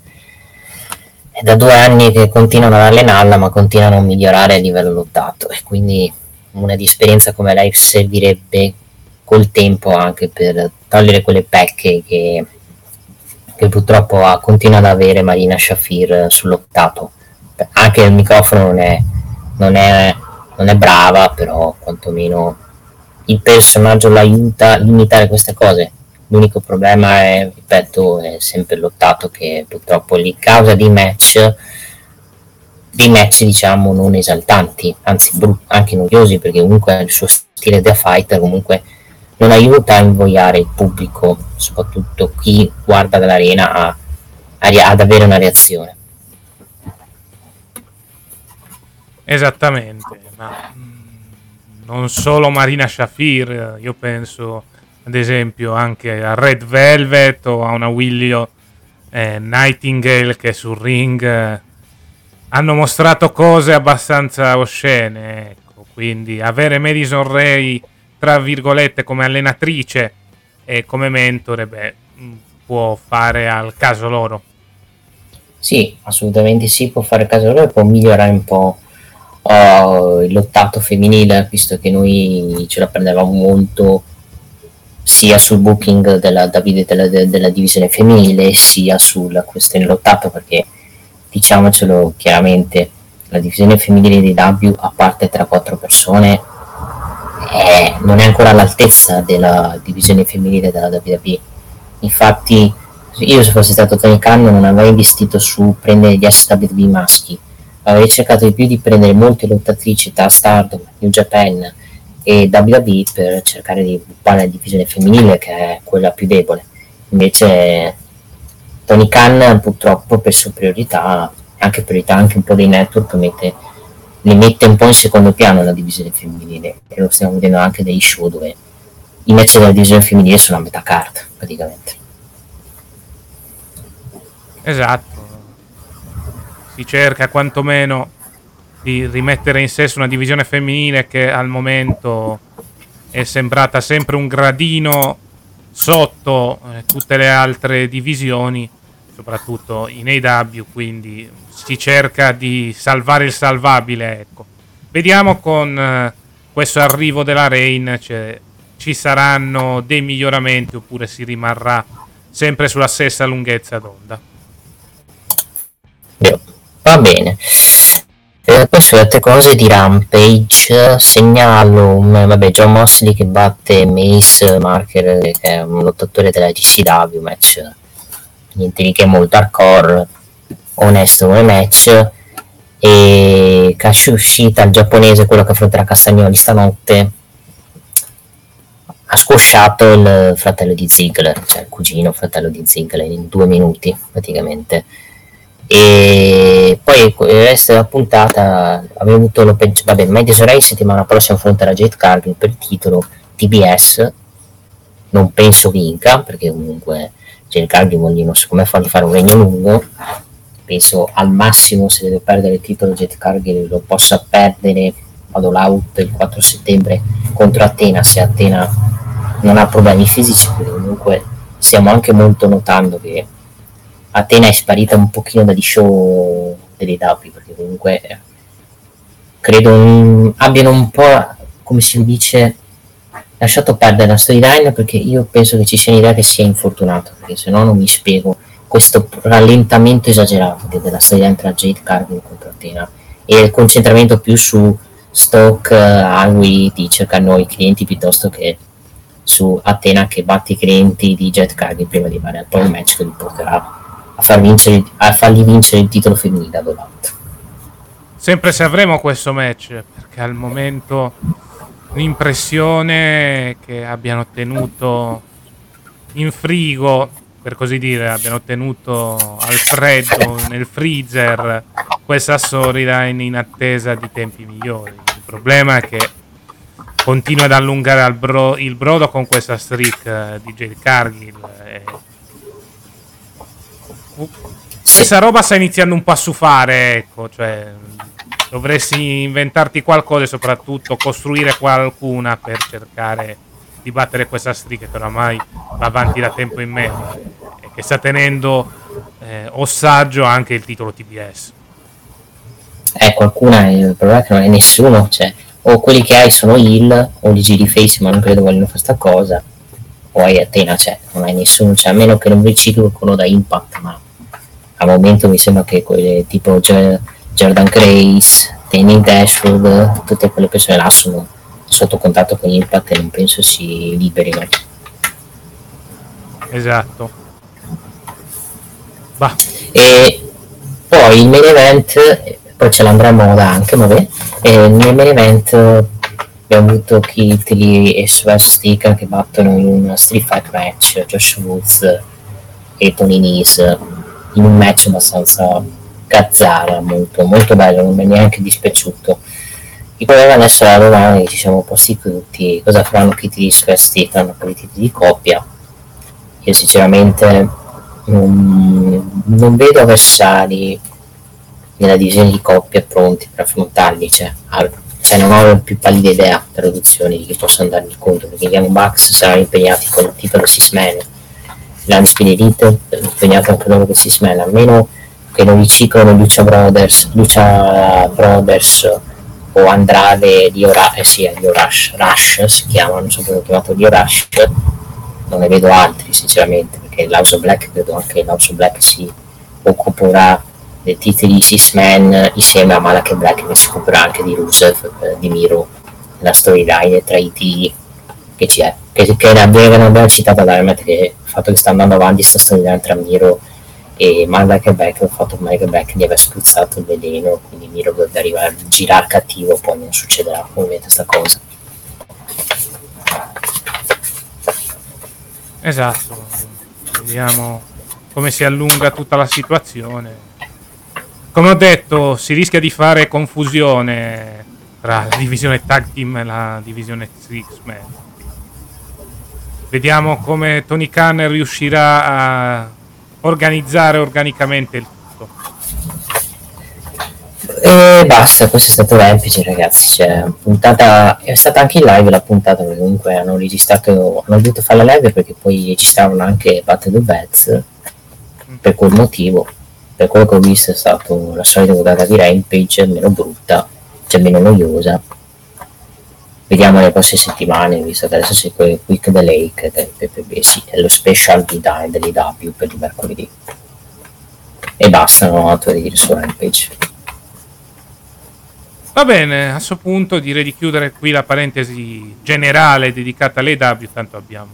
è da due anni che continuano ad allenarla, ma continuano a migliorare a livello lottato, e quindi una di esperienza come lei servirebbe col tempo anche per togliere quelle pecche che, che purtroppo ha, continua ad avere Marina Shafir sul lottato. Anche il microfono non è, non è, non è brava, però quantomeno il personaggio l'aiuta a limitare queste cose. L'unico problema è, ripeto, è sempre il lottato, che purtroppo lì causa di match dei match diciamo non esaltanti, anzi bru- anche noiosi, perché comunque il suo stile da fighter comunque non aiuta a invogliare il pubblico, soprattutto chi guarda dall'arena, a, a, ad avere una reazione. Esattamente, ma non solo Marina Shafir, io penso ad esempio anche a Red Velvet o a una Willow eh, Nightingale che sul ring eh, hanno mostrato cose abbastanza oscene, ecco. Quindi avere Madison Ray tra virgolette come allenatrice e come mentore, beh, può fare al caso loro. Sì, assolutamente sì, può fare caso loro e può migliorare un po' uh, il lottato femminile, visto che noi ce la prendevamo molto sia sul booking della, della, della divisione femminile sia sulla questione lottato, perché diciamocelo chiaramente, la divisione femminile di W, a parte tra quattro persone, è, non è ancora all'altezza della divisione femminile della W W E. Infatti io, se fossi stato Tony Khan, non avrei investito su prendere gli S W W E maschi, avrei cercato di più di prendere molte lottatrici tra Stardom, New Japan e W W E per cercare di buttare la divisione femminile, che è quella più debole. Invece Tony Khan purtroppo, per sua priorità, anche priorità anche un po' dei network, mette, le mette un po' in secondo piano la divisione femminile, e lo stiamo vedendo anche dai show dove i match della divisione femminile sono a metà card praticamente. Esatto, si cerca quantomeno di rimettere in sesto una divisione femminile che al momento è sembrata sempre un gradino sotto eh, tutte le altre divisioni, soprattutto in A E W, quindi si cerca di salvare il salvabile, ecco. Vediamo con eh, questo arrivo della Reign, cioè, ci saranno dei miglioramenti oppure si rimarrà sempre sulla stessa lunghezza d'onda. Va bene. Eh, poi sulle altre cose di Rampage segnalo um, vabbè, John Moxley che batte Mace Marker, che è un lottatore della G C W, match niente di che, molto hardcore, onesto come match. E Kashushita, il giapponese, quello che affronterà Castagnoli stanotte, ha squasciato il fratello di Ziggler, cioè il cugino fratello di Ziggler, in due minuti praticamente. E poi il resto della puntata abbiamo avuto lo penso, vabbè, Madison Ray settimana prossima affronterà Jade Cargill per il titolo T B S, non penso vinca, perché comunque Jade Cargill voglio, non so come fargli fare un regno lungo, penso al massimo, se deve perdere il titolo Jade Cargill lo possa perdere vado l'out il quattro settembre contro Athena, se Athena non ha problemi fisici, quindi comunque stiamo anche molto notando che Athena è sparita un pochino dagli show delle W, perché comunque credo un, abbiano un po', come si dice, lasciato perdere la storyline, perché io penso che ci sia un'idea che sia infortunato, perché se no non mi spiego questo rallentamento esagerato della storyline tra Jade Cargill contro Athena e il concentramento più su stock, Harry di cercare nuovi clienti piuttosto che su Athena che batte i clienti di Jade Cargill prima di arrivare al pro match che li porterà a far vincere, a fargli vincere il titolo femminile ad All-Out. Sempre se avremo questo match, perché al momento l'impressione è che abbiano tenuto in frigo, per così dire, abbiano tenuto al freddo nel freezer questa storyline in attesa di tempi migliori. Il problema è che continua ad allungare al bro- il brodo con questa streak di Jade Cargill e questa roba sta iniziando un po' a sufare, ecco, cioè dovresti inventarti qualcosa e soprattutto costruire qualcuna per cercare di battere questa streak che oramai va avanti da tempo in meno e che sta tenendo eh, ossaggio anche il titolo T B S. Eh, qualcuna, il problema è che non è nessuno, cioè o quelli che hai sono heel o li giri face, ma non credo vogliono fare sta cosa, o hai Athena, cioè non hai nessuno, cioè a meno che non vi citi qualcuno da Impact, ma al momento mi sembra che quelle tipo J- Jordan Grace, Danny Dashwood, tutte quelle persone là sono sotto contatto con Impact e non penso si liberino. Esatto. Bah. E poi il main event poi c'è l'Andrea Moda anche, vabbè, e nel main event abbiamo avuto Keith Lee e Swastika che battono in un street fight match Josh Woods e Tony Nese in un match abbastanza cazzara, molto, molto bello, non mi è neanche dispiaciuto. Il problema adesso è la domani, ci siamo posti tutti, cosa faranno Keith Lee e Swastika per i titoli di coppia. Io sinceramente non, non vedo avversari nella divisione di coppia pronti per affrontarli, cioè, cioè non ho più pallida idea per traduzioni di chi possa andarmi conto, perché gli Young Bucks saranno impegnati con il titolo Six Man, l'Undisputed Elite impegnato anche loro con Six Man, a meno che non riciclano Lucha Brothers, Lucha Brothers o Andrade di Ora- eh sì, di Rush, Rush si chiamano, sono stato chiamato di Rush, non ne vedo altri sinceramente, perché l'House of Black credo anche l'House of Black si occuperà dei titoli Six Man insieme a Malachi Black, che si occuperà anche di Rusev, eh, di Miro, la storyline tra i T che ci è, che, che ne abbiamo citato da Dynamite, che il fatto che sta andando avanti sta storyline tra Miro e Malachi Black, il fatto che Malachi Black gli aveva spruzzato il veleno, quindi Miro dovrebbe arrivare a girare cattivo, poi non succederà ovviamente sta cosa. Esatto, vediamo come si allunga tutta la situazione. Come ho detto, si rischia di fare confusione tra la divisione tag team e la divisione six man. Vediamo come Tony Khan riuscirà a organizzare organicamente il tutto. E basta, questo è stato Rampage, ragazzi. Cioè, puntata, è stata anche in live la puntata, perché comunque hanno registrato, hanno dovuto fare la live perché poi registravano anche Battle of the Bats, per quel motivo. Per quello che ho visto è stata la solita puntata di Rampage, meno brutta, cioè meno noiosa. Vediamo le prossime settimane, visto che adesso c'è quel Quick the Lake del P P B, sì, è lo special di dell'I W per il mercoledì. E basta, non ho altro da dire su Rampage. Va bene, a questo punto direi di chiudere qui la parentesi generale dedicata all'A E W, tanto abbiamo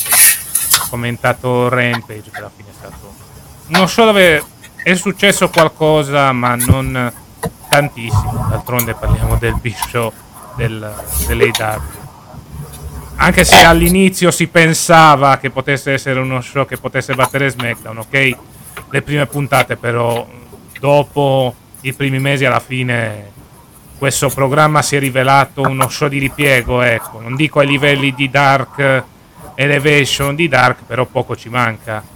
commentato Rampage, che alla fine è stato uno show dove è successo qualcosa, ma non tantissimo. D'altronde parliamo del big show del, dell'A E W. Anche se all'inizio si pensava che potesse essere uno show che potesse battere SmackDown, ok? Le prime puntate, però dopo i primi mesi alla fine questo programma si è rivelato uno show di ripiego, ecco. Non dico ai livelli di Dark Elevation di Dark, però poco ci manca.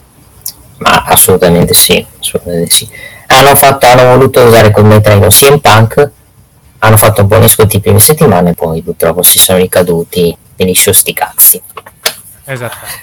Ma assolutamente sì, assolutamente sì. Hanno fatto, hanno voluto usare come treno C M Punk, hanno fatto buoni ascolti le prime settimane, poi purtroppo si sono ricaduti negli show sti cazzi. Esattamente.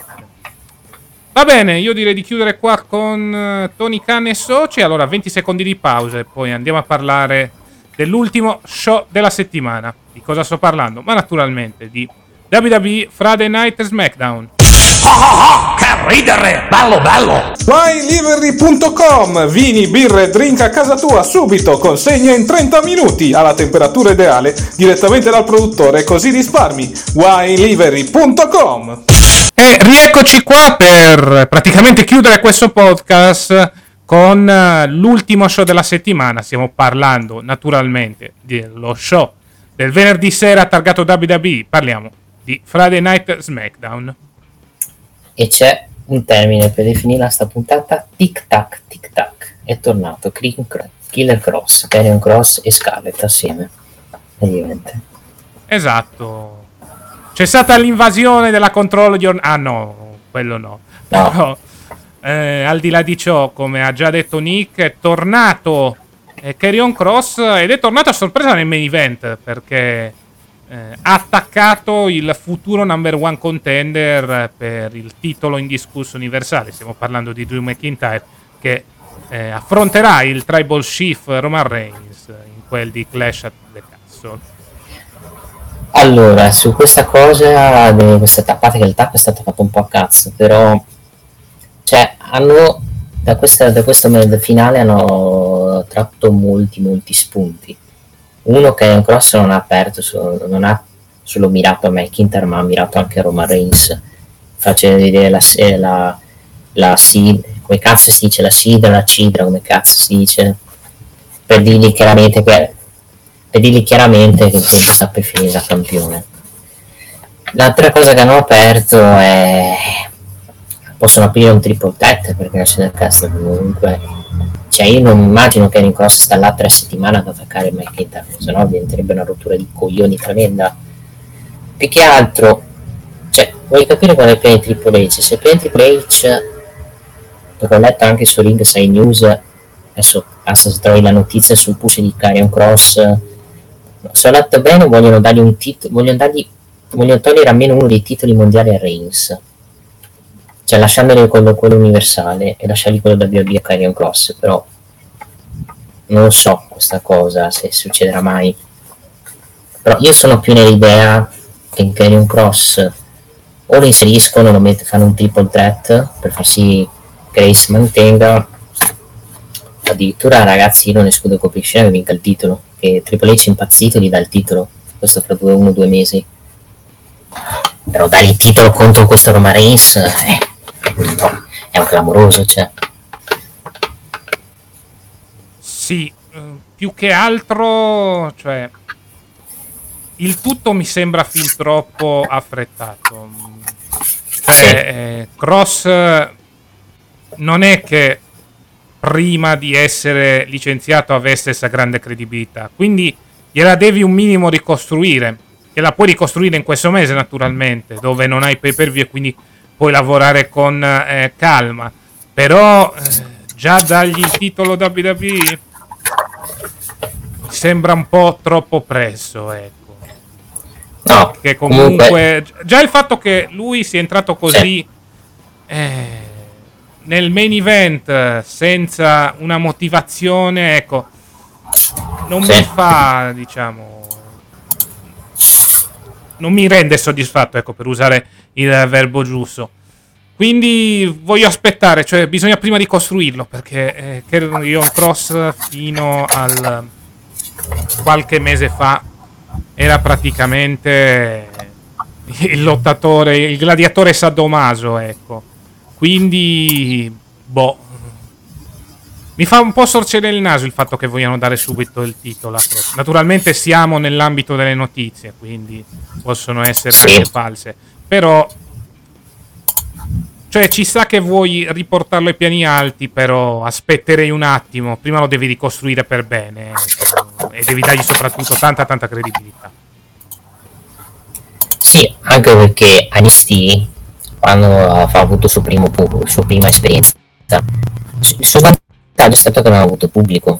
Va bene, io direi di chiudere qua con Tony Khan e soci. Allora venti secondi di pausa e poi andiamo a parlare dell'ultimo show della settimana. Di cosa sto parlando? Ma naturalmente di W W E Friday Night SmackDown. Oh, oh, oh, che ridere, bello bello. wine livery punto com, vini, birre, drink a casa tua subito, consegna in trenta minuti alla temperatura ideale direttamente dal produttore, così risparmi. wine livery punto com. E rieccoci qua per praticamente chiudere questo podcast con l'ultimo show della settimana. Stiamo parlando naturalmente dello show del venerdì sera targato W W E, parliamo di Friday Night SmackDown. E c'è un termine per definire sta puntata: tic tac tic tac. È tornato Killer Cross, Karrion Kross e Scarlett assieme, praticamente. Esatto, c'è stata l'invasione della Control di Or- ah no, quello no, no. Però, eh, al di là di ciò, come ha già detto Nick, è tornato eh, Karrion Kross, ed è tornato a sorpresa nel main event, perché Eh, ha attaccato il futuro number one contender per il titolo indiscusso universale. Stiamo parlando di Drew McIntyre, che eh, affronterà il Tribal Chief Roman Reigns in quel di Clash at the Castle. Allora, su questa cosa, di questa tappata, che il tap è stato fatto un po' a cazzo, però cioè hanno da, questa, da questo finale hanno tratto molti molti spunti. Uno, che Karrion Kross non ha aperto, su, non ha solo mirato a McIntyre, ma ha mirato anche a Roman Reigns, facendo vedere la, la, la, la come cazzo si dice, la sidra, la cidra, come cazzo si dice, per dirgli chiaramente che per dirgli chiaramente che sta per finire da campione. L'altra cosa che hanno aperto è possono aprire un triple threat, perché non c'è del cazzo comunque, cioè io non immagino che Karrion Kross sta là tre settimane ad attaccare McIntyre, se no diventerebbe una rottura di coglioni tremenda. Più che altro, cioè vuoi capire qual è il piano di Triple H? Se il piano di Triple H, perché ho letto anche su Ringside News, adesso basta se trovi la notizia sul push di Karrion Kross, se ho letto bene vogliono dargli un titolo, vogliono dargli vogliono togliere almeno uno dei titoli mondiali a Reigns, cioè lasciandogli quello, quello universale e lasciargli quello W W E a Karrion Kross. Però non lo so questa cosa se succederà mai, però io sono più nell'idea che in Karrion Kross o lo inseriscono, lo met- fanno un triple threat per far sì che Reigns mantenga, addirittura ragazzi io non escludo che Piccinella vinca il titolo, che Triple H è impazzito, gli dà il titolo, questo fra due, uno o due mesi, però dare il titolo contro questo Roman Reigns eh, è un clamoroso, cioè. Sì, più che altro, cioè il tutto mi sembra fin troppo affrettato, cioè Sì. eh, Kross non è che prima di essere licenziato avesse questa grande credibilità, quindi gliela devi un minimo ricostruire, e la puoi ricostruire in questo mese naturalmente, dove non hai pay per view e quindi puoi lavorare con eh, calma, però eh, già dargli il titolo W W E mi sembra un po' troppo presto, ecco. No, Che comunque, comunque già il fatto che lui sia entrato così eh, nel main event senza una motivazione, ecco, non Sì. mi fa, diciamo, non mi rende soddisfatto, ecco, per usare il verbo giusto. Quindi voglio aspettare, cioè bisogna prima ricostruirlo, perché eh, Karrion Kross fino al qualche mese fa era praticamente il lottatore, il gladiatore sadomaso, ecco. Quindi boh, mi fa un po' storcere il naso il fatto che vogliano dare subito il titolo a Kross. Naturalmente siamo nell'ambito delle notizie, quindi possono essere Sì. anche false, però cioè ci sta che vuoi riportarlo ai piani alti, però aspetterei un attimo, prima lo devi ricostruire per bene, ecco, e devi dargli soprattutto tanta tanta credibilità. sì, anche perché N X T quando ha avuto il suo primo pu- la sua prima esperienza, il suo vantaggio è stato che non ha avuto pubblico,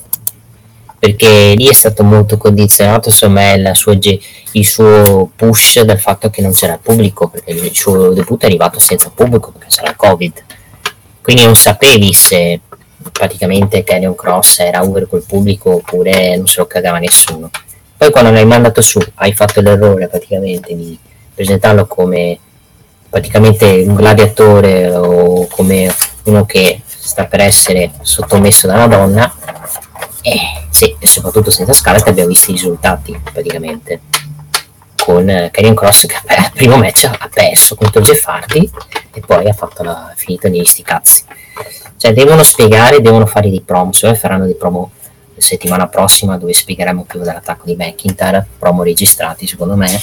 perché lì è stato molto condizionato secondo me il suo, ge- il suo push dal fatto che non c'era pubblico, perché il suo debutto è arrivato senza pubblico perché c'era il Covid, quindi non sapevi se praticamente Karrion Kross era over col pubblico oppure non se lo cagava nessuno. Poi quando l'hai mandato su hai fatto l'errore praticamente di presentarlo come praticamente un gladiatore o come uno che sta per essere sottomesso da una donna, e sì, e soprattutto senza Scarlett abbiamo visto i risultati praticamente con eh, Karrion Kross che al primo match ha perso contro Jeff Hardy e poi ha fatto la finita negli sti cazzi. Cioè devono spiegare, devono fare dei promo, se no faranno dei promo la settimana prossima dove spiegheremo più dell'attacco di McIntyre, promo registrati secondo me,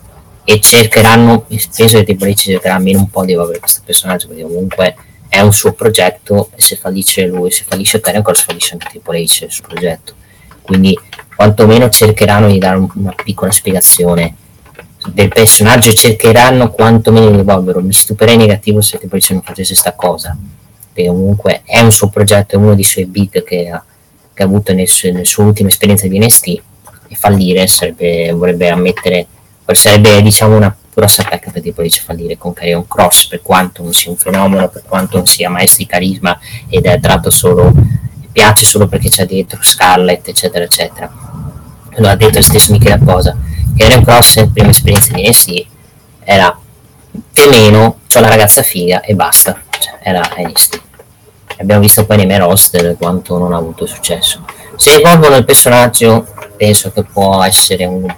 e cercheranno, penso che Triple H cercherà almeno un po' di evolvere questo personaggio, perché comunque è un suo progetto e se fallisce lui, se fallisce Karrion Kross fallisce anche Triple H il suo progetto, quindi quantomeno cercheranno di dare un- una piccola spiegazione del personaggio, cercheranno quantomeno di evolverlo. Mi stupirei negativo se Triple H non facesse sta cosa, perché comunque è un suo progetto, è uno dei suoi big che ha, che ha avuto nel suo- nella sua ultima esperienza di N X T, e fallire sarebbe, vorrebbe ammettere, sarebbe diciamo una grossa pecca per Triple H fallire con Karrion Kross, per quanto non sia un fenomeno, per quanto non sia maestro di carisma ed è attratto solo, piace solo perché c'è dentro Scarlett eccetera eccetera. Lo ha detto lo stesso Michele Apposa, Karrion Kross in prima esperienza di N X T era più o meno c'ho la ragazza figa e basta, cioè, era N X T. Abbiamo visto poi nei main roster quanto non ha avuto successo. Se evolvono il personaggio penso che può essere un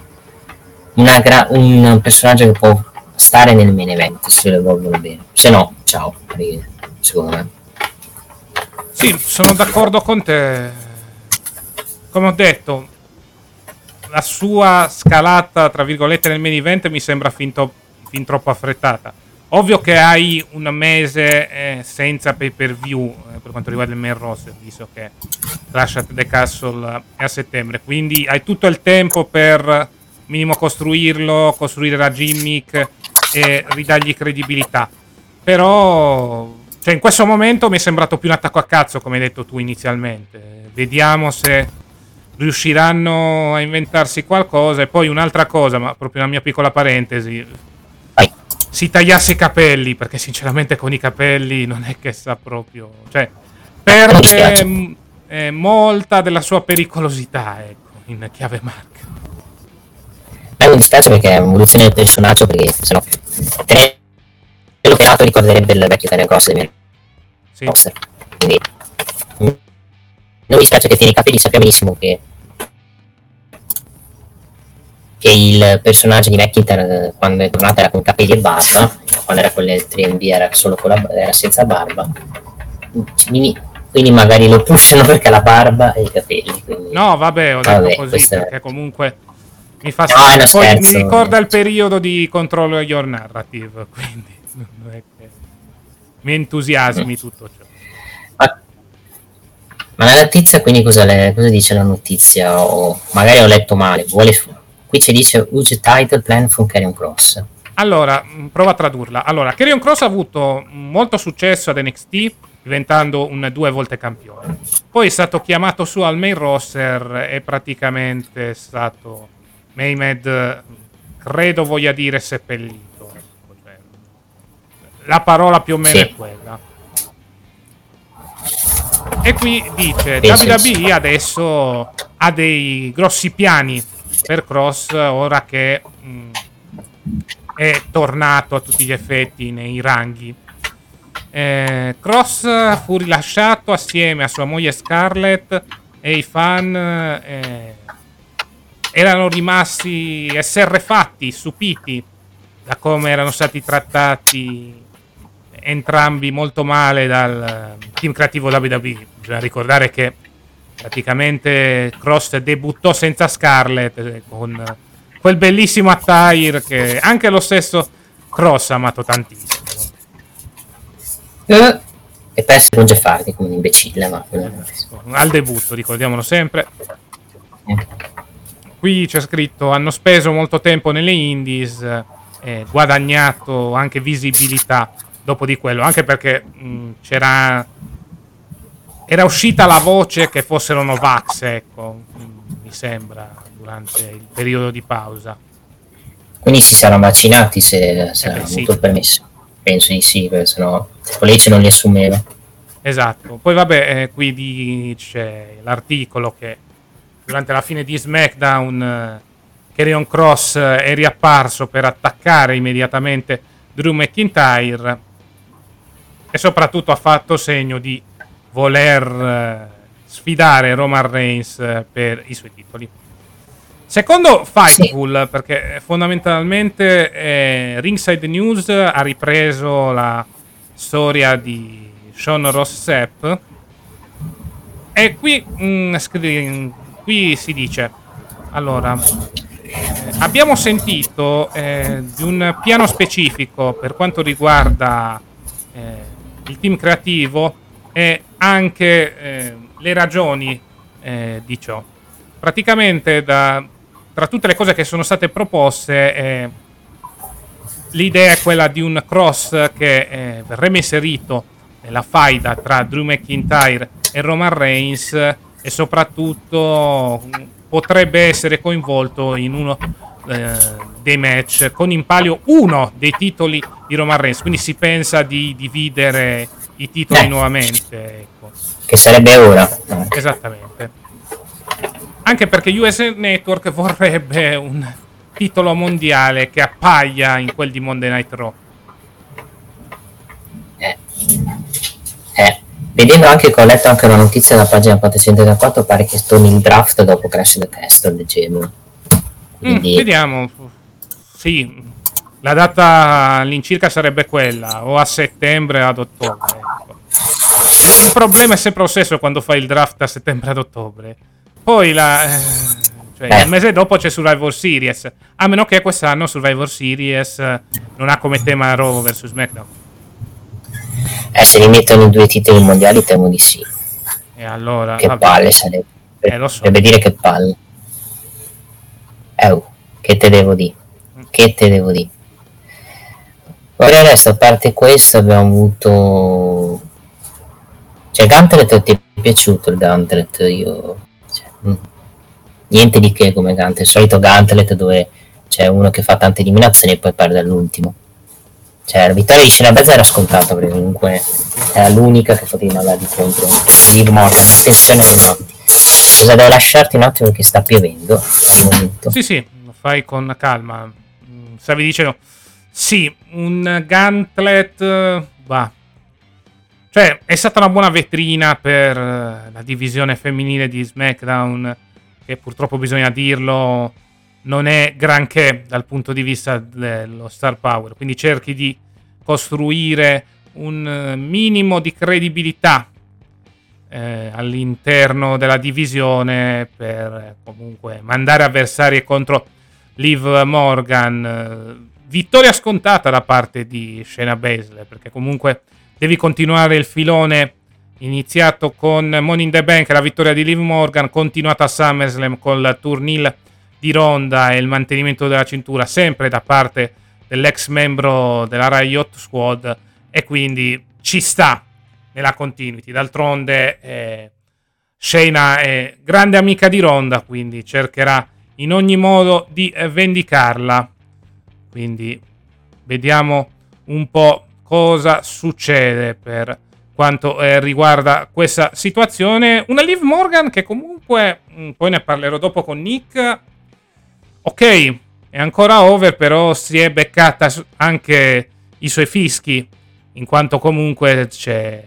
Una gra- un personaggio che può stare nel main event se lo evolvono bene, se no ciao, secondo me. Sì, sono d'accordo con te. come ho detto, la sua scalata, tra virgolette, nel main event mi sembra fin, to- fin troppo affrettata. Ovvio che hai un mese eh, senza pay per view eh, per quanto riguarda il main roster, visto che Clash at the Castle è a settembre, quindi hai tutto il tempo per minimo costruirlo, costruire la gimmick e ridargli credibilità. Però, cioè, in questo momento mi è sembrato più un attacco a cazzo, come hai detto tu inizialmente. Vediamo se riusciranno a inventarsi qualcosa. E poi un'altra cosa, ma proprio una mia piccola parentesi, si tagliasse i capelli, perché sinceramente con i capelli non è che sa proprio, cioè perde m- eh, molta della sua pericolosità, ecco, in chiave marca. A me mi dispiace perché è un'evoluzione del personaggio, perché sennò quello che è nato ricorderebbe il vecchio Daniel Cross del mio sì. roster. Quindi non mi dispiace che tiene i capelli, sappiamo benissimo che che il personaggio di McIntyre quando è tornato era con capelli e barba, quando era con le tre M V era solo con la, era senza barba, quindi, quindi magari lo pushano perché ha la barba e i capelli, quindi... No vabbè, ho detto vabbè, così perché è... comunque mi fa no, no, poi scherzo, mi ricorda il periodo di Control Your Narrative, quindi non è che mi entusiasmi mm. tutto ciò. Ma, ma la notizia quindi cosa, le, cosa dice la notizia? O magari ho letto male, vuole... Qui ci dice huge title plan from Karrion Kross. Allora, prova a tradurla. Allora, Karrion Kross ha avuto molto successo ad N X T, diventando un due volte campione. Poi è stato chiamato su al main roster e praticamente è stato Maymed, credo voglia dire seppellito. Cioè, la parola più o meno sì. è quella. E qui dice, W W E adesso ha dei grossi piani per Kross ora che mh, è tornato a tutti gli effetti nei ranghi. eh, Kross fu rilasciato assieme a sua moglie Scarlett e i fan eh, erano rimasti esserrefatti, stupiti da come erano stati trattati entrambi molto male dal team creativo W W E. Bisogna ricordare che praticamente Kross debuttò senza Scarlett con quel bellissimo attire che anche lo stesso Kross ha amato tantissimo. Eh, e perse con Jeff Hardy come un imbecille, ma al debutto, ricordiamolo sempre. Eh. Qui c'è scritto: hanno speso molto tempo nelle indies, eh, guadagnato anche visibilità dopo di quello, anche perché mh, c'era era uscita la voce che fossero Novax, ecco, mi sembra, durante il periodo di pausa. Quindi si saranno vaccinati se, se eh hanno sì. avuto il permesso. Penso di sì, perché sennò Triple non li assumeva. Esatto. Poi vabbè, eh, qui dice l'articolo che durante la fine di SmackDown eh, Karrion Kross è riapparso per attaccare immediatamente Drew McIntyre e soprattutto ha fatto segno di voler eh, sfidare Roman Reigns eh, per i suoi titoli. Secondo Fightful, sì. perché fondamentalmente eh, Ringside News ha ripreso la storia di Sean Ross Sapp e qui, mh, scri- qui si dice: allora, eh, abbiamo sentito eh, di un piano specifico per quanto riguarda eh, il team creativo e anche eh, le ragioni eh, di ciò. Praticamente da, tra tutte le cose che sono state proposte eh, l'idea è quella di un Kross che eh, verrebbe inserito nella faida tra Drew McIntyre e Roman Reigns e soprattutto potrebbe essere coinvolto in uno eh, dei match con in palio uno dei titoli di Roman Reigns, quindi si pensa di dividere i titoli eh. nuovamente, ecco. Che sarebbe ora. Esattamente. Anche perché U S Network vorrebbe un titolo mondiale che appaia in quel di Monday Night Raw. Eh. Eh. Vedendo anche che ho letto anche una notizia dalla pagina quattrocentotrentaquattro, pare che torni il draft dopo Crash the Castle, leggevo. Quindi... Mm, vediamo. Sì, la data all'incirca sarebbe quella, o a settembre o ad ottobre. Ecco. Il problema è sempre lo stesso quando fai il draft a settembre ad ottobre. Poi la, eh, cioè, Eh. il mese dopo c'è Survivor Series, a meno che quest'anno Survivor Series eh, non ha come tema Raw versus SmackDown. Eh, se li mettono i due titoli mondiali temo di sì. E allora Che vabbè. palle sarebbe. Eh, lo so. Deve dire che palle. Eh, oh, che te devo dire? Che te devo dire? Ora adesso, a parte questo, abbiamo avuto... Cioè, Gauntlet ti è piaciuto il Gauntlet? Io... Cioè, mm. Niente di che come Gauntlet. Il solito Gauntlet dove c'è uno che fa tante eliminazioni e poi perde all'ultimo. Cioè, la vittoria di Shayna Baszler era scontata, perché comunque era l'unica che poteva andare di contro Liv Morgan. Attenzione, avanti. Cosa devo lasciarti un attimo perché sta piovendo al momento? Sì, sì, lo fai con calma. Mm, Stavi dicendo, sì, un Gauntlet, eh, bah. Cioè, è stata una buona vetrina per eh, la divisione femminile di SmackDown, che purtroppo bisogna dirlo, non è granché dal punto di vista dello star power. Quindi cerchi di costruire un eh, minimo di credibilità eh, all'interno della divisione per eh, comunque mandare avversari contro Liv Morgan. Eh, vittoria scontata da parte di Shayna Baszler, perché comunque devi continuare il filone iniziato con Money in the Bank, la vittoria di Liv Morgan, continuata a SummerSlam con la turnil di Ronda e il mantenimento della cintura sempre da parte dell'ex membro della Riot Squad, e quindi ci sta nella continuity. D'altronde eh, Shayna è grande amica di Ronda, quindi cercherà in ogni modo di eh, vendicarla. Quindi vediamo un po' cosa succede per quanto eh, riguarda questa situazione. Una Liv Morgan che comunque, mh, poi ne parlerò dopo con Nick, ok, è ancora over, però si è beccata anche i suoi fischi, in quanto comunque c'è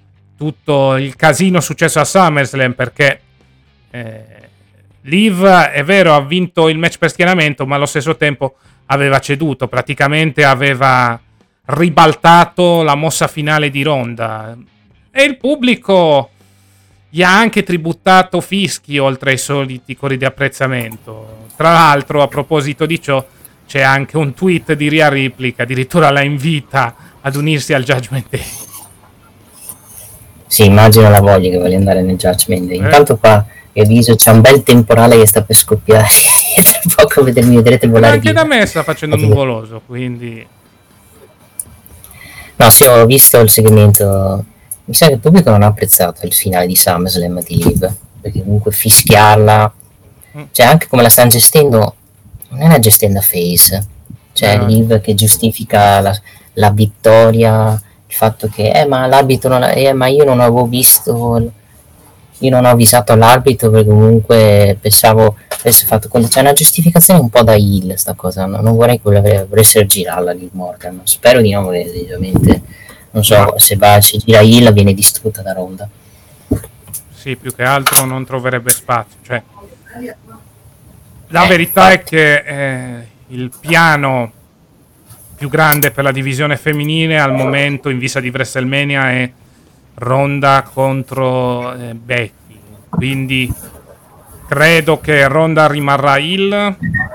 tutto il casino successo a SummerSlam, perché eh, Liv, è vero, ha vinto il match per schieramento, ma allo stesso tempo aveva ceduto, praticamente aveva ribaltato la mossa finale di Ronda, e il pubblico gli ha anche tributato fischi oltre ai soliti cori di apprezzamento. Tra l'altro, a proposito di ciò, c'è anche un tweet di Rhea Ripley che addirittura la invita ad unirsi al Judgment Day. Sì, immagino la voglia che voglia andare nel Judgment Day. Eh. Intanto qua vi avviso, c'è un bel temporale che sta per scoppiare. Tra poco vedete- mi vedrete volare Anche via. da me sta facendo nuvoloso, quindi No, sì, ho visto il segmento. Mi sa che il pubblico non ha apprezzato il finale di SummerSlam di Liv, perché comunque fischiarla, cioè anche come la stanno gestendo, non è una gestenda face, cioè No. Liv che giustifica la, la vittoria, il fatto che eh ma l'arbitro non ha- eh, ma io non avevo visto, io non ho avvisato l'arbitro perché comunque pensavo avesse fatto conto. C'è una giustificazione un po' da heel sta cosa, no? Non vorrei che volesse- volessero girarla Liv Morgan, spero di no, perché ovviamente non so se va, se gira heel viene distrutta da Ronda. sì, più che altro non troverebbe spazio. Cioè, la Eh, verità è infatti. che eh, il piano più grande per la divisione femminile al momento in vista di WrestleMania è Ronda contro eh, Becky, quindi credo che Ronda rimarrà heel.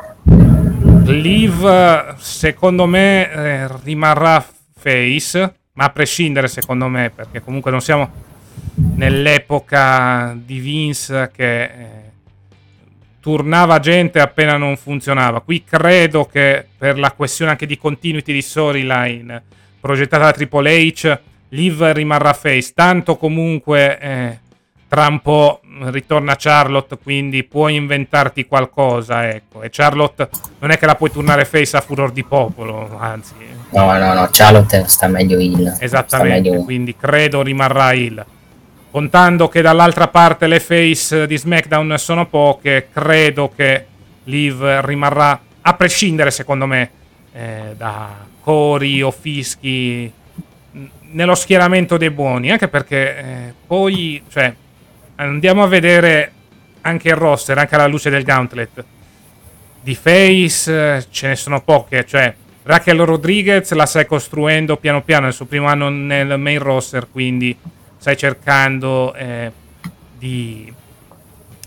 Liv secondo me eh, rimarrà face, ma a prescindere secondo me, perché comunque non siamo nell'epoca di Vince che eh, turnava gente appena non funzionava. Qui credo che per la questione anche di continuity di storyline progettata da Triple H, Liv rimarrà face, tanto comunque eh, tra un po' ritorna Charlotte, quindi puoi inventarti qualcosa, ecco. E Charlotte non è che la puoi turnare face a furor di popolo, anzi, No, no, no, Charlotte sta meglio heel. Sta esattamente, meglio- quindi credo rimarrà heel. Contando che dall'altra parte le face di SmackDown sono poche, credo che Liv rimarrà, a prescindere secondo me eh, da cori o fischi, n- nello schieramento dei buoni, anche perché eh, poi, cioè, andiamo a vedere anche il roster, anche alla luce del Gauntlet. Di face eh, ce ne sono poche, cioè Raquel Rodriguez la stai costruendo piano piano, nel suo primo anno nel main roster, quindi stai cercando eh, di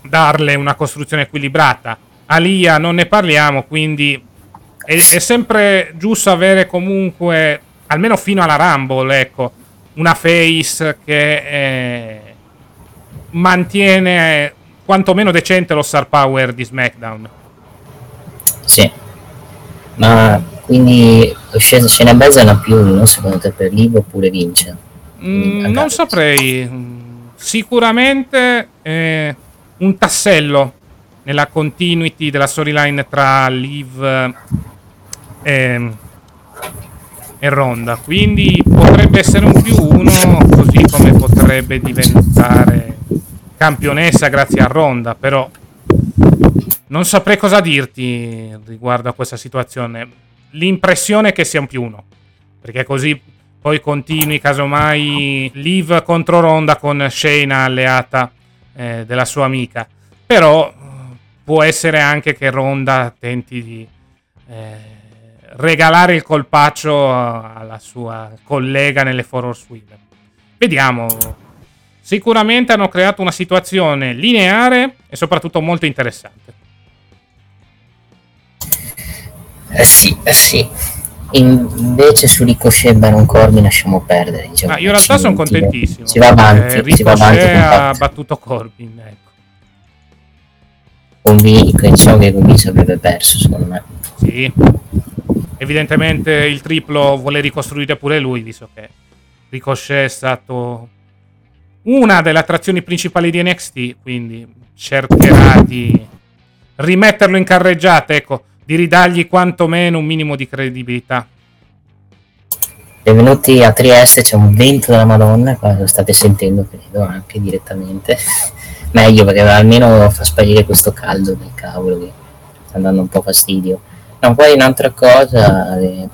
darle una costruzione equilibrata. Alia non ne parliamo, quindi è, è sempre giusto avere comunque, almeno fino alla Rumble, ecco, una face che eh, mantiene quantomeno decente lo star power di SmackDown. Sì, ma quindi scena mezza una più uno secondo te per Liv oppure vince? Mm, non saprei, sicuramente eh, un tassello nella continuity della storyline tra Liv e, e Ronda, quindi potrebbe essere un più uno, così come potrebbe diventare campionessa grazie a Ronda, però non saprei cosa dirti riguardo a questa situazione. L'impressione è che sia un più uno, perché così poi continui casomai Liv contro Ronda con Shayna alleata eh, della sua amica, però può essere anche che Ronda tenti di eh, regalare il colpaccio alla sua collega nelle Four Horsewomen. Vediamo. Sicuramente hanno creato una situazione lineare e soprattutto molto interessante. Eh sì, eh sì. Invece su Ricochet e Baron Corbin lasciamo perdere. Diciamo, ah, io in realtà sono contentissimo. Si va avanti. Eh, si va avanti ha battuto Corbin, ecco. Convinto, diciamo che Convinto avrebbe perso, secondo me. Sì. Evidentemente il triplo vuole ricostruire pure lui, visto che Ricochet è stato una delle attrazioni principali di N X T, quindi cercherà di rimetterlo in carreggiata, ecco, di ridargli quantomeno un minimo di credibilità. Benvenuti a Trieste, c'è un vento della Madonna, qua lo state sentendo, credo, anche direttamente. Meglio, perché almeno fa sparire questo caldo del cavolo che sta dando un po' fastidio. No, poi un'altra cosa, eh,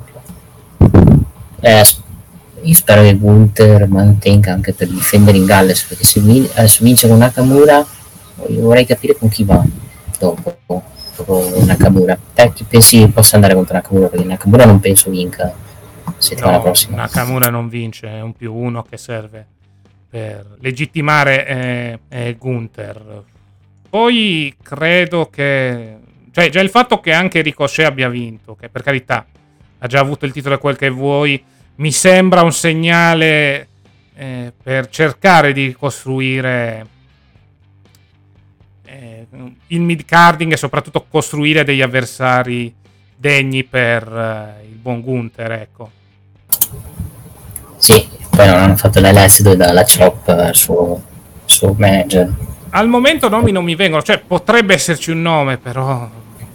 eh, io spero che Gunther mantenga anche per difendere in Galles, perché se adesso vince con Nakamura, vorrei capire con chi va dopo, dopo Nakamura. Te chi pensi possa andare contro Nakamura? Perché Nakamura non penso vinca settimana no, prossima. Nakamura non vince, è un più uno che serve per legittimare eh, eh, Gunther. Poi credo che, cioè già il fatto che anche Ricochet abbia vinto, che per carità ha già avuto il titolo e quel che vuoi, mi sembra un segnale eh, per cercare di costruire eh, il mid-carding e soprattutto costruire degli avversari degni per eh, il buon Gunther, ecco. Sì, poi non hanno fatto l'L S dove dà la chop al suo, suo manager. Al momento nomi non mi vengono, cioè potrebbe esserci un nome, però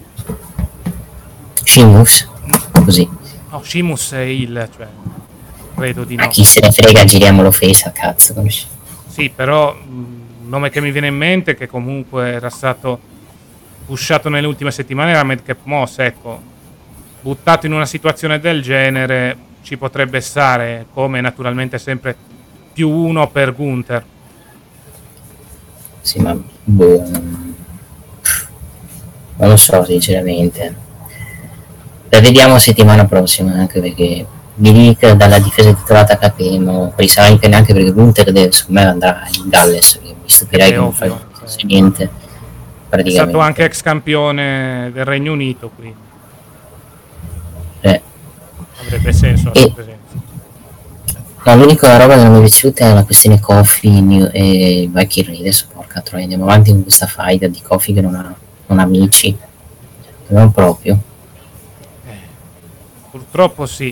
Sheamus, così. No, Sheamus è il, cioè credo di no. Ma chi se ne frega, giriamolo face a cazzo. Sì, però un nome che mi viene in mente, che comunque era stato pushato nelle ultime settimane, era Madcap Moss, ecco. Buttato in una situazione del genere ci potrebbe stare, come naturalmente sempre più uno per Gunther. Sì, ma boh, non lo so sinceramente. La vediamo settimana prossima, anche perché mi dica dalla difesa titolata capiremo, poi sarà anche neanche perché Gunther deve, secondo me andrà in Galles, mi stupirei che non fa niente praticamente. È stato anche ex campione del Regno Unito, quindi eh. avrebbe senso la sua presenza. No, l'unica roba che non mi è piaciuta è la questione Kofi e Viking Raiders. Porca troia, andiamo avanti con questa faida di Kofi che non ha, non ha amici, non proprio. Eh, purtroppo sì.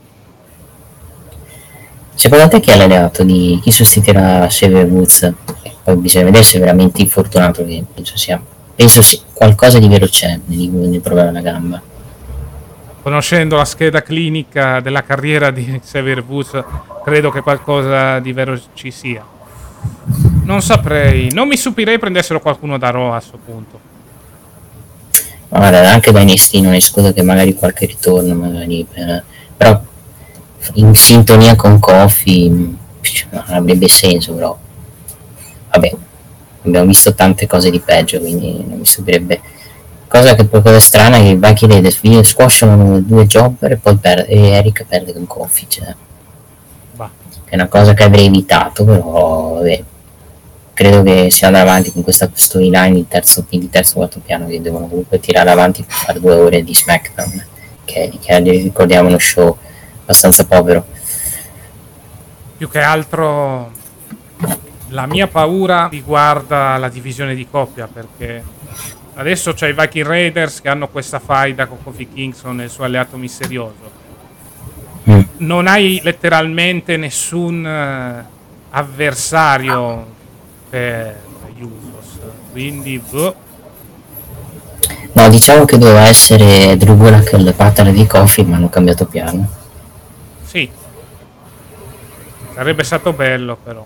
Secondo te chi è l'alleato di chi sostituirà Xavier Woods? Poi bisogna vedere se è veramente infortunato, che penso sia, penso sia qualcosa di vero c'è nel, nel problema della gamba. Conoscendo la scheda clinica della carriera di Xavier Woods, credo che qualcosa di vero ci sia. Non saprei, non mi stupirei prendessero qualcuno da Raw a questo punto. Ma guarda, anche da N X T non escludo che magari qualche ritorno, magari per, però in sintonia con Kofi non avrebbe senso, però vabbè, abbiamo visto tante cose di peggio, quindi non mi stupirebbe. Cosa che poi cosa strana è che i Viking Raiders squasciano due jobber e poi per- e Eric perde con Kofi, cioè. Che è una cosa che avrei evitato, però vabbè. credo che si andrà avanti con questa storyline di terzo, di terzo quarto piano, che devono comunque tirare avanti per fare due ore di SmackDown, che, che ricordiamo uno show abbastanza povero. Più che altro la mia paura riguarda la divisione di coppia, perché adesso c'è i Viking Raiders che hanno questa faida con Kofi Kingston e il suo alleato misterioso. Mm. Non hai letteralmente nessun uh, avversario per Usos, quindi boh. No, diciamo che doveva essere Drew Gulak il partner di Kofi, ma hanno cambiato piano. Sì, sarebbe stato bello, però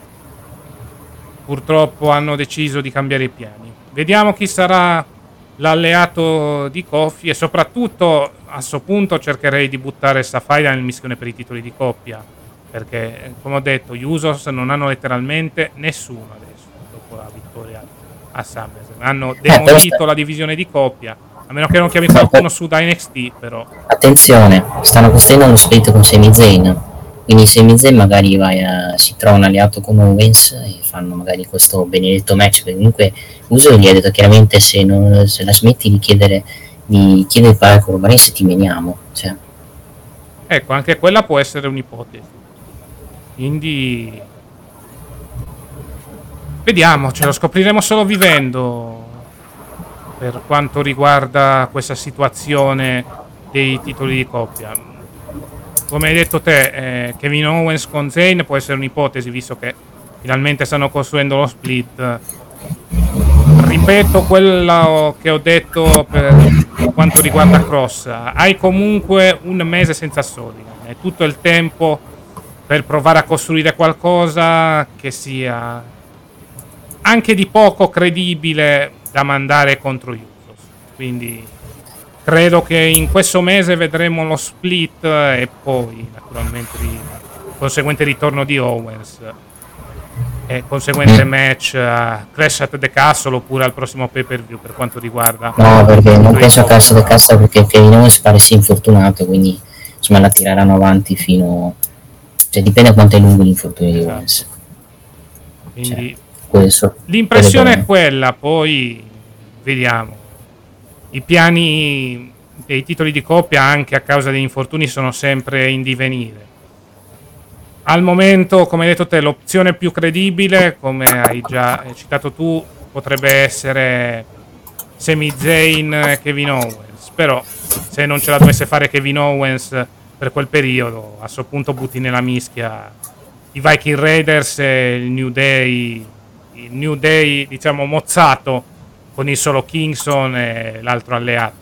purtroppo hanno deciso di cambiare i piani. Vediamo chi sarà l'alleato di Kofi, e soprattutto a questo punto cercherei di buttare sta faida nel mischione per i titoli di coppia, perché come ho detto gli Usos non hanno letteralmente nessuno adesso dopo la vittoria a SummerSlam. Hanno demolito la divisione di coppia, a meno che non chiami qualcuno su da N X T, però attenzione, stanno costruendo uno split con Sami Zayn, quindi Sami Zayn magari vai a, si trova un alleato con Owens e fanno magari questo benedetto match, perché comunque Uso gli ha detto chiaramente se, non, se la smetti di chiedere di chiedere il parere con Roman Reigns ti meniamo, cioè. Ecco, anche quella può essere un'ipotesi, quindi vediamo, ce lo scopriremo solo vivendo per quanto riguarda questa situazione dei titoli di coppia. Come hai detto te, eh, Kevin Owens con Zayn può essere un'ipotesi, visto che finalmente stanno costruendo lo split. Ripeto quello che ho detto per quanto riguarda Cross: hai comunque un mese senza soldi, è tutto il tempo per provare a costruire qualcosa che sia anche di poco credibile da mandare contro Usos. Quindi credo che in questo mese vedremo lo split e poi naturalmente il conseguente ritorno di Owens e conseguente match a Clash at the Castle oppure al prossimo pay per view per quanto riguarda. No, perché non penso a Clash at the Castle, perché Kevin Owens pare sia infortunato, quindi insomma la tireranno avanti fino, cioè dipende quanto è lungo l'infortunio di Owens. Quindi cioè, questo, l'impressione è quella, poi vediamo. I piani dei titoli di coppia, anche a causa degli infortuni, sono sempre in divenire. Al momento, come hai detto te, l'opzione più credibile, come hai già citato tu, potrebbe essere Sami Zayn e Kevin Owens. Però se non ce la dovesse fare Kevin Owens per quel periodo, a questo punto butti nella mischia i Viking Raiders e il New Day, il New Day diciamo mozzato, con il solo Kingston e l'altro alleato.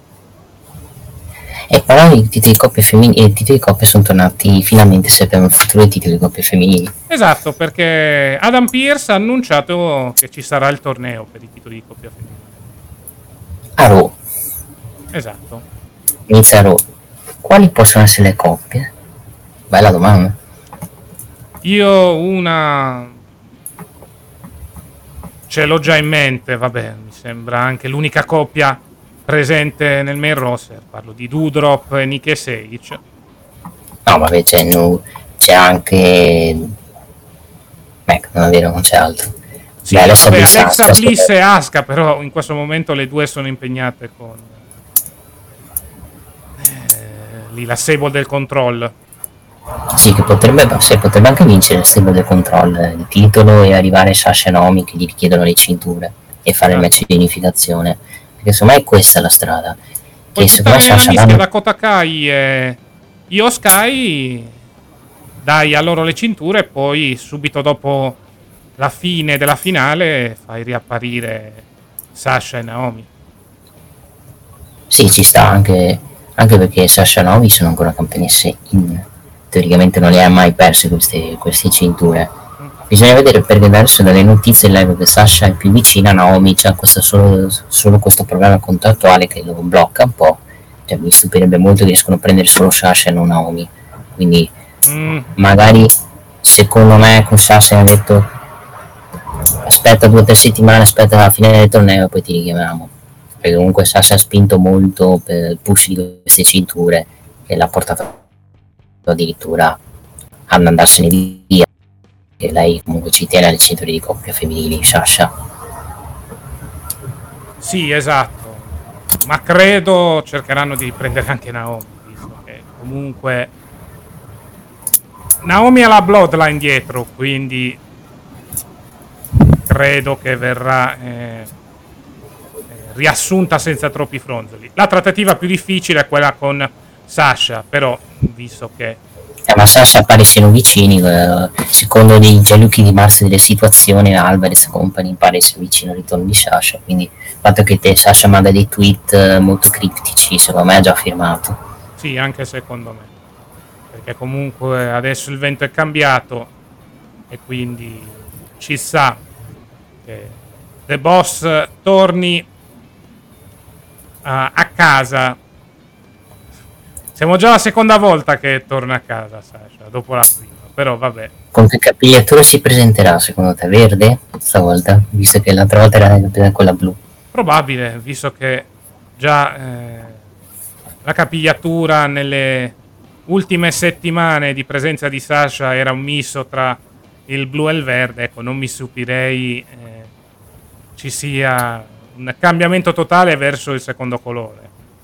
E però i titoli di coppia femminili, i titoli di coppia sono tornati finalmente, se abbiamo il futuro dei titoli di coppia femminili. Esatto, perché Adam Pearce ha annunciato che ci sarà il torneo per i titoli di coppia femminili. A Raw. Esatto. Inizia a Raw. Quali possono essere le coppie? Bella domanda. Io una ce l'ho già in mente, vabbè, mi sembra anche l'unica coppia presente nel main roster. Parlo di Doudrop e Nick Sage. No, vabbè, c'è, no, c'è anche... Ecco, non è vero, non c'è altro. Sì, Beh, Alexa, Bliss, Alexa Asuka, Bliss e Asuka, però in questo momento le due sono impegnate con eh, lì la Sable del Control. Sì, che potrebbe, sì, potrebbe anche vincere il Stable del Control, eh, il titolo, e arrivare Sasha e Naomi che gli richiedono le cinture e fare ah. il match di unificazione, perché secondo me è questa la strada. Poi che secondo me Sasha mischia danno... Dakota Kai e Io Sky, dai a loro le cinture e poi subito dopo la fine della finale fai riapparire Sasha e Naomi. Sì, ci sta, anche, anche perché Sasha e Naomi sono ancora campionesse in... teoricamente non le ha mai perse queste, queste cinture. Bisogna vedere, perché adesso dalle notizie leggo che Sasha è più vicina a Naomi, c'è questo solo, solo questo problema contrattuale che lo blocca un po', cioè, mi stupirebbe molto che riescono a prendere solo Sasha e non Naomi, quindi mm. magari secondo me con Sasha hanno detto aspetta due o tre settimane, aspetta la fine del torneo e poi ti richiamiamo, perché comunque Sasha ha spinto molto per il push di queste cinture e l'ha portato addirittura ad andarsene via. e lei comunque ci tiene alle cinture di coppia femminili, Sasha. Sì, esatto, ma credo cercheranno di prendere anche Naomi, visto che comunque Naomi ha la Bloodline dietro, quindi credo che verrà eh, riassunta senza troppi fronzoli. La trattativa più difficile è quella con Sasha, però visto che Eh, ma Sasha pare siano vicini, eh, secondo dei Gianluchi di Mars delle situazioni, Alvarez Company pare sia vicino al ritorno di Sasha, quindi il fatto che te Sasha manda dei tweet eh, molto criptici, secondo me è già firmato. sì, anche secondo me, perché comunque adesso il vento è cambiato e quindi ci sa che The Boss torni a, a casa. Siamo già la seconda volta che torna a casa Sasha, dopo la prima, però vabbè. Con che capigliatura si presenterà secondo te? Verde stavolta? Visto che l'altra volta era quella blu. Probabile, visto che già eh, la capigliatura nelle ultime settimane di presenza di Sasha era un misto tra il blu e il verde, ecco, non mi stupirei eh, ci sia un cambiamento totale verso il secondo colore.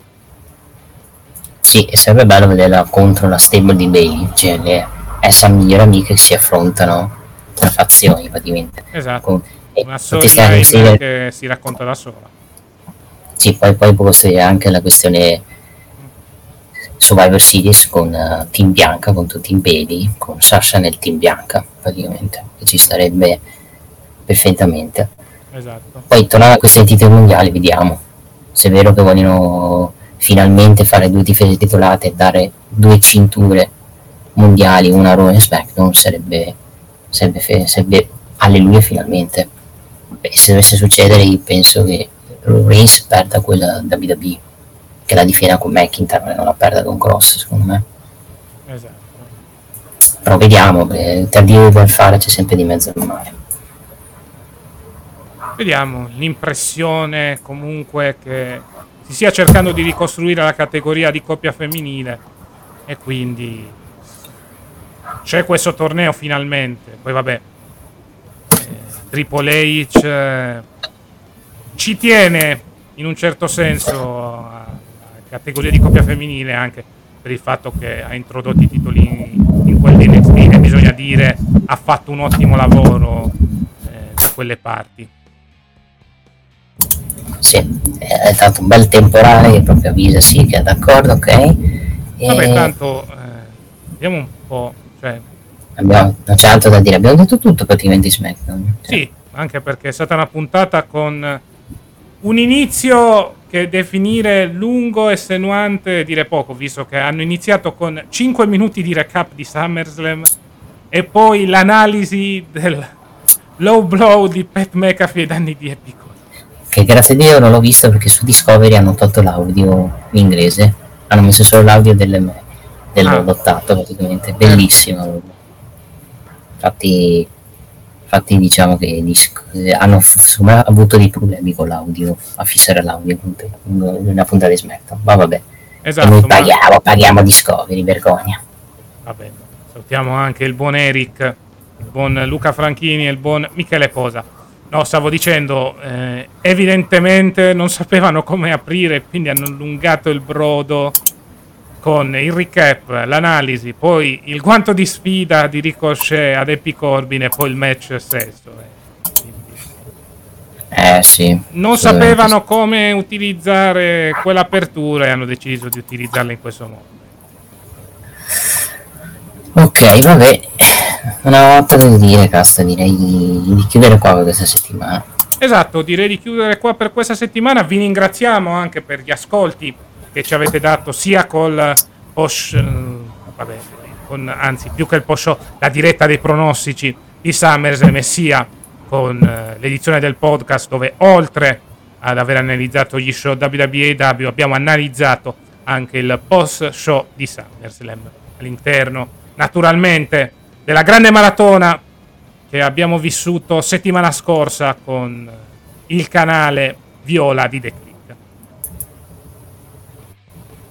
Sì, e sarebbe bello vederla contro la stable di Bailey, cioè le essa migliori amiche che si affrontano tra fazioni praticamente. Esatto, Con, una storyline storia... che si racconta da sola. Sì, poi, poi può essere anche la questione Survivor Series con uh, Team Bianca contro Team Bailey, con Sasha nel Team Bianca praticamente, che ci starebbe perfettamente. Esatto. Poi tornando a questi titoli mondiali, vediamo se è vero che vogliono finalmente fare due difese titolate e dare due cinture mondiali, una a Raw e SmackDown, sarebbe, sarebbe, sarebbe alleluia finalmente. Beh, se dovesse succedere io penso che Reigns perda quella W W E, che la difenda con McIntyre e non la perda con Cross, secondo me. Esatto. Però vediamo, per dire per fare c'è sempre di mezzo al mare. Vediamo, l'impressione comunque che si stia cercando di ricostruire la categoria di coppia femminile e quindi c'è questo torneo finalmente. Poi vabbè, eh, Triple H eh, ci tiene in un certo senso alla categoria di coppia femminile, anche per il fatto che ha introdotto i titoli in, in quel di N X T e bisogna dire ha fatto un ottimo lavoro eh, da quelle parti. Sì, è stato un bel temporale che proprio avvisa sì che è d'accordo, ok. E... Vabbè, tanto eh, vediamo un po', cioè abbiamo, non c'è altro da dire, abbiamo detto tutto praticamente di SmackDown. Cioè. Sì, anche perché è stata una puntata con un inizio che definire lungo, estenuante, dire poco, visto che hanno iniziato con cinque minuti di recap di SummerSlam e poi l'analisi del low blow di Pat McAfee ai danni di Epico. Che grazie a Dio non l'ho visto perché su Discovery hanno tolto l'audio in inglese, hanno messo solo l'audio del, del ah. lottato praticamente, bellissimo. Infatti, infatti diciamo che hanno f- avuto dei problemi con l'audio, a fissare l'audio in una puntata di SmackDown, ma vabbè. Esatto, e noi ma... paghiamo, paghiamo Discovery, vergogna. Vabbè, salutiamo anche il buon Eric, il buon Luca Franchini e il buon Michele Posa. No, stavo dicendo, eh, evidentemente non sapevano come aprire, quindi hanno allungato il brodo con il recap, l'analisi, poi il guanto di sfida di Ricochet ad Epic Corbin e poi il match stesso. Eh. Quindi... eh sì. Non sapevano come utilizzare quell'apertura e hanno deciso di utilizzarla in questo modo. Ok, vabbè. Una volta da dire, cazzo, direi di, di chiudere qua per questa settimana. Esatto, direi di chiudere qua per questa settimana. Vi ringraziamo anche per gli ascolti che ci avete dato sia col post, vabbè, con, anzi più che il post show, la diretta dei pronostici di SummerSlam, sia con uh, l'edizione del podcast dove oltre ad aver analizzato gli show W W E A E W abbiamo analizzato anche il post show di SummerSlam all'interno naturalmente della grande maratona che abbiamo vissuto settimana scorsa con il canale Viola di The Click.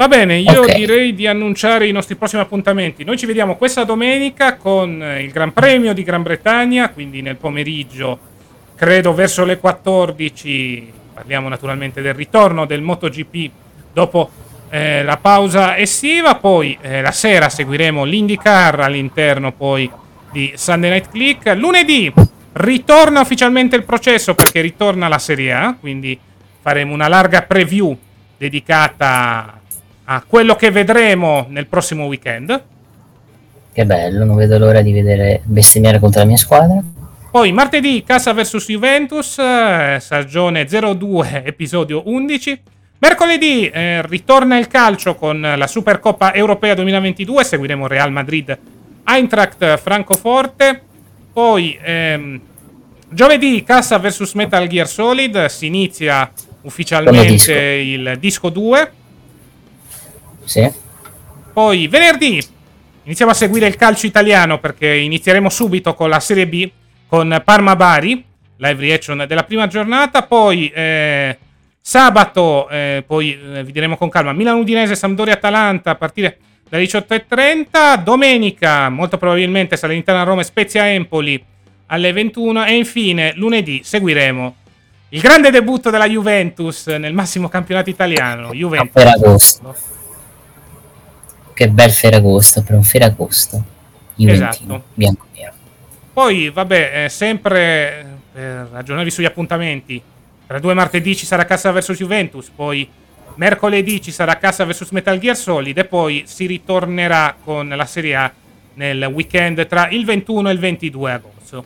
Va bene, io Ok. direi di annunciare i nostri prossimi appuntamenti. Noi ci vediamo questa domenica con il Gran Premio di Gran Bretagna, quindi nel pomeriggio, credo verso le quattordici. Parliamo naturalmente del ritorno del MotoGP dopo eh, la pausa estiva. Poi eh, la sera seguiremo l'IndyCar all'interno poi di Sunday Night Click. Lunedì ritorna ufficialmente il processo perché ritorna la Serie A, quindi faremo una larga preview dedicata a quello che vedremo nel prossimo weekend. Che bello, non vedo l'ora di vedere bestemmiare contro la mia squadra. Poi martedì Casa versus Juventus, eh, stagione zero due, episodio undici. Mercoledì eh, ritorna il calcio con la Supercoppa Europea duemilaventidue, seguiremo Real Madrid Eintracht Francoforte. Poi ehm, giovedì Casa versus Metal Gear Solid, si inizia ufficialmente il disco due. Sì. Poi venerdì iniziamo a seguire il calcio italiano perché inizieremo subito con la Serie B con Parma-Bari, live reaction della prima giornata. Poi eh, sabato eh, poi eh, vi diremo con calma Milan-Udinese, Sampdoria-Atalanta a partire dalle diciotto e trenta. Domenica molto probabilmente Salernitana-Roma e Spezia-Empoli alle ventuno. E infine lunedì seguiremo il grande debutto della Juventus nel massimo campionato italiano, Juventus. Ferragosto. Che bel Ferragosto, per un Ferragosto juventino, Esatto. bianco-nero. Poi, vabbè, eh, sempre eh, per ragionarvi sugli appuntamenti, tra due martedì ci sarà Casa versus Juventus, poi mercoledì ci sarà Casa versus Metal Gear Solid e poi si ritornerà con la Serie A nel weekend tra il ventuno e il ventidue agosto.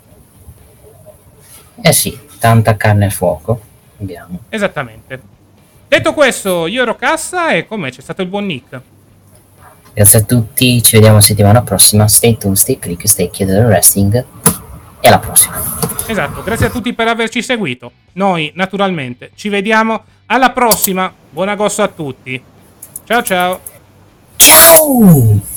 Eh sì, tanta carne al fuoco abbiamo. Esattamente. Detto questo, io ero Cassa e con me c'è stato il buon Nick. Grazie a tutti, ci vediamo la settimana prossima. Stay tuned, stay click, stay chiede del wrestling. E alla prossima. Esatto, grazie a tutti per averci seguito. Noi, naturalmente, ci vediamo alla prossima. Buon agosto a tutti. Ciao ciao. Ciao!